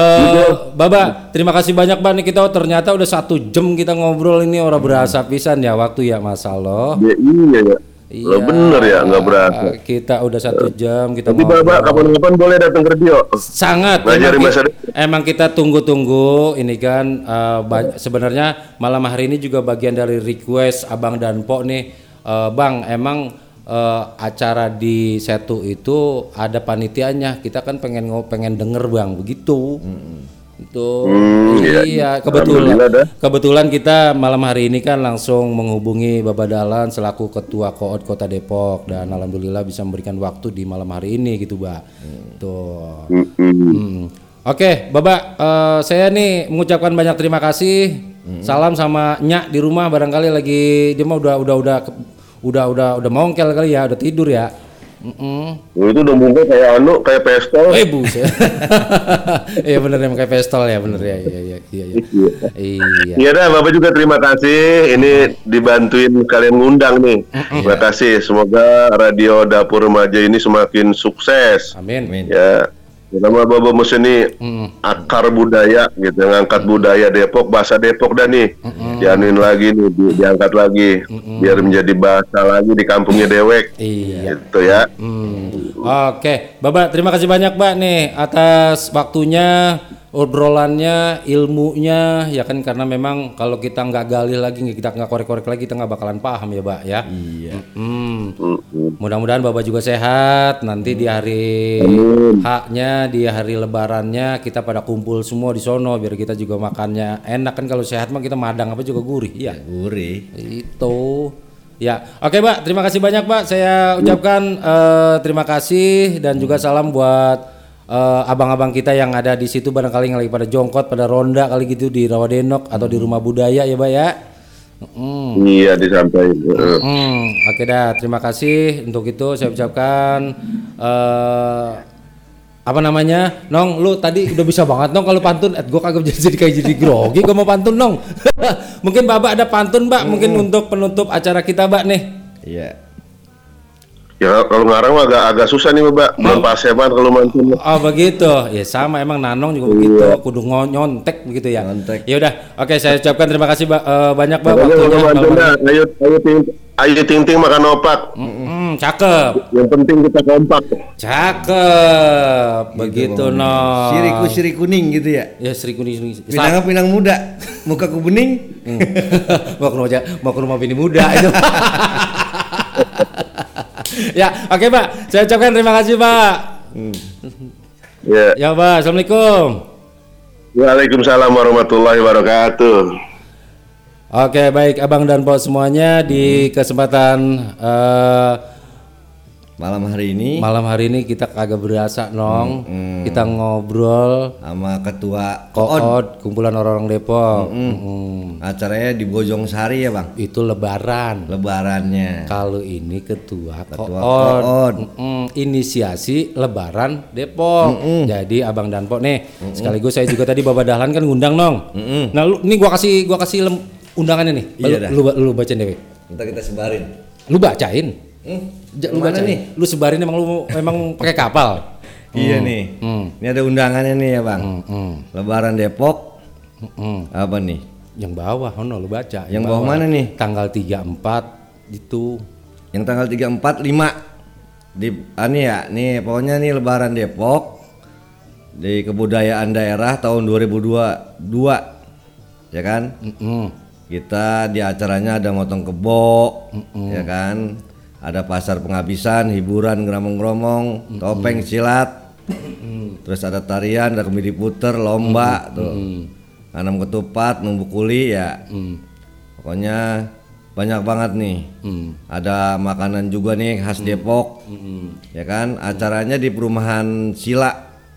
Baba, terima kasih banyak Bang. Nih kita ternyata udah 1 jam kita ngobrol ini, orang berasa pisan ya waktu ya Mas Allah. Iya. Lo bener ya, nggak berasa. Kita udah 1 jam kita tapi Bapak kapan-kapan boleh datang ke radio. Sangat. Emang kita tunggu-tunggu ini kan. Sebenarnya malam hari ini juga bagian dari request Abang dan Po nih. Bang, emang acara di Setu itu ada panitianya. Kita kan pengen denger Bang, begitu. Itu iya kebetulan kita malam hari ini kan langsung menghubungi Bapak Dahlan selaku Ketua Koot Kota Depok, dan alhamdulillah bisa memberikan waktu di malam hari ini gitu, Mbak. Tuh. Oke, Bapak, saya nih mengucapkan banyak terima kasih. Salam sama Nyak di rumah, barangkali lagi dia mah udah mongkel kali ya, udah tidur ya. Itu udah muka kayak pistol. Buset. Iya bener emang kayak pistol ya, bener ya. Iya. Iya dah, Bapak juga terima kasih. Ini dibantuin kalian ngundang nih. Terima kasih. Semoga Radio Dapur Remaja ini semakin sukses. Amin. Ya. Pertama Bapak mesti nih akar budaya gitu, ngangkat budaya Depok, bahasa Depok dah nih. Dianuin lagi nih, diangkat lagi biar menjadi bahasa lagi di kampungnya Dewek. Iya. Gitu ya. Oke, Bapak terima kasih banyak Mbak nih atas waktunya, obrolannya, ilmunya ya kan, karena memang kalau kita nggak gali lagi, kita nggak korek-korek lagi, kita nggak bakalan paham ya Mbak ya. Iya. Mudah-mudahan Bapak juga sehat nanti di hari haknya, di hari lebarannya kita pada kumpul semua di sono biar kita juga makannya enak kan. Kalau sehat mah kita madang apa juga gurih ya. Gurih. Itu. Ya, oke Mbak, terima kasih banyak Mbak. Saya ucapkan terima kasih dan juga salam buat abang-abang kita yang ada di situ, barangkali yang lagi pada jongkot, pada ronda kali gitu di Rawadenok atau di rumah budaya ya Mbak ya. Iya disampaikan. Oke dah, terima kasih untuk itu saya ucapkan. Apa namanya, Nong, lu tadi udah bisa banget Nong kalau pantun. Gue kagak jadi grogi, gue mau pantun Nong. Mungkin Bapak ada pantun Mbak, mungkin untuk penutup acara kita Mbak nih. Iya. Ya kalau ngarang agak susah nih Mbak, belum pas banget kalau mantun. Oh begitu, ya sama emang Nanong juga begitu, kudu nyontek begitu ya. Ya udah, oke saya ucapkan terima kasih banyak Mbak waktunya. Ayo ting makan opak. Cakep. Yang penting kita kompak. Cakep, begitu Nong. Siri kuning gitu ya? Ya siri kuning. Pinang muda, mukaku bening. Mau ke rumah bini muda itu. Ya, oke Pak. Saya ucapkan terima kasih Pak. Ya Pak, assalamualaikum. Waalaikumsalam warahmatullahi wabarakatuh. Oke, baik Abang dan Po semuanya, di kesempatan malam hari ini kita kagak berasa Nong. Kita ngobrol sama Ketua Koot kumpulan orang-orang Depok. Acaranya di Bojong Sari ya Bang. Itu lebarannya. Kalau ini Ketua Koot. Inisiasi Lebaran Depok. Jadi Abang dan Po nih, sekaligus saya juga tadi Bapak Dahlan kan ngundang Nong. Nah, ini gua kasih undangannya nih. Iya lu bacain deh. Ntar kita sebarin. Lu bacain. Lu baca nih? Lu sebarin memang pakai kapal. Iya nih. Ini ada undangannya nih ya Bang. Lebaran Depok. Apa nih? Yang bawah, lu baca. Yang bawah mana nih? Tanggal 34 itu. Yang tanggal 34 5 di nih pokoknya nih Lebaran Depok di kebudayaan daerah tahun 2022 ya kan? Kita di acaranya ada motong kebo ya kan? Ada pasar penghabisan, hiburan, ngeromong-ngeromong, topeng, silat. Terus ada tarian, ada kemudi puter, lomba tuh. Nanam ketupat, numbuk kuli ya. Pokoknya banyak banget nih. Ada makanan juga nih khas Depok. Ya kan? Acaranya di perumahan Sila.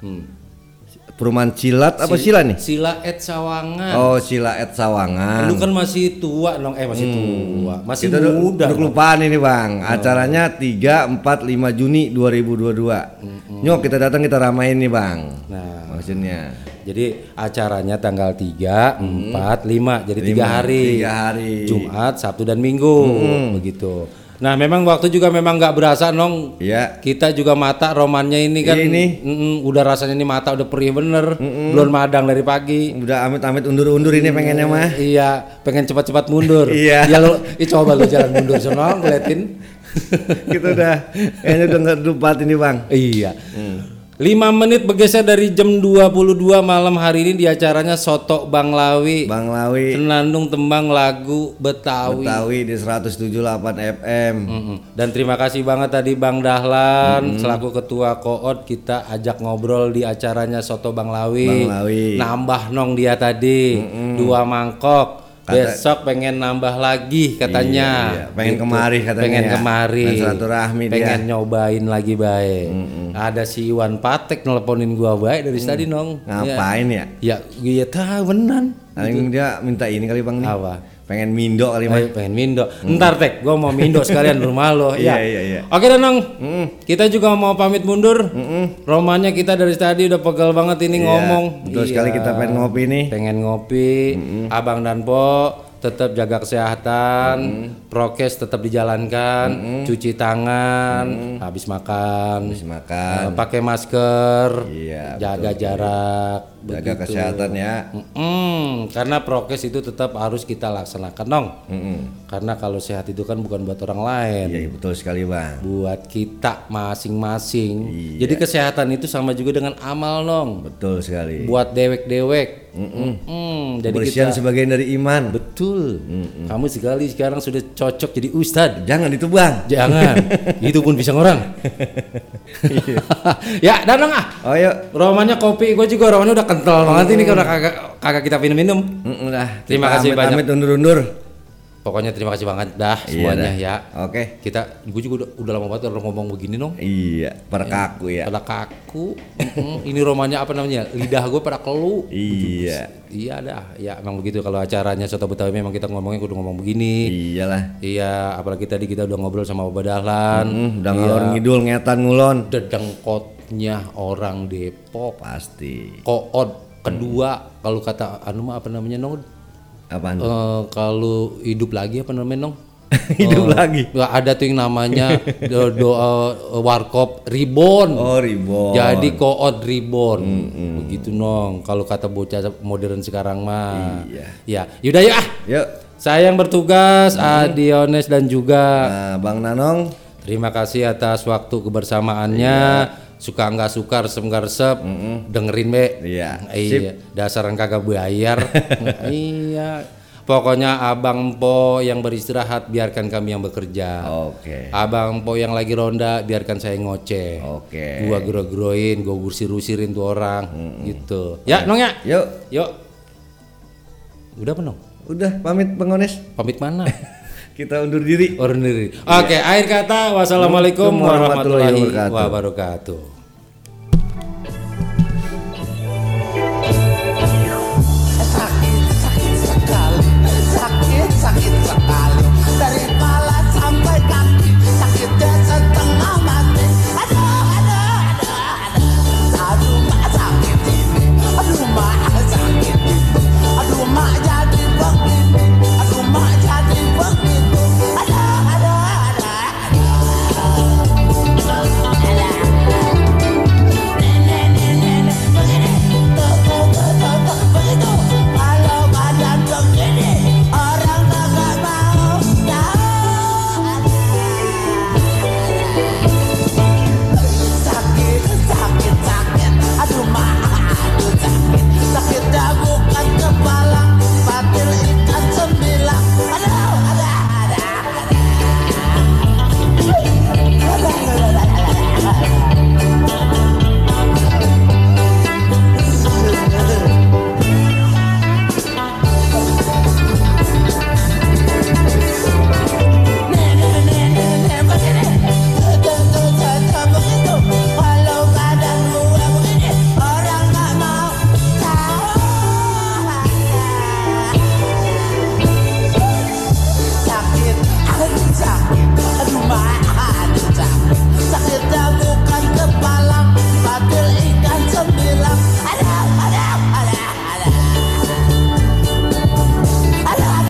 Perumahan Cilat apa Sila nih? Sila et Sawangan. Oh, Sila et Sawangan. Lu kan masih tua dong, masih tua. Masih kita muda. Udah kelupaan ini, Bang. Acaranya 3, 4, 5 Juni 2022. Nyok kita datang kita ramain nih, Bang. Nah, maksudnya. Jadi acaranya tanggal 3, 4, 5. Jadi 3 hari. 3 hari. Jumat, Sabtu dan Minggu. Begitu. Nah, memang waktu juga memang nggak berasa, Nong. Iya. Kita juga mata romannya ini kan. Udah rasanya ini mata udah perih bener. Belum madang dari pagi. Udah amit-amit undur-undur ini pengennya mah. Iya, pengen cepat-cepat mundur. Iya. Ya lu coba lu jalan mundur sono ngeliatin. Kita udah kayaknya udah ngedupat ini, Bang. Iya. 5 menit bergeser dari jam 22 malam hari ini di acaranya Soto Bang Lawi. Bang Lawi. Senandung tembang lagu Betawi. Betawi di 107.8 FM. Dan terima kasih banget tadi Bang Dahlan selaku ketua Koot kita ajak ngobrol di acaranya Soto Bang Lawi. Bang Lawi. Nambah Nong dia tadi 2 mangkok. Besok pengen nambah lagi katanya. Iya. Pengen kemari katanya. Pengen kemari. Pengen silaturahmi dia. Pengen nyobain lagi baik. Ada si Iwan Patek nelponin gua baik dari tadi, Nong. Ngapain ya? Ya tahu benan. Paling dia minta ini kali, Bang nih. Apa? Pengen mindo kali, Bang. Pengen mindo. Ntar Tek, gua mau mindo sekalian di rumah lo. Iya. Oke dah, Nong. Kita juga mau pamit mundur. Romannya kita dari tadi udah pegal banget ini ngomong. Betul sekali kita pengen ngopi nih. Pengen ngopi. Abang dan Po tetap jaga kesehatan, prokes tetap dijalankan, cuci tangan, habis makan, pakai masker, jaga jarak, jaga kesehatan ya. Karena prokes itu tetap harus kita laksanakan, Nong. Karena kalau sehat itu kan bukan buat orang lain. Iya, betul sekali, Bang. Buat kita masing-masing. Jadi kesehatan itu sama juga dengan amal, Nong. Betul sekali. Buat dewek-dewek. Jadi kebersihan kita, sebagian dari iman. Betul. Kamu sekali sekarang sudah cocok jadi ustadz. Jangan itu, Bang. Jangan. Itu pun bisa orang. Ya, dan Nong Oh, yuk. Romannya kopi gue juga romannya udah kental banget ini kalau kagak kita minum-minum. Terima kasih banyak. Amit undur-undur. Pokoknya terima kasih banget dah semuanya ya. Oke. Gue juga udah lama banget orang ngomong begini, Nong. Iya, pada kaku ya. Pada kaku. Ini romannya apa namanya? Lidah gue pada kelu. Iya. Iya dah. Ya emang begitu kalau acaranya Soto Betawi memang kita ngomongnya kudu ngomong begini. Iyalah. Iya, apalagi tadi kita udah ngobrol sama Bapak Dahlan. Udah ngalor ngidul ngetan ngulon. Dedengkotnya orang Depok pasti. Koot kedua kalau kata anu mah apa namanya, Nong? Apaan? Kalau hidup lagi apa namanya, Nong? Hidup lagi. Ada tuh yang namanya Warkop Reborn. Oh, Reborn. Jadi Koot Reborn. Begitu, Nong. Kalau kata bocah modern sekarang mah. Iya. Ya, yaudah yuk ah. Yuk. Saya yang bertugas Adiones dan juga Bang Nanong. Terima kasih atas waktu kebersamaannya. Suka nggak suka resep dengerin be. Iya. Dasaran kagak bayar. Iya. Pokoknya Abang Po yang beristirahat biarkan kami yang bekerja. Oke. Abang Po yang lagi ronda biarkan saya ngoceh. Oke. Gua gero-geroin, gua gusir-gusirin tuh orang gitu. Ya, Nong ya. Yuk. Udah apa, Nong? Udah, pamit Bang Ones. Pamit mana? Kita undur diri. Oke, akhir kata wassalamualaikum warahmatullahi wabarakatuh.